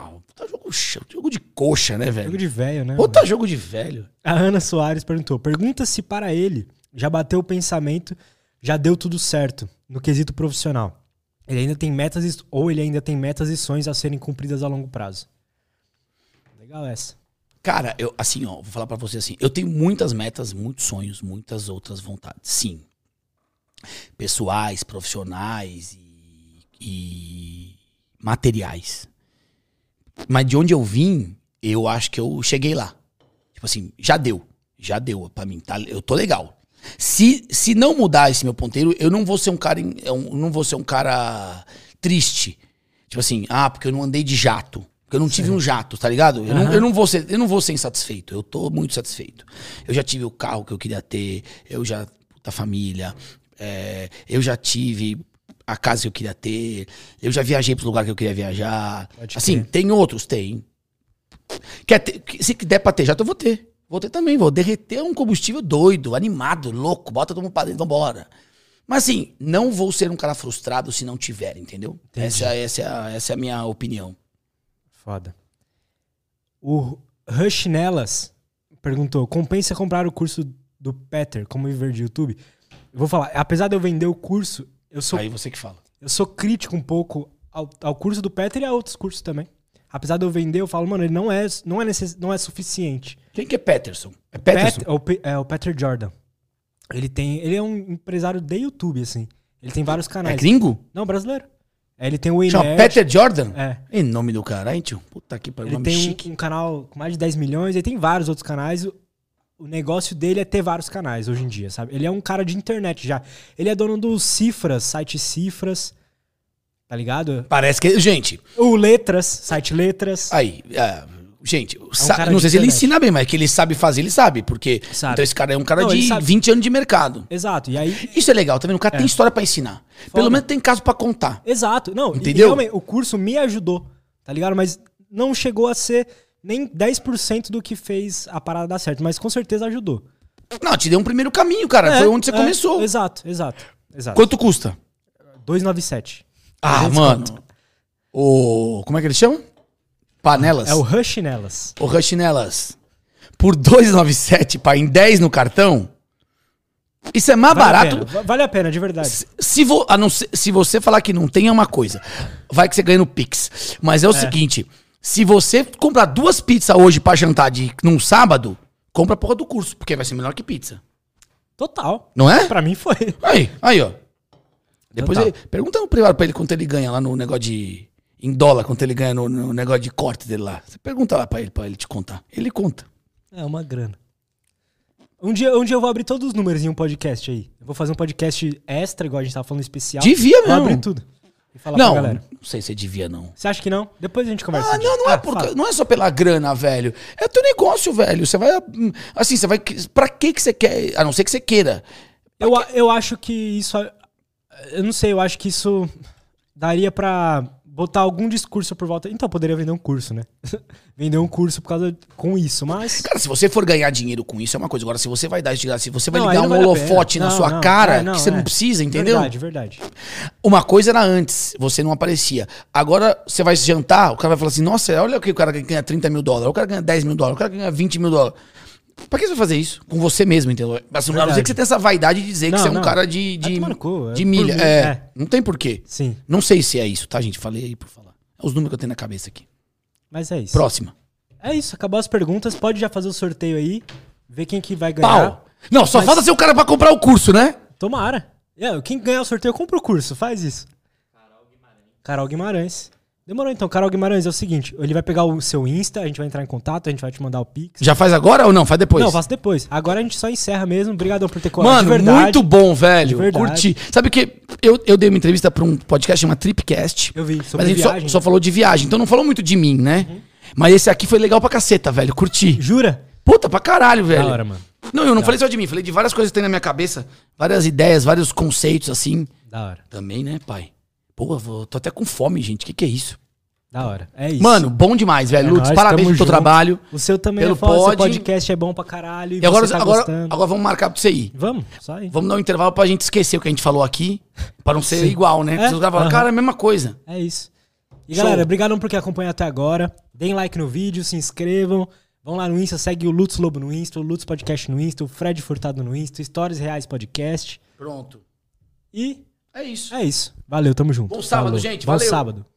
jogo de coxa, né, velho? Jogo de velho, né? Puta jogo de velho. A Ana Soares perguntou: pergunta se para ele já bateu o pensamento, já deu tudo certo no quesito profissional. Ele ainda tem metas ou ele ainda tem metas e sonhos a serem cumpridas a longo prazo. Legal essa. Cara, eu, assim, ó, vou falar pra você assim, eu tenho muitas metas, muitos sonhos, muitas outras vontades, sim. Pessoais, profissionais e materiais. Mas de onde eu vim, eu acho que eu cheguei lá. Tipo assim, já deu pra mim, tá? Eu tô legal. Se não mudar esse meu ponteiro, eu não vou ser um cara triste. Tipo assim, porque eu não andei de jato. Porque eu não tive um jato, tá ligado? Eu não vou ser insatisfeito. Eu tô muito satisfeito. Eu já tive o carro que eu queria ter. Eu já... Da família. Eu já tive a casa que eu queria ter. Eu já viajei pro lugar que eu queria viajar. Assim, tem outros? Tem. Quer ter, se der pra ter jato, eu vou ter. Vou ter também. Vou derreter um combustível doido, animado, louco. Bota todo mundo pra dentro, vambora. Mas assim, não vou ser um cara frustrado se não tiver, entendeu? Essa é a minha opinião. Foda. O Rush Nelas perguntou: compensa comprar o curso do Peter, como viver de YouTube? Eu vou falar, apesar de eu vender o curso, Aí você que fala. Eu sou crítico um pouco ao curso do Peter e a outros cursos também. Apesar de eu vender, eu falo, mano, ele não é suficiente. Quem que é Peterson? É Peterson? É o Peter Jordan. Ele é um empresário de YouTube, assim. Ele tem vários canais. É gringo? Não, brasileiro. Ele tem o Wayne Chama Peter Jordan? É. Em nome do cara, hein, tio? Puta que pariu, ele tem um canal com mais de 10 milhões, ele tem vários outros canais. O negócio dele é ter vários canais hoje em dia, sabe? Ele é um cara de internet já. Ele é dono do Cifras, site Cifras, tá ligado? Parece que... Gente... O Letras, site Letras. Aí, gente, um não sei se ele ensina bem, mas que ele sabe fazer, ele sabe. Porque sabe. Então esse cara é um cara de 20 anos de mercado. Exato. E aí... Isso é legal, tá vendo? O cara tem história pra ensinar. Pelo menos tem caso pra contar. Exato. Não, entendeu? Realmente, o curso me ajudou, tá ligado? Mas não chegou a ser nem 10% do que fez a parada dar certo. Mas com certeza ajudou. Não, te deu um primeiro caminho, cara. Foi onde você começou. Exato. Quanto custa? 297. Mano. Como é que eles chamam? Panelas? É o Rush Nelas. O Rush Nelas. Por 297, pá, em 10 no cartão. Isso é mais barato. Vale a pena, de verdade. Se você falar que não tem, é uma coisa. Vai que você ganha no Pix. Mas é o seguinte: se você comprar 2 pizzas hoje pra jantar num sábado, compra a porra do curso, porque vai ser melhor que pizza. Total. Não é? Pra mim foi. Aí, ó. Depois pergunta no privado pra ele quanto ele ganha lá no negócio de... Em dólar, quanto ele ganha no negócio de corte dele lá. Você pergunta lá pra ele te contar. Ele conta. É uma grana. Um dia eu vou abrir todos os números em um podcast aí. Eu vou fazer um podcast extra, igual a gente tava falando, especial. Devia mesmo. Vou abrir tudo. E falar não, pra galera. Não sei se devia, não. Você acha que não? Depois a gente conversa. Não é só pela grana, velho. É teu negócio, velho. Você vai... Assim, você vai... Pra que você quer? A não ser que você queira. Eu acho que isso... Eu não sei, eu acho que isso daria pra botar algum discurso por volta. Então, eu poderia vender um curso, né? Vender um curso com isso, mas... Cara, se você for ganhar dinheiro com isso, é uma coisa. Agora, se você vai dar de graça, se você vai ligar um holofote na sua cara, que você não precisa, entendeu? Verdade. Uma coisa era antes, você não aparecia. Agora, você vai jantar, o cara vai falar assim, nossa, olha que o cara ganha $30 mil, o cara ganha $10 mil, o cara ganha $20 mil. Pra que você vai fazer isso? Com você mesmo, entendeu? Assim, a não ser que você tenha essa vaidade de dizer que você é um cara de milha. Não tem porquê. Sim. Não sei se é isso, tá, gente? Falei aí por falar. É os números que eu tenho na cabeça aqui. Mas é isso. Próxima. É isso, acabou as perguntas. Pode já fazer o sorteio aí. Ver quem que vai ganhar. Pau. Não, só falta ser o cara pra comprar o curso, né? Tomara. Quem ganhar o sorteio, compra o curso. Faz isso. Carol Guimarães. Demorou então, Carol Guimarães, é o seguinte, ele vai pegar o seu Insta, a gente vai entrar em contato, a gente vai te mandar o Pix. Já faz agora ou não? Faz depois? Não, faço depois. Agora a gente só encerra mesmo. Obrigadão por ter colado. Mano, de verdade, muito bom, velho. de verdade. Curti. Sabe o que? Eu dei uma entrevista pra um podcast chamado Tripcast. Eu vi, Mas sobre a gente viagem. só falou de viagem, então não falou muito de mim, né? Mas esse aqui foi legal pra caceta, velho. Curti. Jura? Puta, pra caralho, velho. Da hora, mano. Não, eu não falei só de mim, falei de várias coisas que tem na minha cabeça, várias ideias, vários conceitos, assim. Da hora. Também, né, pai? Pô, tô até com fome, gente. Que é isso? Da hora. É isso. Mano, bom demais, velho. É Lutz, nóis, parabéns tamo pelo teu junto. trabalho. O seu também Pelo é foda. Seu pod. podcast é bom pra caralho. E agora, você tá agora gostando. vamos marcar pra você ir. Vamos, só aí. Vamos dar um intervalo pra gente esquecer o que a gente falou aqui, pra não ser Sim. igual, né? Porque os caras falam, cara, é a mesma coisa. É isso. E Show. galera, obrigado por acompanhar até agora. Deem like no vídeo, se inscrevam. Vão lá no Insta, segue o Lutz Lobo no Insta, o Lutz Podcast no Insta, o Fred Furtado no Insta, Histórias Reais Podcast. Pronto. E É isso. é isso. Valeu, tamo junto. Bom sábado, Falou. gente. Bom Valeu. sábado.